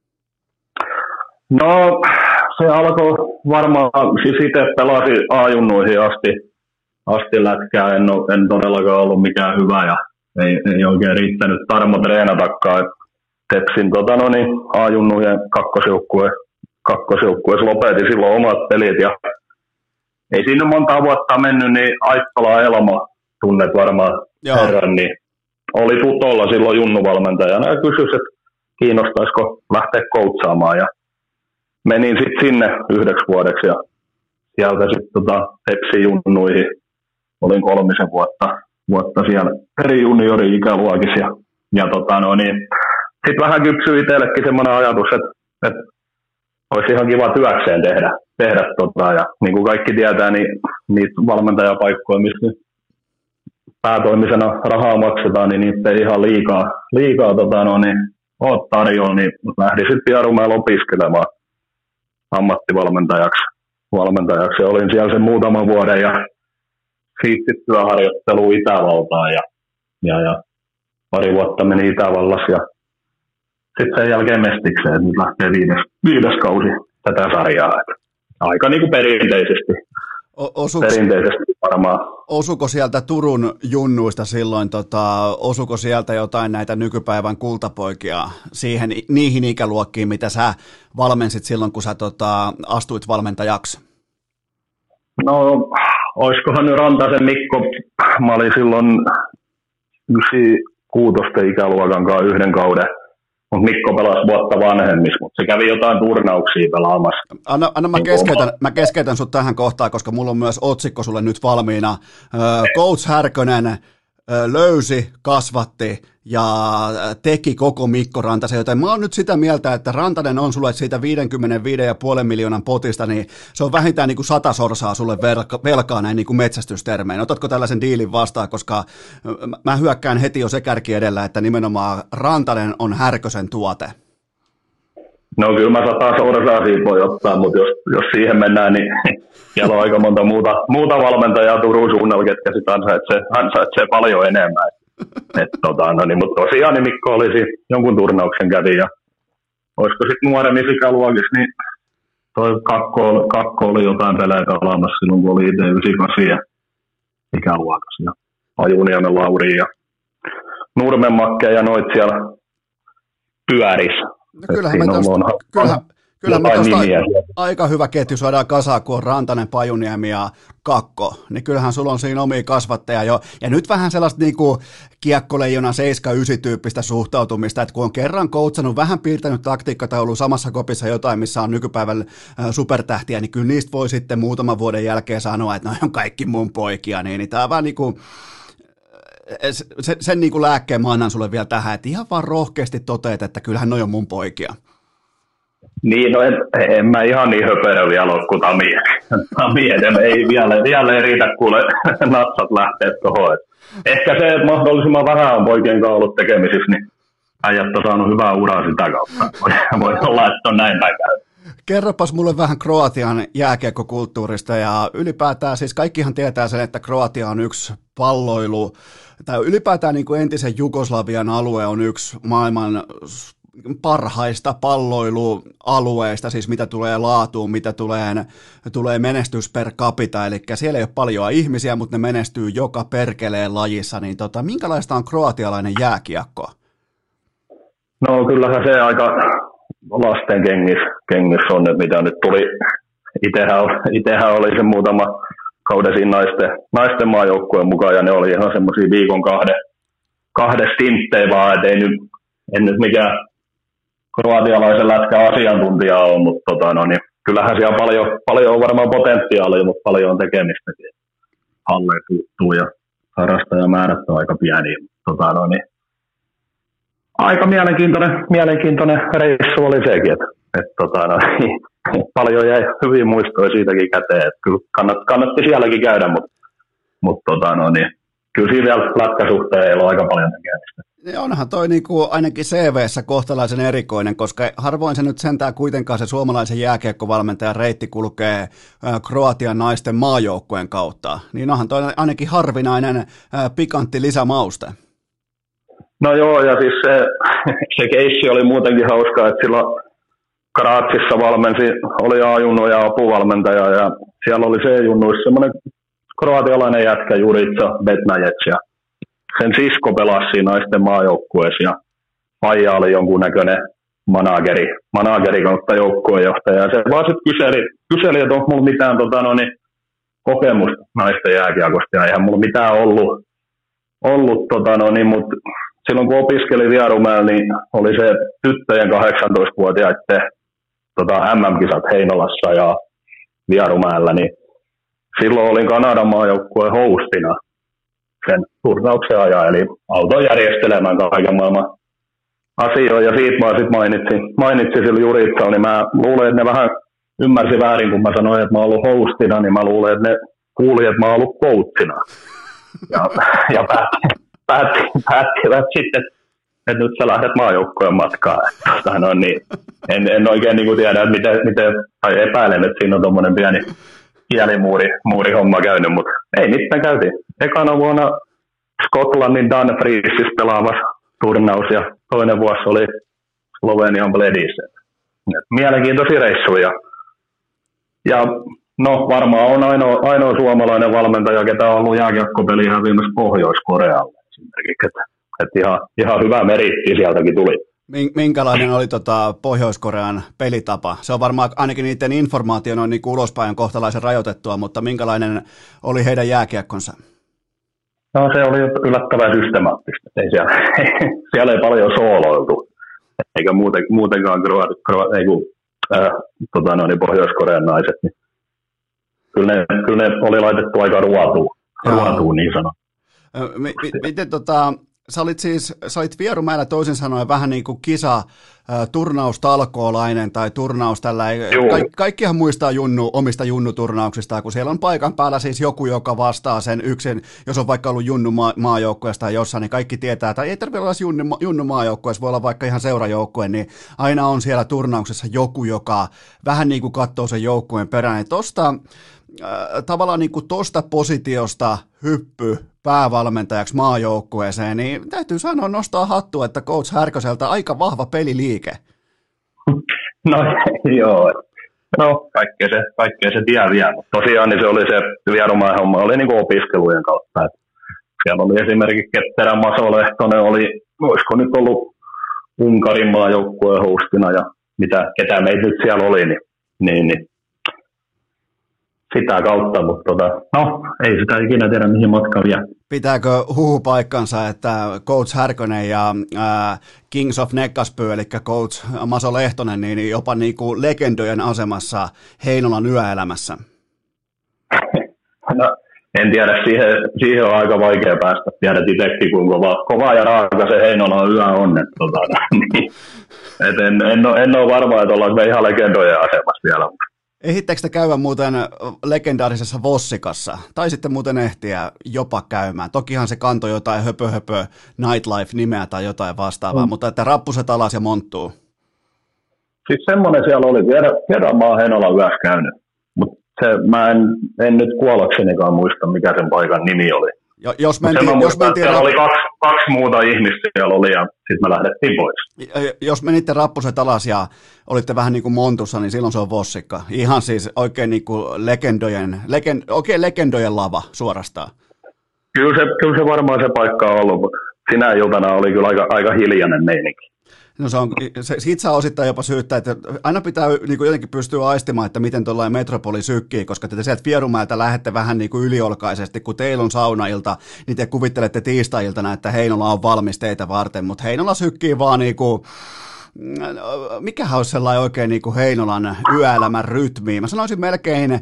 No se alkoi varmaan, siis itse pelasin A-junnuihin asti lätkää, en todellakaan ollut mikään hyvä ja ei oikein riittänyt tarmo treenatakaan. Tepsin A-junnujen kakkosjoukkueessa lopetin silloin omat pelit ja ei siinä monta vuotta mennyt, niin Aittola Elma, tunnet varmaan herran, niin oli tutolla silloin junnuvalmentajana ja kysyi, että kiinnostaisiko lähteä coachaamaan ja menin sitten sinne 1 vuodeksi ja sieltä sitten Tepsin junnuihin. Olin 3 vuotta siellä eri juniori-ikäluokissa ja sitten vähän kypsyi itsellekin semmoinen ajatus, että olisi ihan kiva työkseen tehdä ja niin kuin kaikki tietää, niin niitä valmentajapaikkoja, missä päätoimisena rahaa maksetaan, niin niitä ei ihan liikaa ole tarjolla, niin lähdin sitten Pierumäellä opiskelemaan ammattivalmentajaksi. Ja olin siellä sen muutaman vuoden ja siitä työharjoittelu Itävaltaan ja 2 vuotta meni Itävallassa ja sen jälkeen Mestikseen, että nyt lähtee viides kausi tätä sarjaa. Että aika niin kuin perinteisesti varmaan. Osuko sieltä Turun junnuista silloin, osuko sieltä jotain näitä nykypäivän kultapoikia niihin ikäluokkiin, mitä sä valmensit silloin, kun sä astuit valmentajaksi? No, olisikohan nyt Rantasen Mikko, mä olin silloin 96 ikäluokan kanssa yhden kauden. Mutta Mikko pelasi vuotta vanhemmissa, mutta se kävi jotain turnauksia pelaamassa. Anna mä keskeytän sut tähän kohtaan, koska mulla on myös otsikko sulle nyt valmiina. Coach Härkönen löysi, kasvatti ja teki koko Mikko Rantasen, joten mä oon nyt sitä mieltä, että Rantanen on sulle siitä 55,5 miljoonan potista, niin se on vähintään niin kuin 100 sorsaa sulle velkaa näin niin kuin metsästystermein. Otatko tällaisen diilin vastaan, koska mä hyökkään heti jo se kärki edellä, että nimenomaan Rantanen on Härkösen tuote. No kyllä mä 100 sorsaa siitä voi ottaa, mutta jos siihen mennään, niin siellä on aika monta muuta valmentajaa Turun suunnalla, ketkä sitten ansaitsee paljon enemmän. Mutta tosiaan niin Mikko olisi jonkun turnauksen kävi ja olisiko sitten nuoremmissa ikäluokissa, niin toi kakko oli jotain pelejä pelaamassa silloin, kun oli itse 98 ikäluokassa. Ja Ajuniemen Lauri ja Nurmen Makke ja noit siellä pyörissä. No kyllähän me tuosta aika hyvä ketju saadaan kasaan, kun on Rantanen, Pajuniemi ja Kakko, niin kyllähän sulla on siinä omia kasvatteja jo, ja nyt vähän sellaista niinku kiekkoleijona 7-9 tyyppistä suhtautumista, että kun on kerran coachannut, vähän piirtänyt taktiikkataulun samassa kopissa jotain, missä on nykypäivän supertähtiä, niin kyllä niistä voi sitten muutaman vuoden jälkeen sanoa, että ne on kaikki mun poikia, niin tämä on vähän niinku sen niin kuin lääkkeen mä annan sulle vielä tähän, että ihan vaan rohkeasti toteet, että kyllähän noi on mun poikia. Niin, no en mä ihan niin höperö vielä ole kuin Tami ei vielä riitä kuule natsat lähteä tuohon. Ehkä se, että mahdollisimman vähän on poikien kanssa ollut tekemisissä, niin äijät on saanut hyvää uraa sitä kautta. Voi olla, että on näin päin käynyt. Kerropas mulle vähän Kroatian jääkiekkokulttuurista ja ylipäätään, siis kaikkihan tietää sen, että Kroatia on yksi palloilu, tai ylipäätään niin kuin entisen Jugoslavian alue on yksi maailman parhaista palloilualueista, siis mitä tulee laatuun, mitä tulee menestys per capita, eli siellä ei ole paljon ihmisiä, mutta ne menestyy joka perkeleen lajissa, niin minkälaista on kroatialainen jääkiekko? No kyllähän se aika lasten kengissä on, että mitä nyt tuli. Itsehän oli se muutama kauden siinä naisten maajoukkueen mukaan, ja ne oli ihan semmoisia viikon kahden stinttejä vaan, että en nyt mikään kroatialaisen lätkän asiantuntija ole, mutta niin kyllähän siellä paljon on varmaan potentiaalia, mutta paljon on tekemistäkin. Halleen puuttuu ja harrastajamäärät on aika pieniä. Niin aika mielenkiintoinen reissu oli sekin, että paljon jäi hyvin muistoja siitäkin käteen, että kyllä kannatti sielläkin käydä, mutta niin kyllä siinä vielä lätkäsuhteen ei ole aika paljon tekemistä. Ja onhan toi niinku ainakin CV:ssä kohtalaisen erikoinen, koska harvoin se nyt sentään kuitenkaan se suomalaisen jääkiekkovalmentajan reitti kulkee Kroatian naisten maajoukkueen kautta. Niin onhan toi ainakin harvinainen pikantti lisämauste. No joo, ja siis se keissi oli muutenkin hauskaa, että silloin Grazissa oli A-junnu ja apuvalmentaja, ja siellä oli C-junnuissa semmoinen kroatialainen jätkä Jurica Betnajec, ja sen sisko pelasi siinä naisten maajoukkueessa, ja Faija oli jonkunnäköinen manageri kautta joukkueenjohtaja, ja se vaan sitten kyseli, että onko mulla mitään kokemusta naisten jääkiekosta, ja eihän mulla mitään ollut mutta silloin kun opiskelin Vierumäellä, niin oli se tyttöjen 18-vuotiaiden MM-kisat Heinolassa ja Vierumäellä, niin silloin olin Kanadan maajoukkueen hostina sen turnauksen ajan, eli auton järjestelemään kaiken maailman asioita, ja siitä mä sitten mainitsin sillä Juritsalla, niin mä luulen, että ne vähän ymmärsi väärin, kun mä sanoin, että mä oon ollut hostina, niin mä luulen, että ne kuuli, että mä oon ollut coachina. Ja päättivät sitten, että nyt sä lähdet maajoukkojen matkaan. Niin, en oikein niin kuin tiedä, miten, tai epäilen, että siinä on tuommoinen pieni kielimuuri homma käynyt, mutta ei mitään käytiin. Ekana vuonna Skotlannin Dumfriesissä pelaamassa turnaus, ja toinen vuosi oli Slovenian Bledissä. Mielenkiintoisia reissuja. Ja no varmaan on ainoa suomalainen valmentaja, ketä on ollut jääkiekkopeliä häviämässä Pohjois-Korealle esimerkiksi. Että ihan hyvä meritti sieltäkin tuli. Minkälainen oli Pohjois-Korean pelitapa? Se on varmaan ainakin niiden informaatio noin niin ulospäin kohtalaisen rajoitettua, mutta minkälainen oli heidän jääkiekkonsa? No se oli yllättävän systemaattista. Siellä ei paljon sooloiltu, eikä muutenkaan Pohjois-Korean naiset. Niin kyllä ne oli laitettu aika ruotuun niin sanon. Miten sä olit Vierumäellä toisin sanoen vähän niin kuin turnaustalkoolainen tai turnaus tällainen. Kaikkihan muistaa omista junnuturnauksistaan, kun siellä on paikan päällä siis joku, joka vastaa sen yksin, jos on vaikka ollut junnu maajoukkueessa tai jossain, niin kaikki tietää, tai ei tarvitse olla junnu maajoukkueessa, voi olla vaikka ihan seurajoukkue, niin aina on siellä turnauksessa joku, joka vähän niin kuin katsoo sen joukkueen perään. Tavallaan niin kuin tosta positiosta hyppy päävalmentajaksi maajoukkueeseen, niin täytyy sanoa nostaa hattua, että coach Härköseltä aika vahva peliliike. No joo, no kaikkea se tie vielä. Tosiaan niin se oli se Vierumäen homma, oli niin kuin opiskelujen kautta. Että siellä oli esimerkiksi Ketterän Maso Lehtonen, olisiko nyt ollut Unkarin maajoukkueen hostina ja ketä meitä nyt siellä oli, niin sitä kautta, mutta ei sitä ikinä tiedä, mihin matka vie. Pitääkö huhupaikkansa, että coach Härkönen ja Kings of Neckarspö, eli coach Maso Lehtonen, niin jopa niin kuin legendojen asemassa Heinolan yöelämässä? No, en tiedä, siihen on aika vaikea päästä. Tiedät itsekin, kuinka kova ja raaka se Heinolan yö on. Niin. En ole varma, että ollaan me ihan legendojen asemassa vielä. Ehittekö te käydä muuten legendaarisessa Vossikassa? Tai sitten muuten ehtiä jopa käymään. Tokihan se kantoi jotain höpö nightlife-nimeä tai jotain vastaavaa, mutta että rappuset alas ja monttuu. Siis semmoinen siellä oli. Kerran mä oon Heinolan yössä käynyt. Mutta mä en nyt kuollaksenikaan muista, mikä sen paikan nimi oli. Jos mentiin siellä oli kaksi muuta ihmistä siellä oli ja sitten me lähdettiin pois. Jos menitte rappuset alas ja olitte vähän niin kuin montussa, niin silloin se on Vossikka. Ihan siis oikein niin kuin legendojen lava suorastaan. Kyllä se varmaan se paikka on ollut, mutta sinä iltana oli kyllä aika hiljainen meininki. No siitä saa osittain jopa syyttää, että aina pitää niin kuin jotenkin pystyä aistimaan, että miten tuollainen metropoli sykkii, koska te sieltä Vierumäeltä lähdette vähän niin kuin yliolkaisesti, kun teillä on saunailta, niin te kuvittelette tiistai-iltana, että Heinola on valmis teitä varten, mutta Heinola sykkii vaan niin kuin, mikähän olisi sellainen oikein niin kuin Heinolan yöelämän rytmi. Mä sanoisin melkein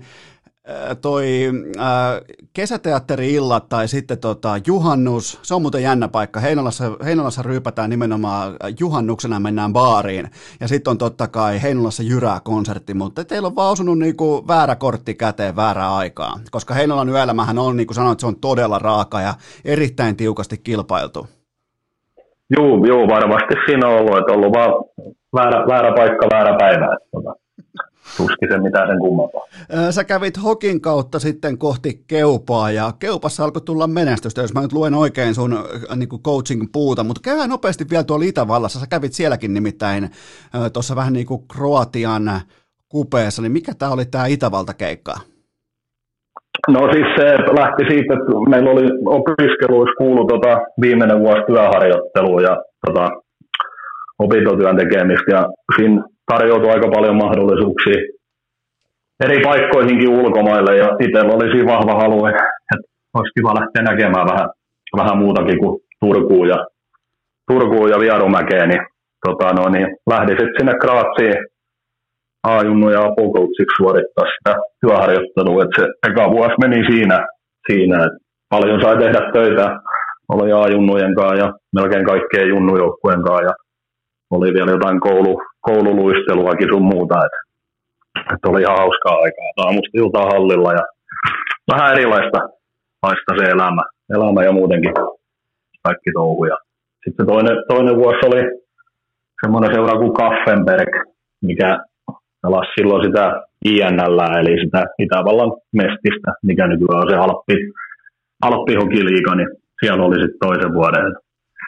kesäteatteri-illat tai sitten juhannus, se on muuten jännä paikka. Heinolassa ryypätään nimenomaan juhannuksena, mennään baariin ja sitten on totta kai Heinolassa Jyrää-konsertti, mutta teillä on vaan osunut niinku väärä kortti käteen väärään aikaan, koska Heinolan yöelämähän on, niin kuin sanoit, se on todella raaka ja erittäin tiukasti kilpailtu. Joo, varmasti siinä on ollut, että on ollut vaan väärä paikka, väärä päivä. Tuskin se mitään sen kummempaa. Sä kävit Hokin kautta sitten kohti Keupaa ja Keupassa alkoi tulla menestystä, jos mä nyt luen oikein sun niin kuin coaching puuta, mutta käydään nopeasti vielä tuolla Itävallassa. Sä kävit sielläkin nimittäin tuossa vähän niin kuin Kroatian kupeessa, niin mikä tää oli tää Itävalta-keikka? No siis se lähti siitä, että meillä oli opiskeluissa kuulu viimeinen vuosi työharjoittelua ja opintotyön tekemistä ja siinä tarjoutui aika paljon mahdollisuuksia eri paikkoihinkin ulkomaille ja itsellä oli siinä vahva halu, että olisi kiva lähteä näkemään vähän muutakin kuin Turkuun ja Vierumäkeen, niin, lähdin sitten sinne Graatsiin A-junnu ja apukoutiksi suorittaa sitä työharjoittelua, että se eka vuosi meni siinä että paljon sai tehdä töitä, oli A-junnujen kanssa ja melkein kaikkien junnujoukkueen kanssa ja oli vielä jotain koululuisteluakin sun muuta, että oli ihan hauskaa aikaa. Aamusta iltaan hallilla ja vähän erilaista se elämä ja muutenkin kaikki touhuja. Sitten toinen vuosi oli semmoinen seura kuin Kaffenberg, mikä pelasi silloin sitä INL, eli sitä Itävallan mestistä, mikä nykyään on se Alppihokiliiga, niin siellä oli sitten toisen vuoden.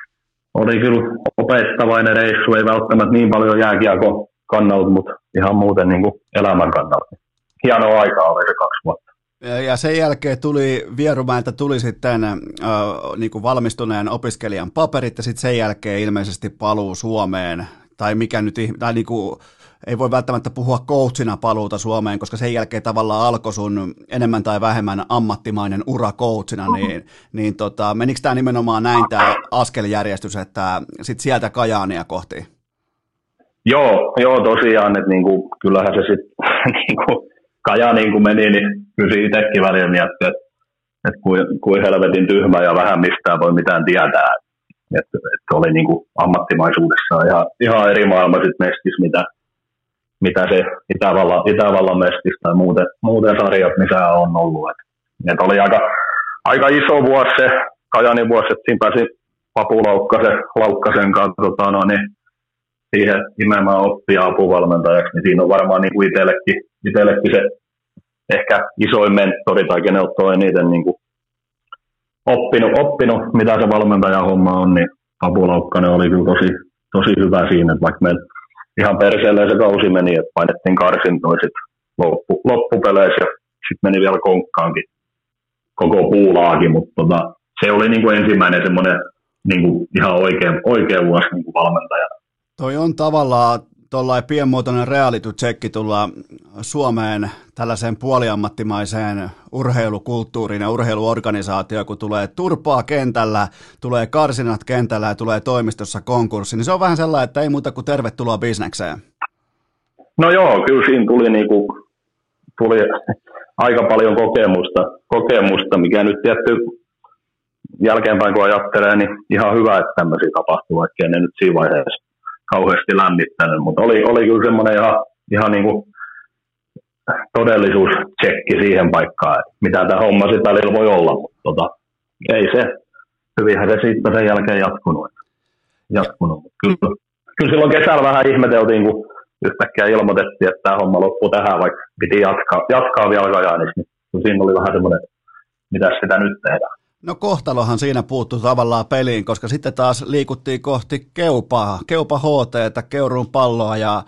oli kyllä opettavainen reissu, ei välttämättä niin paljon jääkiekon kannalta, mutta ihan muuten niin kuin elämän kannalta. Hienoa aikaa oli se 2 vuotta. Ja sen jälkeen Vierumäeltä tuli sitten niin kuin valmistuneen opiskelijan paperit ja sitten sen jälkeen ilmeisesti paluu Suomeen, tai mikä nyt, tai niin kuin, ei voi välttämättä puhua coachina paluuta Suomeen, koska sen jälkeen tavallaan alkoi sun enemmän tai vähemmän ammattimainen ura coachina, niin menikö tämä nimenomaan näin tämä askeljärjestys, että sitten sieltä Kajaania kohti? Joo, tosiaan, että niinku, kyllähän se sitten niinku, Kajaaniin kun meni, niin kyllä itsekin välillä mietti, että kuin helvetin tyhmä ja vähän mistään voi mitään tietää. Että oli niinku ammattimaisuudessaan ihan eri maailma sitten mestis, mitä se Itävallan mestis tai muuten sarjat, missä on ollut. Et oli aika iso vuosi se Kajaanin vuosi, että siinä pääsi Papu Laukkasen kanssa niin siihen nimenomaan oppia apuvalmentajaksi, niin siinä on varmaan niin kuin itsellekin se ehkä isoin mentori tai keneltä on eniten niin kuin oppinut, mitä se valmentajan homma on, niin Papu Laukkanen oli kyllä tosi hyvä siinä, että vaikka meillä ihan perseelle se kausi meni, että painettiin karsintoja sitten loppupeleissä ja sitten meni vielä konkkaankin koko puulaakin, mutta se oli niin kuin ensimmäinen semmoinen niin kuin ihan oikea vuosi niin kuin valmentajana. Toi on tavallaan tuollainen pienmuotoinen reality-tsekki tulla Suomeen tällaiseen puoliammattimaiseen urheilukulttuuriin ja urheiluorganisaatioon, kun tulee turpaa kentällä, tulee karsinat kentällä ja tulee toimistossa konkurssi, niin se on vähän sellainen, että ei muuta kuin tervetuloa bisnekseen. No joo, kyllä siinä tuli aika paljon kokemusta, mikä nyt tietty jälkeenpäin kun ajattelee, niin ihan hyvä, että tämmöisiä tapahtuu, vaikka ne nyt siinä vaiheessa kauheasti lämmittänyt, mutta oli kyllä semmoinen ihan niin kuin todellisuustsekki siihen paikkaan, että mitä tämä homma sitten välillä voi olla, mutta ei se, hyvinhän se siitä sen jälkeen jatkunut. Kyllä silloin kesällä vähän ihmeteltiin, kun yhtäkkiä ilmoitettiin, että tämä homma loppui tähän, vaikka piti jatkaa vielä Kajaanissa, niin siinä oli vähän semmoinen, mitä sitä nyt tehdään. No kohtalohan siinä puuttui tavallaan peliin, koska sitten taas liikuttiin kohti Keupa HT, Keuruun palloa ja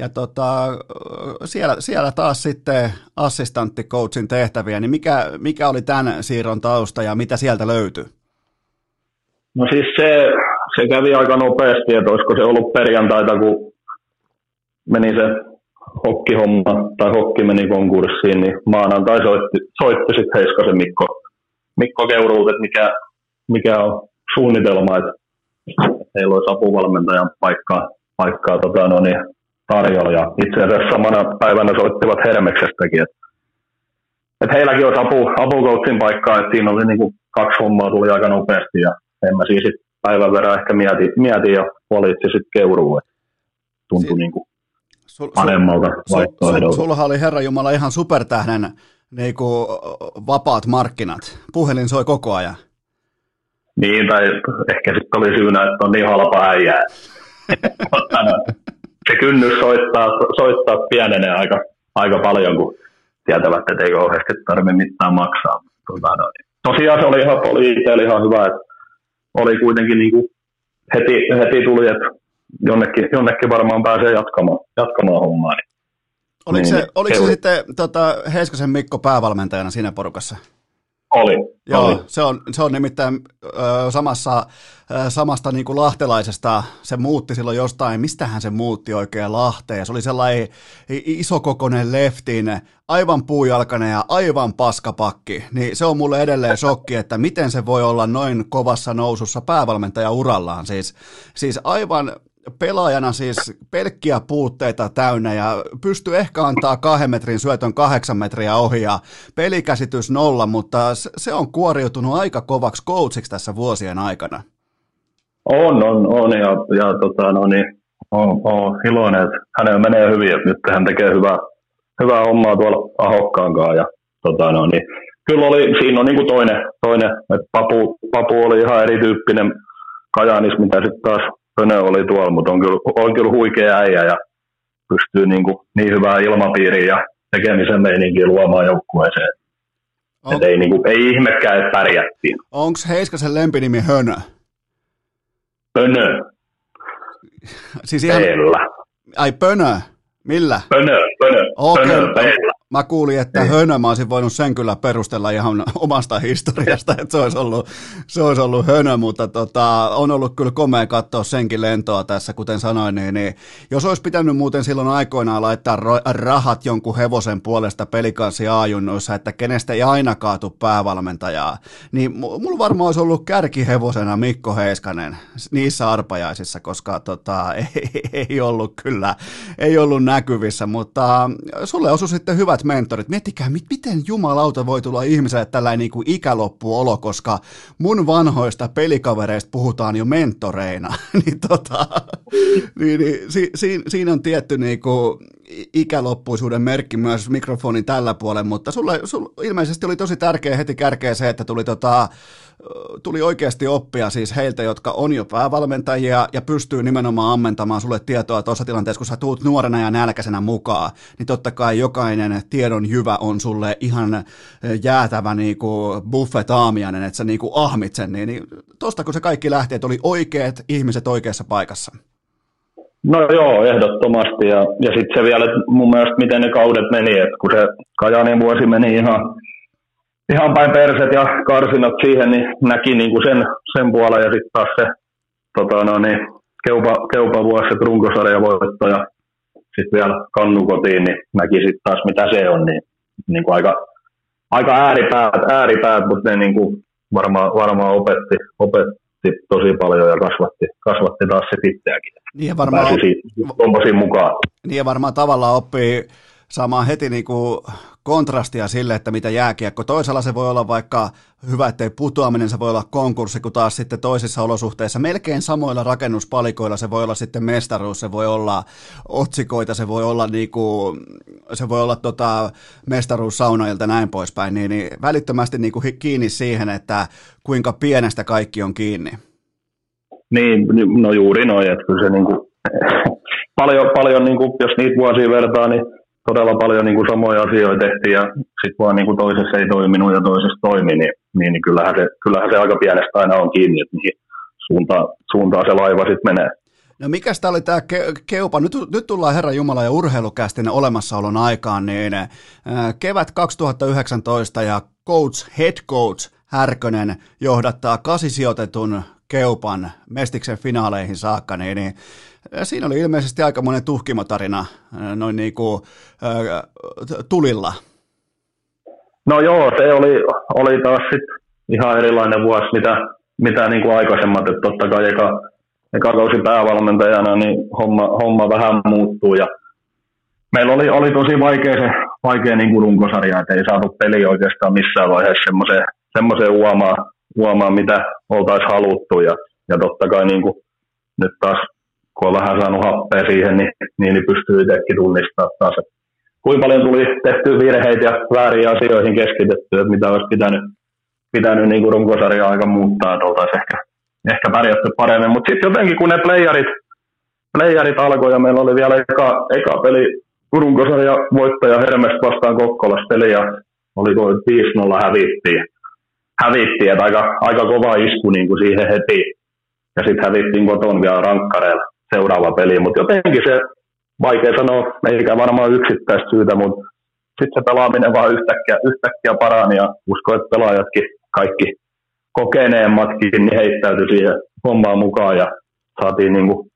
siellä taas sitten assistantticoachin tehtäviä, niin mikä oli tämän siirron tausta ja mitä sieltä löytyi? No siis se kävi aika nopeasti, että olisiko se ollut perjantaita, kun meni se hokkihomma tai hokki meni konkurssiin, niin maanantai soitti sitten Heiskasen Mikko Keurulta, että mikä on suunnitelma, että heillä olisi apuvalmentajan paikkaa tarjolla. Ja itse asiassa samana päivänä soittivat Hermeksestäkin, että heilläkin olisi apukoutsin paikkaa, että siinä oli niinku 2 hommaa tuli aika nopeasti ja en mä siis päivän verran ehkä mietin ja valitsi sitten Keuruun, että tuntui niinku paremmalta vaihtoehdolta. Sullahan oli Herranjumala ihan supertähden niinku vapaat markkinat. Puhelin soi koko ajan. Niin, tai ehkä sitten oli syynä, että on niin halpa äijää. Se kynnys soittaa pienenee aika paljon, kun tietävät, että ei kauheasti tarvitse mitään maksaa. Tosiaan se oli itsellä ihan hyvä, että oli kuitenkin niinku heti tuli, että jonnekin varmaan pääsee jatkamaan hommaa. Oliko se sitten Heiskasen Mikko päävalmentajana siinä porukassa? Oli. Joo, se on nimittäin samasta niin kuin lahtelaisesta, se muutti silloin jostain, mistähän se muutti oikein Lahteen, se oli sellainen isokokoinen leftin, aivan puujalkainen ja aivan paskapakki, niin se on mulle edelleen shokki, että miten se voi olla noin kovassa nousussa päävalmentaja urallaan, siis aivan pelaajana siis pelkkiä puutteita täynnä ja pystyy ehkä antaa 2 metrin syötön 8 metriä ohi ja pelikäsitys 0, mutta se on kuoriutunut aika kovaksi coachiksi tässä vuosien aikana. On ja on iloinen, että hänellä menee hyvin, että nyt hän tekee hyvää hommaa tuolla Ahokkaankaan ja kyllä siinä on niinku toinen että Papu oli ihan erityyppinen Kajaanis, mitä sitten taas Pönö oli tuolla, mutta on kyllä huikea äijä ja pystyy niin hyvää ilmapiiriä ja tekemisen meininkiä luomaan joukkueeseen. Ei ihmekään, että pärjättiin. Onko Heiskasen lempinimi Hönö? Pönö. Siis ihan... Peellä. Ai pönö? Millä? Pönö. Okei, Pönö peellä. mä kuulin, että hönö, mä olisin voinut sen kyllä perustella ihan omasta historiasta, että se olisi ollut hönö, mutta on ollut kyllä komea katsoa senkin lentoa tässä, kuten sanoin, niin jos olisi pitänyt muuten silloin aikoinaan laittaa rahat jonkun hevosen puolesta pelikanssi A-junnoissa, että kenestä ei aina kaatu päävalmentajaa, niin mulla varmaan olisi ollut kärkihevosena Mikko Heiskanen niissä arpajaisissa, koska ei ollut näkyvissä, mutta sulle osui sitten hyvät mentorit. Miettikää, miten jumalauta voi tulla ihmiselle tällainen niin kuin ikäloppuolo, koska mun vanhoista pelikavereista puhutaan jo mentoreina. Siinä on tietty niin kuin ikäloppuisuuden merkki myös mikrofonin tällä puolella, mutta sulle ilmeisesti oli tosi tärkeä heti kärkeä se, että tuli oikeasti oppia siis heiltä, jotka on jo päävalmentajia ja pystyy nimenomaan ammentamaan sulle tietoa tuossa tilanteessa, kun sä tuut nuorena ja nälkäisenä mukaan, niin totta kai jokainen tiedon jyvä on sulle ihan jäätävä niin kuin buffet-aamiainen, että sä niin kuin ahmit sen, niin tosta kun se kaikki lähtee, että oli oikeat ihmiset oikeassa paikassa. No joo, ehdottomasti. Ja sitten se vielä, että mun mielestä miten ne kaudet meni, että kun se Kajaanin vuosi meni ihan päin perset ja karsinat siihen, niin näki niinku sen puolen ja sitten taas se Keupa vuosi, se runkosarjavoitto ja sitten vielä Kannu kotiin, niin näki sitten taas mitä se on, niin niinku aika ääripäät, mutta ne niinku varmaan opetti tosi paljon ja kasvatti taas se itseäkin. Niin varmaan tavallaan oppii saamaan heti niinku kontrastia sille, että mitä jääkiekko. Toisella se voi olla vaikka hyvä, ettei putoaminen, se voi olla konkurssi, kun taas sitten toisissa olosuhteissa melkein samoilla rakennuspalikoilla se voi olla sitten mestaruus, se voi olla otsikoita, se voi olla mestaruus saunoilta näin poispäin, niin välittömästi niinku kiinni siihen, että kuinka pienestä kaikki on kiinni. Niin, no juuri noin, että kyllä se niinku, paljon niinku, jos niitä vuosia vertaa, niin todella paljon niinku samoja asioita tehtiin ja sitten vaan niinku toisessa ei toiminut ja toisessa toimi, niin kyllähän se aika pienestä aina on kiinni, että mihin suuntaan se laiva sitten menee. No mikäs tää oli tää Keupa, nyt tullaan Herran Jumala ja urheilukästin olemassaolon aikaan, niin kevät 2019 ja head coach Härkönen johdattaa 8 sijoitetun Keupan Mestiksen finaaleihin saakka, niin siinä oli ilmeisesti aikamoinen tuhkimotarina noin niin kuin tulilla. No joo, se oli taas sitten ihan erilainen vuosi, mitä niin kuin aikaisemmat, että totta kai eka kausi päävalmentajana, niin homma vähän muuttuu ja meillä oli tosi vaikea niin kuin runkosarja, että ei saatu peliä oikeastaan missään vaiheessa semmoiseen uomaan, mitä oltaisiin haluttu. Ja totta kai niin kuin nyt taas, kun on vähän saanut happea siihen, niin pystyy itsekin tunnistamaan taas, että kuinka paljon tuli tehtyä virheitä ja vääriä asioihin keskitettyä, että mitä olisi pitänyt niin kuin runkosarjaa aika muuttaa, että oltaisiin ehkä pärjätty paremmin. Mutta sitten jotenkin, kun ne playerit alkoi ja meillä oli vielä eka peli runkosarja voittaja Hermestä vastaan Kokkolassa peli ja oli 5-0 hävittiin, että aika kova isku niin kuin siihen heti. Ja sitten hävittiin koton vielä rankkareilla seuraava peli, mutta jotenkin se, vaikea sanoa, eikä varmaan yksittäistä syytä, mutta sitten se pelaaminen vaan yhtäkkiä parani ja uskon, että pelaajatkin kaikki kokeneemmatkin niin heittäytyi siihen hommaan mukaan ja saatiin niin kuin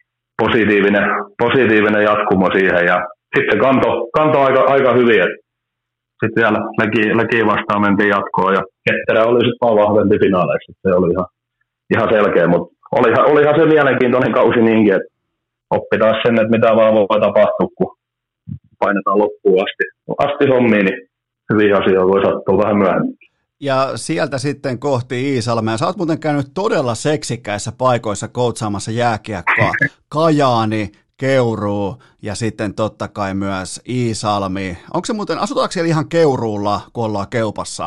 positiivinen jatkumo siihen ja sitten se kanto aika hyvin, sitten vielä Leki vastaan mentiin jatkoon ja Ketterä oli sitten vaan vahvempi finaaleissa. Se oli ihan selkeä, mutta olihan se mielenkiintoinen kausi niinkin, että oppi taas sen, että mitä vaan voi tapahtua, kun painetaan loppuun asti hommiin, niin hyviä asioita voi sattua vähän myöhemmin. Ja sieltä sitten kohti Iisalmea. Sä oot muuten käynyt todella seksikkäissä paikoissa koutsaamassa jääkiekkoa. Kajaani, Keuruu ja sitten totta kai myös Iisalmi. Onko se muuten, asutaanko siellä ihan Keuruulla, kun ollaan Keupassa?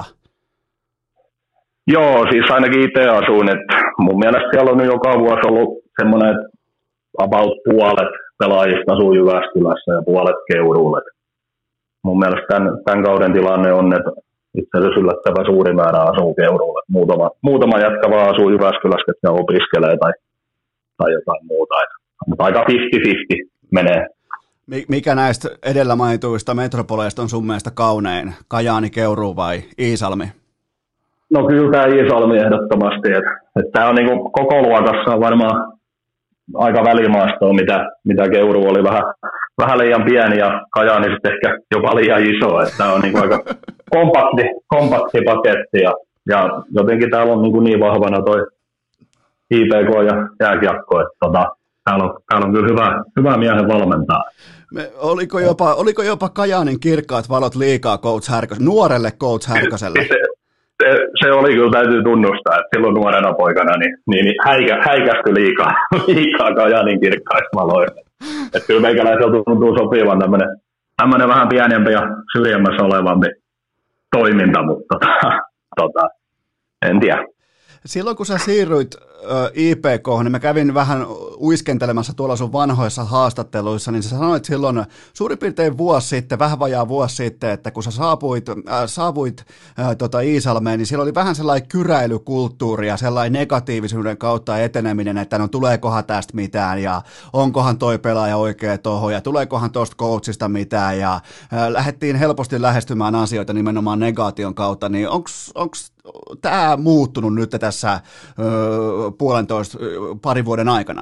Joo, siis ainakin itse asuin. Että mun mielestä siellä on joka vuosi ollut semmoinen, että about puolet pelaajista asuu Jyväskylässä ja puolet Keuruulla. Mun mielestä tämän kauden tilanne on, että itse asiassa yllättävän suuri määrä asuu Keuruulla. Muutama jätkä vaan asuu Jyväskylässä, että opiskelee tai jotain muuta. Mutta aika 50-50 menee. Mikä näistä edellä mainituista metropoleista on sun mielestä kaunein? Kajaani, Keuruu vai Iisalmi? No kyllä tämä Iisalmi ehdottomasti. Tämä on niinku koko luokassa varmaan aika välimaastoa, mitä Keuruu oli vähän liian pieni ja Kajaani sitten ehkä jopa liian iso. Tämä on niinku aika kompakti paketti ja jotenkin täällä on niin vahvana toi IPK ja jääkiekko, että täällä on kyllä hyvä miehen valmentaa. Oliko jopa Kajaanin kirkkaat valot liikaa nuorelle Coach Härköselle? Se oli kyllä, täytyy tunnustaa, että silloin nuorena poikana niin häikästyi liikaa Kajaanin kirkkaista valoista. Että kyllä meikäläisellä tuntuu sopivan tämmöinen vähän pienempi ja syrjemmässä olevampi toiminta, mutta en tiedä. Silloin kun sä siirryit IPK, niin mä kävin vähän uiskentelemassa tuolla sun vanhoissa haastatteluissa, niin sä sanoit silloin suurin piirtein vuosi sitten, vähän vajaa vuosi sitten, että kun sä saavuit Iisalmeen, niin siellä oli vähän sellainen kyräilykulttuuri ja sellainen negatiivisuuden kautta eteneminen, että no tuleekohan tästä mitään ja onkohan toi pelaaja oikea tohon ja tuleekohan tosta coachista mitään ja lähdettiin helposti lähestymään asioita nimenomaan negaation kautta, niin onks tämä muuttunut nyt tässä parin vuoden aikana?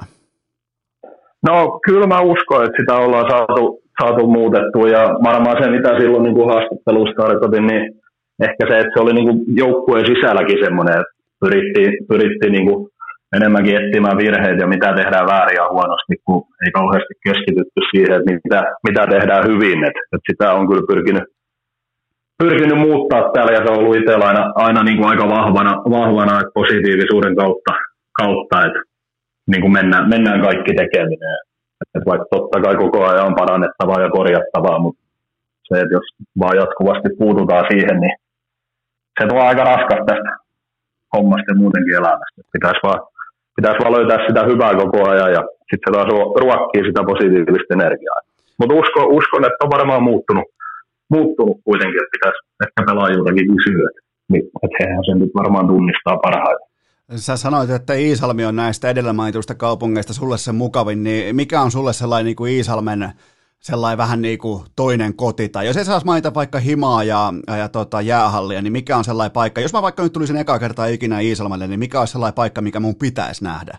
No kyllä mä uskon, että sitä ollaan saatu muutettua ja varmaan se mitä silloin niin kuin haastattelussa tarkoitin, niin ehkä se, että se oli niin kuin joukkueen sisälläkin semmoinen, että pyrittiin niin kuin enemmänkin etsimään virheitä ja mitä tehdään väärin ja huonosti, kun ei kauheasti keskitytty siihen, että mitä tehdään hyvin, että sitä on kyllä pyrkinyt muuttaa täällä ja se on ollut itsellä aina niin kuin aika vahvana positiivisuuden kautta että niin kuin mennään kaikki tekeminen. Että vaikka totta kai koko ajan on parannettavaa ja korjattavaa, mutta se, että jos vaan jatkuvasti puututaan siihen, niin se tuo aika raskas tästä hommasta ja muutenkin elämästä. Pitäisi vaan löytää sitä hyvää koko ajan ja sitten se taas ruokkii sitä positiivista energiaa. Mutta uskon, että on varmaan muuttunut kuitenkin, että pitäisi ehkä pelaajiltakin kysyä, että hehän sen nyt varmaan tunnistaa parhaiten. Sä sanoit, että Iisalmi on näistä edellä mainituista kaupungeista sulle se mukavin, niin mikä on sulle sellainen niin kuin Iisalmen sellainen vähän niin kuin toinen koti, tai jos ei saisi mainita vaikka Himaa ja jäähallia, niin mikä on sellainen paikka, jos mä vaikka nyt tulisin eka kertaa ikinä Iisalmelle, niin mikä on sellainen paikka, mikä mun pitäisi nähdä?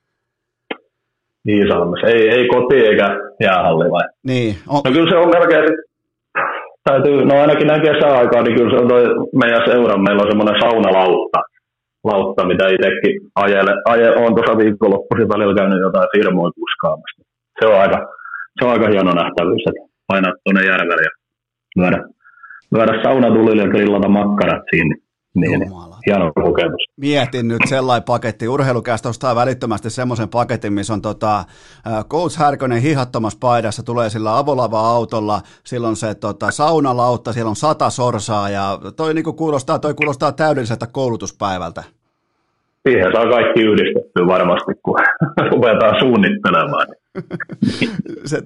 Iisalmassa, ei koti eikä jäähalli vai? Niin. No kyllä se on melkein täytyy, no ainakin näin kesäaikaa, niin kyllä se on toi meidän seuran, meillä on semmoinen saunalautta, mitä itsekin olen tuossa viikonloppuisin välillä käynyt jotain firmoja kuskaamassa. Se on aika hieno nähtävyys, että painaa tuonne järvelle ja lyödä saunatulille ja grillata makkarat siinä. Niin, hieno kokemus. Mietin nyt sellainen paketti. Urheilukästä ostaa välittömästi semmoisen paketin, missä on Coach Härkönen hihattomassa paidassa, tulee sillä avolava-autolla, silloin se saunalautta, siellä on 100 sorsaa ja toi kuulostaa täydelliseltä koulutuspäivältä. Siihen saa kaikki yhdistettyä varmasti, kun ruvetaan suunnittelemaan. Se,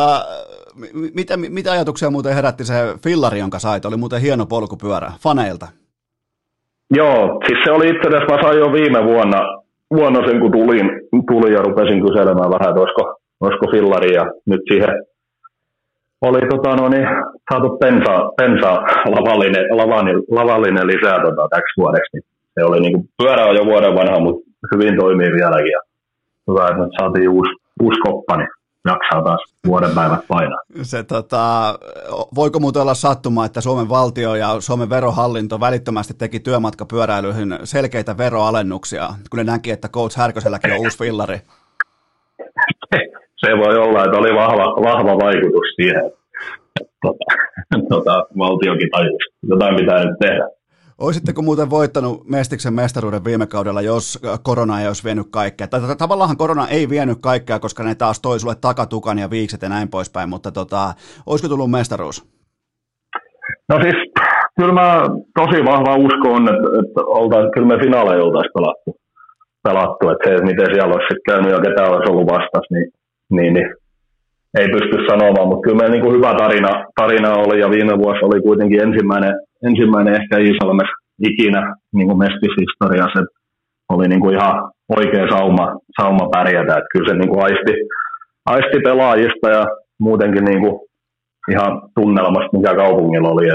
mitä ajatuksia muuten herätti se fillari, jonka sait? Oli muuten hieno polkupyörä faneilta. Joo, siis se oli itse asiassa, mä sain jo viime vuonna sen, kun tulin ja rupesin kyselemään vähän, että olisiko fillari, ja nyt siihen oli saatu pensa lavallinen lisää täksi vuodeksi. Se oli niinku, pyörä on jo vuoden vanha, mutta hyvin toimii vieläkin, ja hyvä, että nyt saatiin uusi koppa, niin jaksaa taas vuoden päivät painaa. Se, voiko muuten olla sattuma, että Suomen valtio ja Suomen verohallinto välittömästi teki työmatkapyöräilyihin selkeitä veroalennuksia, kun ne näki, että Coach Härköselläkin on uusi fillari? Se voi olla, että oli vahva vaikutus siihen, valtiokin tajusi. Jotain pitää nyt tehdä. Olisitteko muuten voittanut Mestiksen mestaruuden viime kaudella, jos korona ei olisi vienyt kaikkea? Tavallaan korona ei vienyt kaikkea, koska ne taas toi sulle takatukan ja viikset ja näin poispäin, mutta olisiko tullut mestaruus? No siis, kyllä mä tosi vahva usko on, että kyllä me finaaleja oltaisiin pelattu. Että se, että miten siellä olisi sitten käynyt ja ketä olisi ollut vastas, niin ei pysty sanomaan, mutta kyllä meillä niin kuin hyvä tarina oli ja viime vuosi oli kuitenkin ensimmäinen ehkä Iisalmessa ikinä niin kuin mestishistoriassa, että oli niin kuin oikea sauma pärjätä. Että kyllä se niin kuin aisti pelaajista ja muutenkin niin kuin ihan tunnelmasta, mikä kaupungilla oli.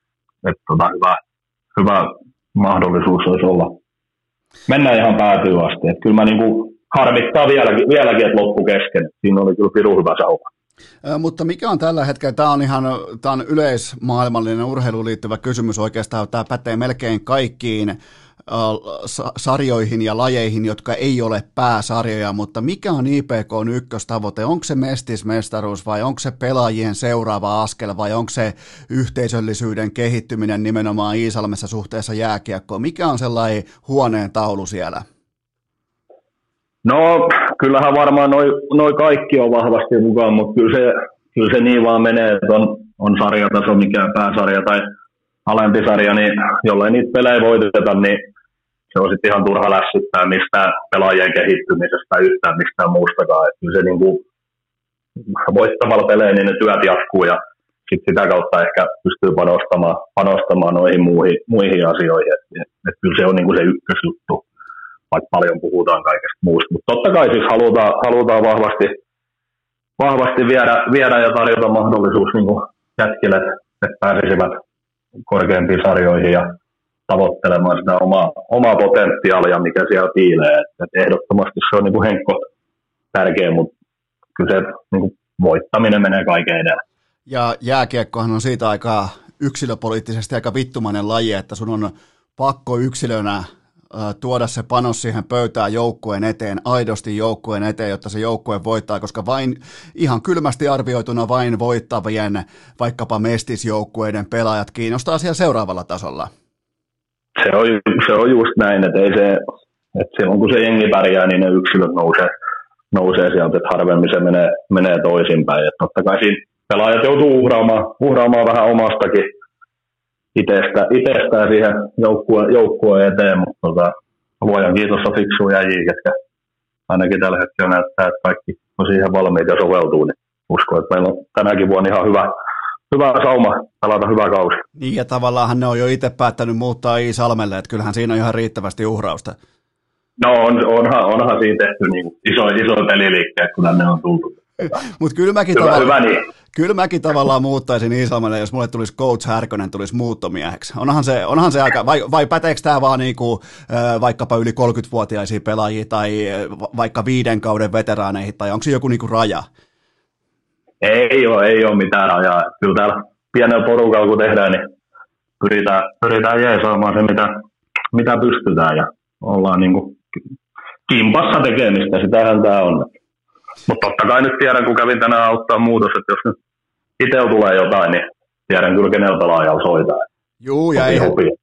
Hyvä mahdollisuus olisi olla. Mennään ihan päätyyn asti. Että kyllä mä niin kuin harmittaa vieläkin, että loppu kesken. Siinä oli kyllä pirun hyvä sauma. Mutta mikä on tällä hetkellä, tämä on yleismaailmallinen urheiluun liittyvä kysymys oikeastaan, tämä pätee melkein kaikkiin sarjoihin ja lajeihin, jotka ei ole pääsarjoja, mutta mikä on IPK:n ykköstavoite? Onko se mestismestaruus vai onko se pelaajien seuraava askel vai onko se yhteisöllisyyden kehittyminen nimenomaan Iisalmessa suhteessa jääkiekkoon? Mikä on sellainen huoneen taulu siellä? No, kyllähän varmaan noi kaikki on vahvasti mukaan, mutta kyllä se niin vaan menee, että on sarjataso, mikä pääsarja tai alempi sarja, niin jollei niitä pelejä voiteta, niin se on sitten ihan turha lässyttää mistään pelaajien kehittymisestä tai yhtään mistään muustakaan. Että kyllä se niin kuin voittamalla pelejä, niin ne työt jatkuu ja sitten sitä kautta ehkä pystyy panostamaan noihin muihin asioihin. Et kyllä se on niin kuin se ykkösjuttu, vaikka paljon puhutaan kaikesta muusta. Mutta totta kai siis halutaan vahvasti viedä ja tarjota mahdollisuus niin kuin jätkille, että pääsisivät korkeampiin sarjoihin ja tavoittelemaan sitä omaa potentiaalia, mikä siellä piilee. Et ehdottomasti se on niin kuin Henkko tärkeä, mutta kyllä se niin kuin voittaminen menee kaiken edellä. Ja jääkiekkohan on siitä aikaa yksilöpoliittisesti aika vittumainen laji, että sun on pakko yksilönä tuoda se panos siihen pöytään joukkueen eteen, aidosti joukkueen eteen, jotta se joukkue voittaa, koska vain ihan kylmästi arvioituna vain voittavien vaikkapa mestisjoukkueiden pelaajat kiinnostaa siellä seuraavalla tasolla. Se on just näin, että että silloin kun se jengi pärjää, niin ne yksilöt nousee sieltä, että harvemmin se menee toisinpäin. Että totta kai siinä pelaajat joutuu uhraamaan vähän omastakin itsestään siihen joukkueen eteen, mutta luojan kiitos on fiksuja jäjiä, ketkä ainakin tällä hetkellä näyttää, että kaikki on siihen valmiita ja soveltuu, niin uskon, että meillä on tänäkin vuonna ihan hyvä sauma pelata hyvä kausi. Niin ja tavallaan ne on jo itse päättänyt muuttaa Iisalmelle, että kyllähän siinä on ihan riittävästi uhrausta. No onhan siinä tehty niin iso peliliikkeet, kun tänne on tultu. Mutta kyllä mäkin tavallaan muuttaisin Iisalmelle, jos mulle tulisi Coach Härkönen tulisi muuttomieheksi. Onhan se aika, vai päteekö tämä vaan niinku, vaikkapa yli 30-vuotiaisiin pelaajia tai vaikka 5 kauden veteraaneihin, tai onko se joku niinku raja? Ei ole mitään rajaa. Kyllä täällä pienellä porukalla kun tehdään, niin pyritään jeesaamaan se, mitä pystytään, ja ollaan niinku kimpassa tekemistä, sitähän tämä on. Mutta totta kai nyt tiedän, kun kävin tänään auttaa muutos, että jos nyt itsellä tulee jotain, niin tiedän kyllä kenellä pelaajalla soitaa. Juu, ja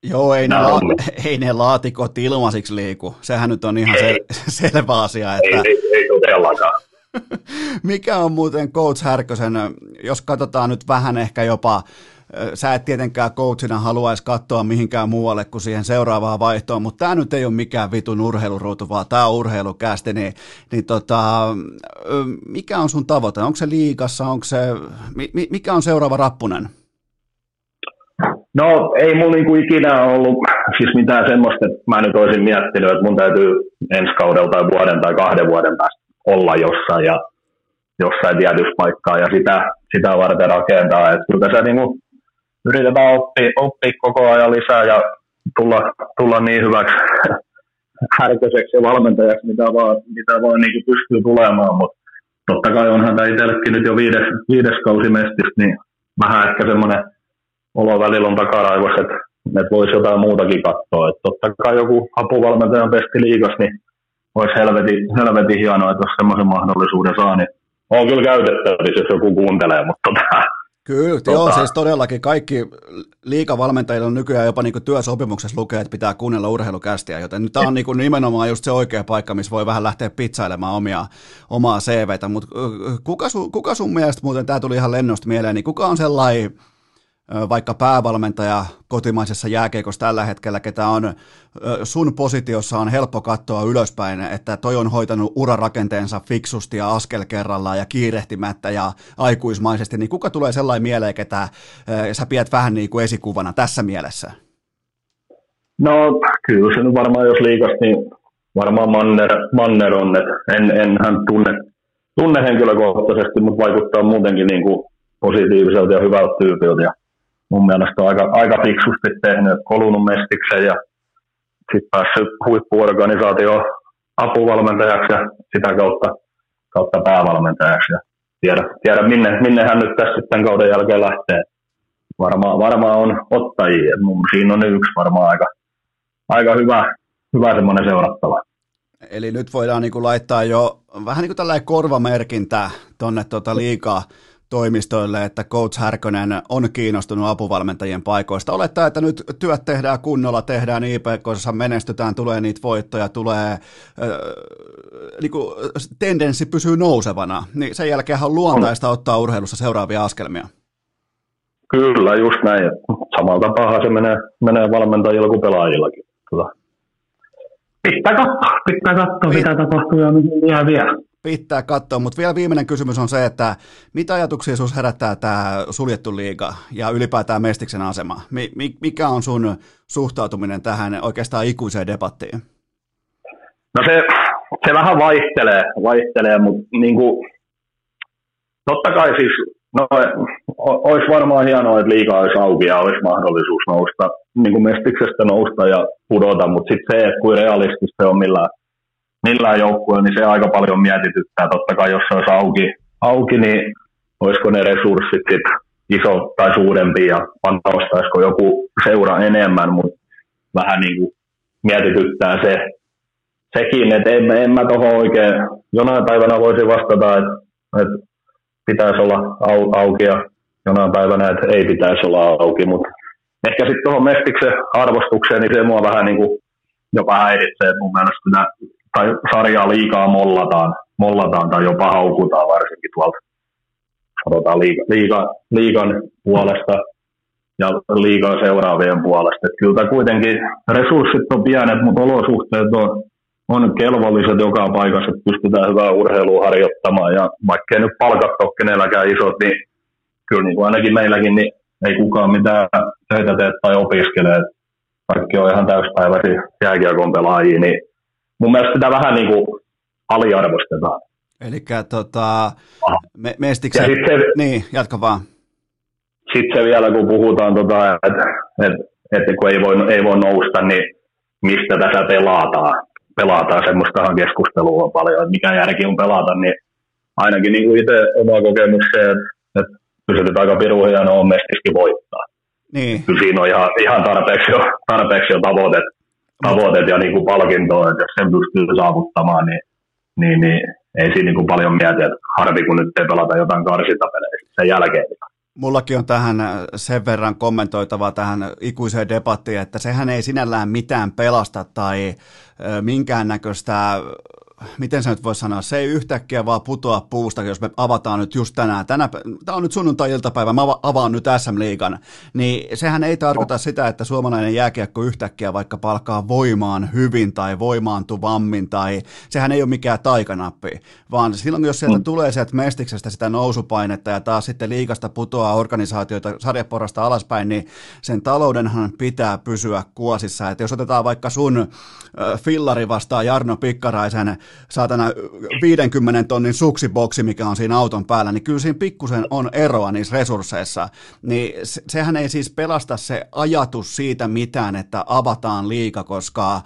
ei ne laatikot ilmaisiksi liiku. Sehän nyt on ihan selvä asia. Että ei todellakaan. Mikä on muuten Coach Härkösen, jos katsotaan nyt vähän ehkä jopa, sä et tietenkään coachina haluaisi katsoa mihinkään muualle kuin siihen seuraavaan vaihtoon, mutta tämä nyt ei ole mikään vitun urheiluruutu, vaan tämä on urheilukästi, niin mikä on sun tavoite? Onko se liigassa, mikä on seuraava rappunen? No ei mulla niinku ikinä ollut siis mitään semmoista, että mä nyt olisin miettinyt, että mun täytyy ensi kaudella tai vuoden tai 2 vuoden päästä olla jossain tietyssä paikkaa ja sitä varten rakentaa. Että kyllä tässä niinku yritetään oppia koko ajan lisää ja tulla niin hyväksi Härköseksi ja valmentajaksi, mitä vaan niin pystyy tulemaan. Mutta totta kai onhan tämä itsellekin nyt jo 5. kausi mestistä, niin vähän ehkä semmoinen olo välillä on takaraivossa, että voisi jotain muutakin katsoa. Et totta kai joku apuvalmentajan pesti liigas, niin olisi helvetin hienoa, että jos semmoisen mahdollisuuden saa, niin on kyllä käytettävissä, jos joku kuuntelee, mutta Kyllä, joo, siis todellakin kaikki liigavalmentajilla on nykyään jopa niinku työsopimuksessa lukee, että pitää kuunnella urheilukästiä, joten nyt tämä on niinku nimenomaan just se oikea paikka, missä voi vähän lähteä pizzailemaan omaa CVtä, mutta kuka sun mielestä, muuten tämä tuli ihan lennosta mieleen, niin kuka on sellainen vaikka päävalmentaja kotimaisessa jääkiekossa tällä hetkellä, ketä on sun positiossa on helppo katsoa ylöspäin, että toi on hoitanut urarakenteensa fiksusti ja askel kerrallaan ja kiirehtimättä ja aikuismaisesti, niin kuka tulee sellainen mieleen, ketä sä pidät vähän niin kuin esikuvana tässä mielessä? No kyllä se nyt varmaan, jos liigasta, niin varmaan Manner on, että en hän tunne henkilökohtaisesti, mutta vaikuttaa muutenkin niin kuin positiiviselta ja hyvältä tyypiltä. Ja mun mielestä on aika fiksusti tehnyt, että kolunut mestiksen ja sitten päässyt huippuorganisaation apuvalmentajaksi ja sitä kautta päävalmentajaksi. Ja tiedä minne hän nyt tässä tämän kauden jälkeen lähtee. Varmaan on ottajia. Siinä on yksi varmaan aika hyvä semmoinen seurattava. Eli nyt voidaan niin kuin laittaa jo vähän niin kuin tällainen korvamerkintä tuonne liigaa toimistoille, että Coach Härkönen on kiinnostunut apuvalmentajien paikoista. Olettaa, että nyt työt tehdään kunnolla, tehdään IPK:ssa, menestytään, tulee niitä voittoja, tulee niin kuin tendenssi pysyy nousevana, niin sen jälkeen on luontaista ottaa urheilussa seuraavia askelmia. Kyllä, just näin. Samalla tapaa se menee valmentajilla kuin pelaajillakin. Pitää katsoa, mitä tapahtuu ja mihin jää vielä. Pitää katsoa, mutta vielä viimeinen kysymys on se, että mitä ajatuksia sinussa herättää tämä suljettu liiga ja ylipäätään Mestiksen asema? Mikä on sun suhtautuminen tähän oikeastaan ikuiseen debattiin? No se vähän vaihtelee, mutta niinku, totta kai siis olisi varmaan hienoa, että liiga olisi auki ja olisi mahdollisuus nousta, niin kuin Mestiksestä nousta ja pudota, mutta sitten se, että kuin realistista se on millään joukkueella, niin se aika paljon mietityttää. Totta kai, jos se olisi auki niin olisiko ne resurssit sitten iso tai suurempi ja panostaisiko joku seura enemmän, mutta vähän niin kuin mietityttää sekin, että en mä tuohon oikein, jonain päivänä voisin vastata, että pitäisi olla auki ja jonain päivänä, että ei pitäisi olla auki, mutta ehkä sitten tuohon Mestiksen arvostukseen, niin se mua vähän niin kuin jopa häiritsee, että mun mielestä tai sarjaa liikaa mollataan tai jopa haukutaan varsinkin tuolta, sanotaan liigan puolesta ja liigan seuraavien puolesta. Että kyllä kuitenkin resurssit on pienet, mutta olosuhteet on kelvolliset joka paikassa, että pystytään hyvää urheilua harjoittamaan. Ja vaikkei nyt palkat ole kenelläkään isot, niin kyllä niin kuin ainakin meilläkin niin ei kukaan mitään töitä tee tai opiskele. Kaikki on ihan täyspäiväisiä jääkiekon pelaajia, niin mun mielestä sitä vähän niin kuin aliarvostetaan. Elikkä Mestiksen... Niin, jatka vaan. Sitten se vielä, kun puhutaan, että kun ei voi nousta, niin mistä tässä pelataan semmoista keskustelua on paljon, että mikä järki on pelata, niin ainakin niin kuin itse oma kokemukseen, että kyllä se nyt aika pirun hienoa on Mestiskin voittaa. Niin. Kyllä siinä on ihan tarpeeksi jo tavoitteet ja niin kuin palkintoa, että jos sen pystyy saavuttamaan, niin ei siinä niin kuin paljon mietiä, että harvi kun nyt ei pelata jotain karsintapelejä sen jälkeen. Mullakin on tähän sen verran kommentoitavaa tähän ikuiseen debattiin, että sehän ei sinällään mitään pelasta tai minkäännäköistä, miten se nyt voisi sanoa, se ei yhtäkkiä vaan putoa puusta, jos me avataan nyt just tänään. Tämä on nyt sunnuntai-iltapäivä, mä avaan nyt SM-liigan. Niin sehän ei tarkoita sitä, että suomalainen jääkiekko yhtäkkiä vaikka palkkaa voimaan hyvin tai voimaantuvammin, tai sehän ei ole mikään taikanappi, vaan silloin jos sieltä tulee sieltä Mestiksestä sitä nousupainetta ja taas sitten liigasta putoaa organisaatioita sarjaporrasta alaspäin, niin sen taloudenhan pitää pysyä kuosissa. Että jos otetaan vaikka sun fillari vastaan Jarno Pikkaraisen saatana 50 tonnin suksiboksi, mikä on siinä auton päällä, niin kyllä siinä pikkusen on eroa niissä resursseissa. Niin sehän ei siis pelasta se ajatus siitä mitään, että avataan liiga, koska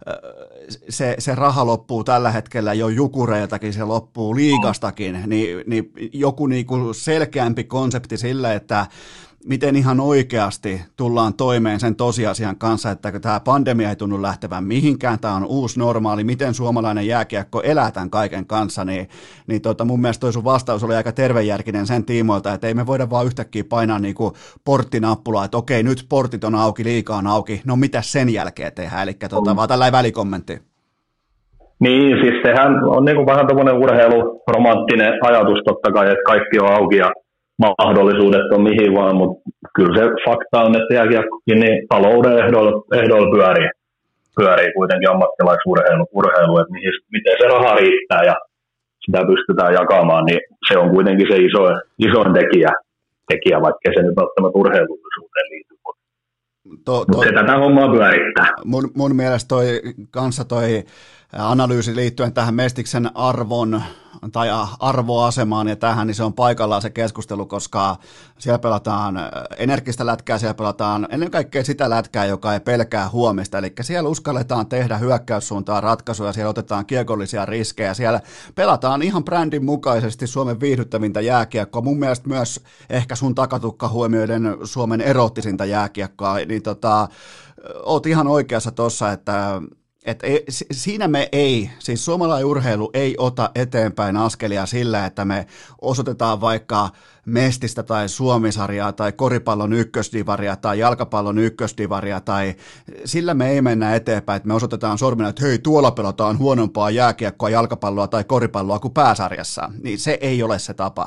se raha loppuu tällä hetkellä jo jukureiltakin, se loppuu liigastakin, niin joku niinku selkeämpi konsepti sille, että miten ihan oikeasti tullaan toimeen sen tosiasian kanssa, että tämä pandemia ei tunnu lähtevän mihinkään, tämä on uusi normaali, miten suomalainen jääkiekko elää tämän kaiken kanssa, niin mun mielestä toi sun vastaus oli aika tervejärkinen sen tiimoilta, että ei me voida vaan yhtäkkiä painaa niinku porttinappulaa, että okei, nyt portit on auki, liiga on auki, no mitä sen jälkeen tehdään, eli vaan tällainen välikommentti. Niin, siis sehän on niinku vähän tämmöinen urheiluromanttinen ajatus totta kai, että kaikki on auki ja mahdollisuudet on mihin vaan, mutta kyllä se fakta on, että jääkiekkokin niin talouden ehdoilla pyörii kuitenkin ammattilaisurheilu, että miten se raha riittää ja sitä pystytään jakamaan, niin se on kuitenkin se isoin tekijä vaikka se nyt välttämättä urheilullisuuteen liittyy. Mutta se tätä hommaa pyörittää. Mun mielestä toi analyysi liittyen tähän Mestiksen arvon tai arvoasemaan ja tähän, niin se on paikallaan se keskustelu, koska siellä pelataan energistä lätkää, siellä pelataan ennen kaikkea sitä lätkää, joka ei pelkää huomista, eli siellä uskalletaan tehdä hyökkäyssuuntaan ratkaisuja, siellä otetaan kiekollisia riskejä, siellä pelataan ihan brändin mukaisesti Suomen viihdyttävintä jääkiekkoa, mun mielestä myös ehkä sun takatukka huomioiden Suomen erottisinta jääkiekkoa, niin oot ihan oikeassa tossa, että siinä siis suomalainen urheilu ei ota eteenpäin askelia sillä, että me osoitetaan vaikka Mestistä tai Suomisarjaa tai koripallon ykkösdivaria tai jalkapallon ykkösdivaria tai sillä me ei mennä eteenpäin, että me osoitetaan sormina, että hei, tuolla pelataan huonompaa jääkiekkoa, jalkapalloa tai koripalloa kuin pääsarjassa, niin se ei ole se tapa.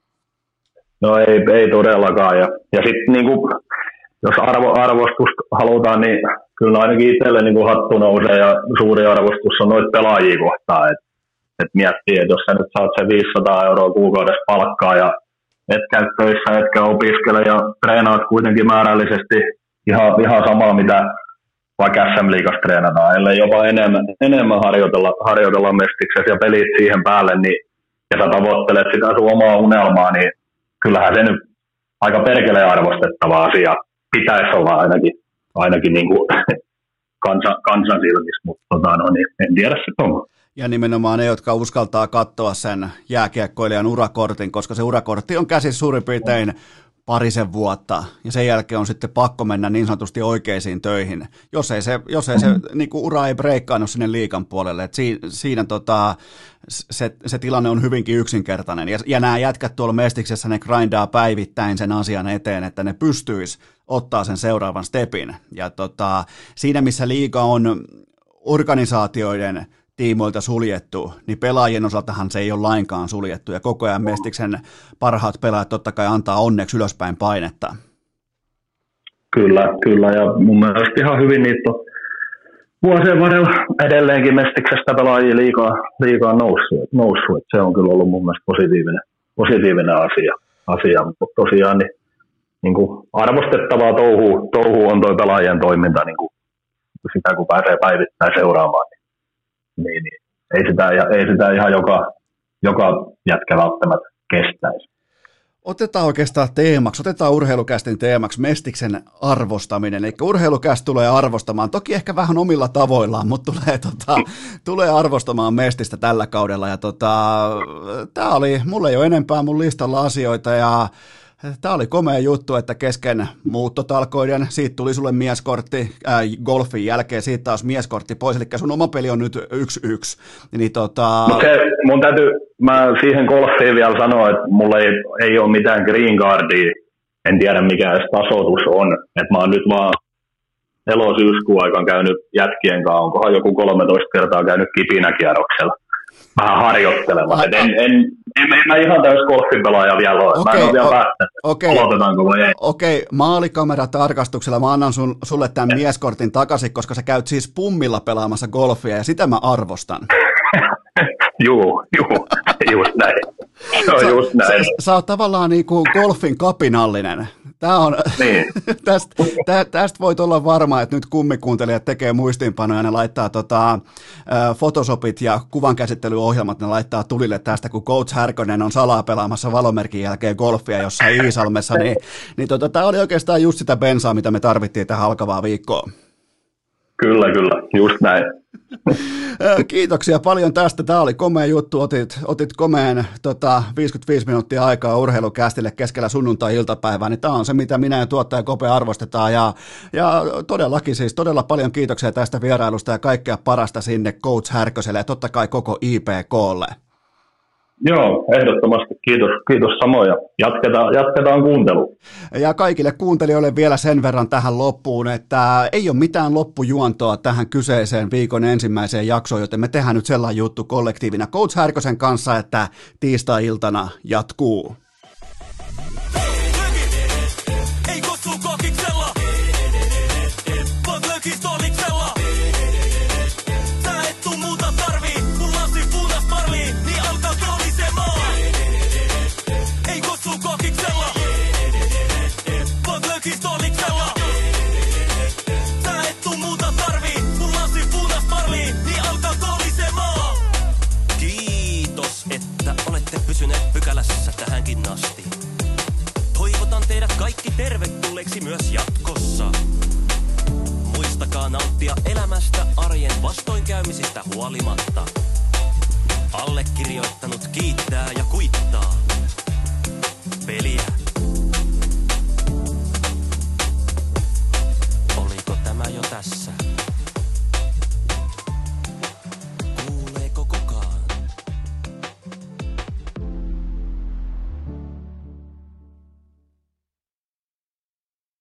No ei todellakaan, ja sitten niinku, jos arvostusta halutaan, niin kyllä ainakin itselle niin hattu nousee ja suuri arvostus on noita pelaajia kohtaan. Et miettii, että jos sä nyt saat se 500 euroa kuukaudessa palkkaa ja et käy töissä, etkä opiskele ja treenaat kuitenkin määrällisesti ihan samaa, mitä vaikka SM-liigassa treenataan, ellei jopa enemmän harjoitella Mestiksessä ja pelit siihen päälle, niin, ja sä tavoittelet sitä sun omaa unelmaa, niin kyllähän se nyt aika perkeleen arvostettava asia pitäisi olla ainakin niin kuin kansan silmissä, mutta niin en tiedä se on. Ja nimenomaan ne, jotka uskaltaa katsoa sen jääkiekkoilijan urakortin, koska se urakortti on käsissä suurin piirtein parisen vuotta, ja sen jälkeen on sitten pakko mennä niin sanotusti oikeisiin töihin, jos ei se niin kuin ura ei breikkaannut sinne liigan puolelle, että siinä se tilanne on hyvinkin yksinkertainen, ja nämä jätkät tuolla Mestiksessä, ne grindaa päivittäin sen asian eteen, että ne pystyisi ottaa sen seuraavan stepin, ja siinä missä liiga on organisaatioiden tiimoilta suljettu, niin pelaajien osaltahan se ei ole lainkaan suljettu, ja koko ajan Mestiksen parhaat pelaajat totta kai antaa onneksi ylöspäin painetta. Kyllä, ja mun mielestä ihan hyvin niitä on vuosien varrella edelleenkin Mestiksestä pelaajia liikaa noussut. Se on kyllä ollut mun mielestä positiivinen asia. Mutta tosiaan niin kuin arvostettavaa touhua on toi pelaajien toiminta, niin kuin sitä kun pääsee päivittäin seuraamaan, niin ei sitä ihan joka jätkä välttämättä kestäisi. Otetaan oikeastaan urheilukästin teemaksi Mestiksen arvostaminen, eli urheilukäst tulee arvostamaan, toki ehkä vähän omilla tavoillaan, mutta tulee arvostamaan Mestistä tällä kaudella, ja mulla ei ole enempää mun listalla asioita, ja tämä oli komea juttu, että kesken muuttotalkoiden, siitä tuli sulle mieskortti golfin jälkeen, siitä taas mieskortti pois, eli sun oma peli on nyt 1-1. Niin mä siihen golfiin vielä sanoa, että mulla ei ole mitään green cardia, en tiedä mikä edes tasoitus on, että mä oon nyt vaan elo-syyskuun aikaan käynyt jätkien kanssa, onkohan joku 13 kertaa käynyt kipinäkierroksella. Vähän harjoittelemaan. En mä ihan täys golfipelaaja vielä ole. Mä en ole vielä päättänyt. Aloitetaanko vai ei? Okei, maalikameratarkastuksella mä annan sulle tämän mieskortin takaisin, koska sä käyt siis pummilla pelaamassa golfia, ja sitä mä arvostan. Juu, just näin. Just näin. Sä oot tavallaan niin kuin golfin kapinallinen. Niin. Tästä voit olla varma, että nyt kummikuuntelijat tekee muistiinpanoja, ja ne laittaa Photoshopit ja kuvankäsittelyohjelmat, ne laittaa tulille tästä, kun Coach Härkönen on salaa pelaamassa valomerkin jälkeen golfia jossain Iisalmessa, niin tämä oli oikeastaan just sitä bensaa, mitä me tarvittiin tähän alkavaa viikkoa. Kyllä, just näin. Kiitoksia paljon tästä. Tämä oli komea juttu. Otit komeen 55 minuuttia aikaa urheilukästille keskellä sunnuntai-iltapäivää. Niin tämä on se, mitä minä ja tuottaja Kope arvostetaan. Ja todellakin siis todella paljon kiitoksia tästä vierailusta ja kaikkea parasta sinne Coach Härköselle ja totta kai koko IPK:lle. Joo, ehdottomasti. Kiitos samoin, ja jatketaan kuuntelua. Ja kaikille kuuntelijoille vielä sen verran tähän loppuun, että ei ole mitään loppujuontoa tähän kyseiseen viikon ensimmäiseen jaksoon, joten me tehdään nyt sellainen juttu kollektiivina Coach Härkösen kanssa, että tiistai-iltana jatkuu. Olette pysyneet pykälässä tähänkin asti. Toivotan teidät kaikki tervetulleeksi myös jatkossa. Muistakaa nauttia elämästä arjen vastoinkäymisistä huolimatta. Allekirjoittanut kiittää ja kuittaa.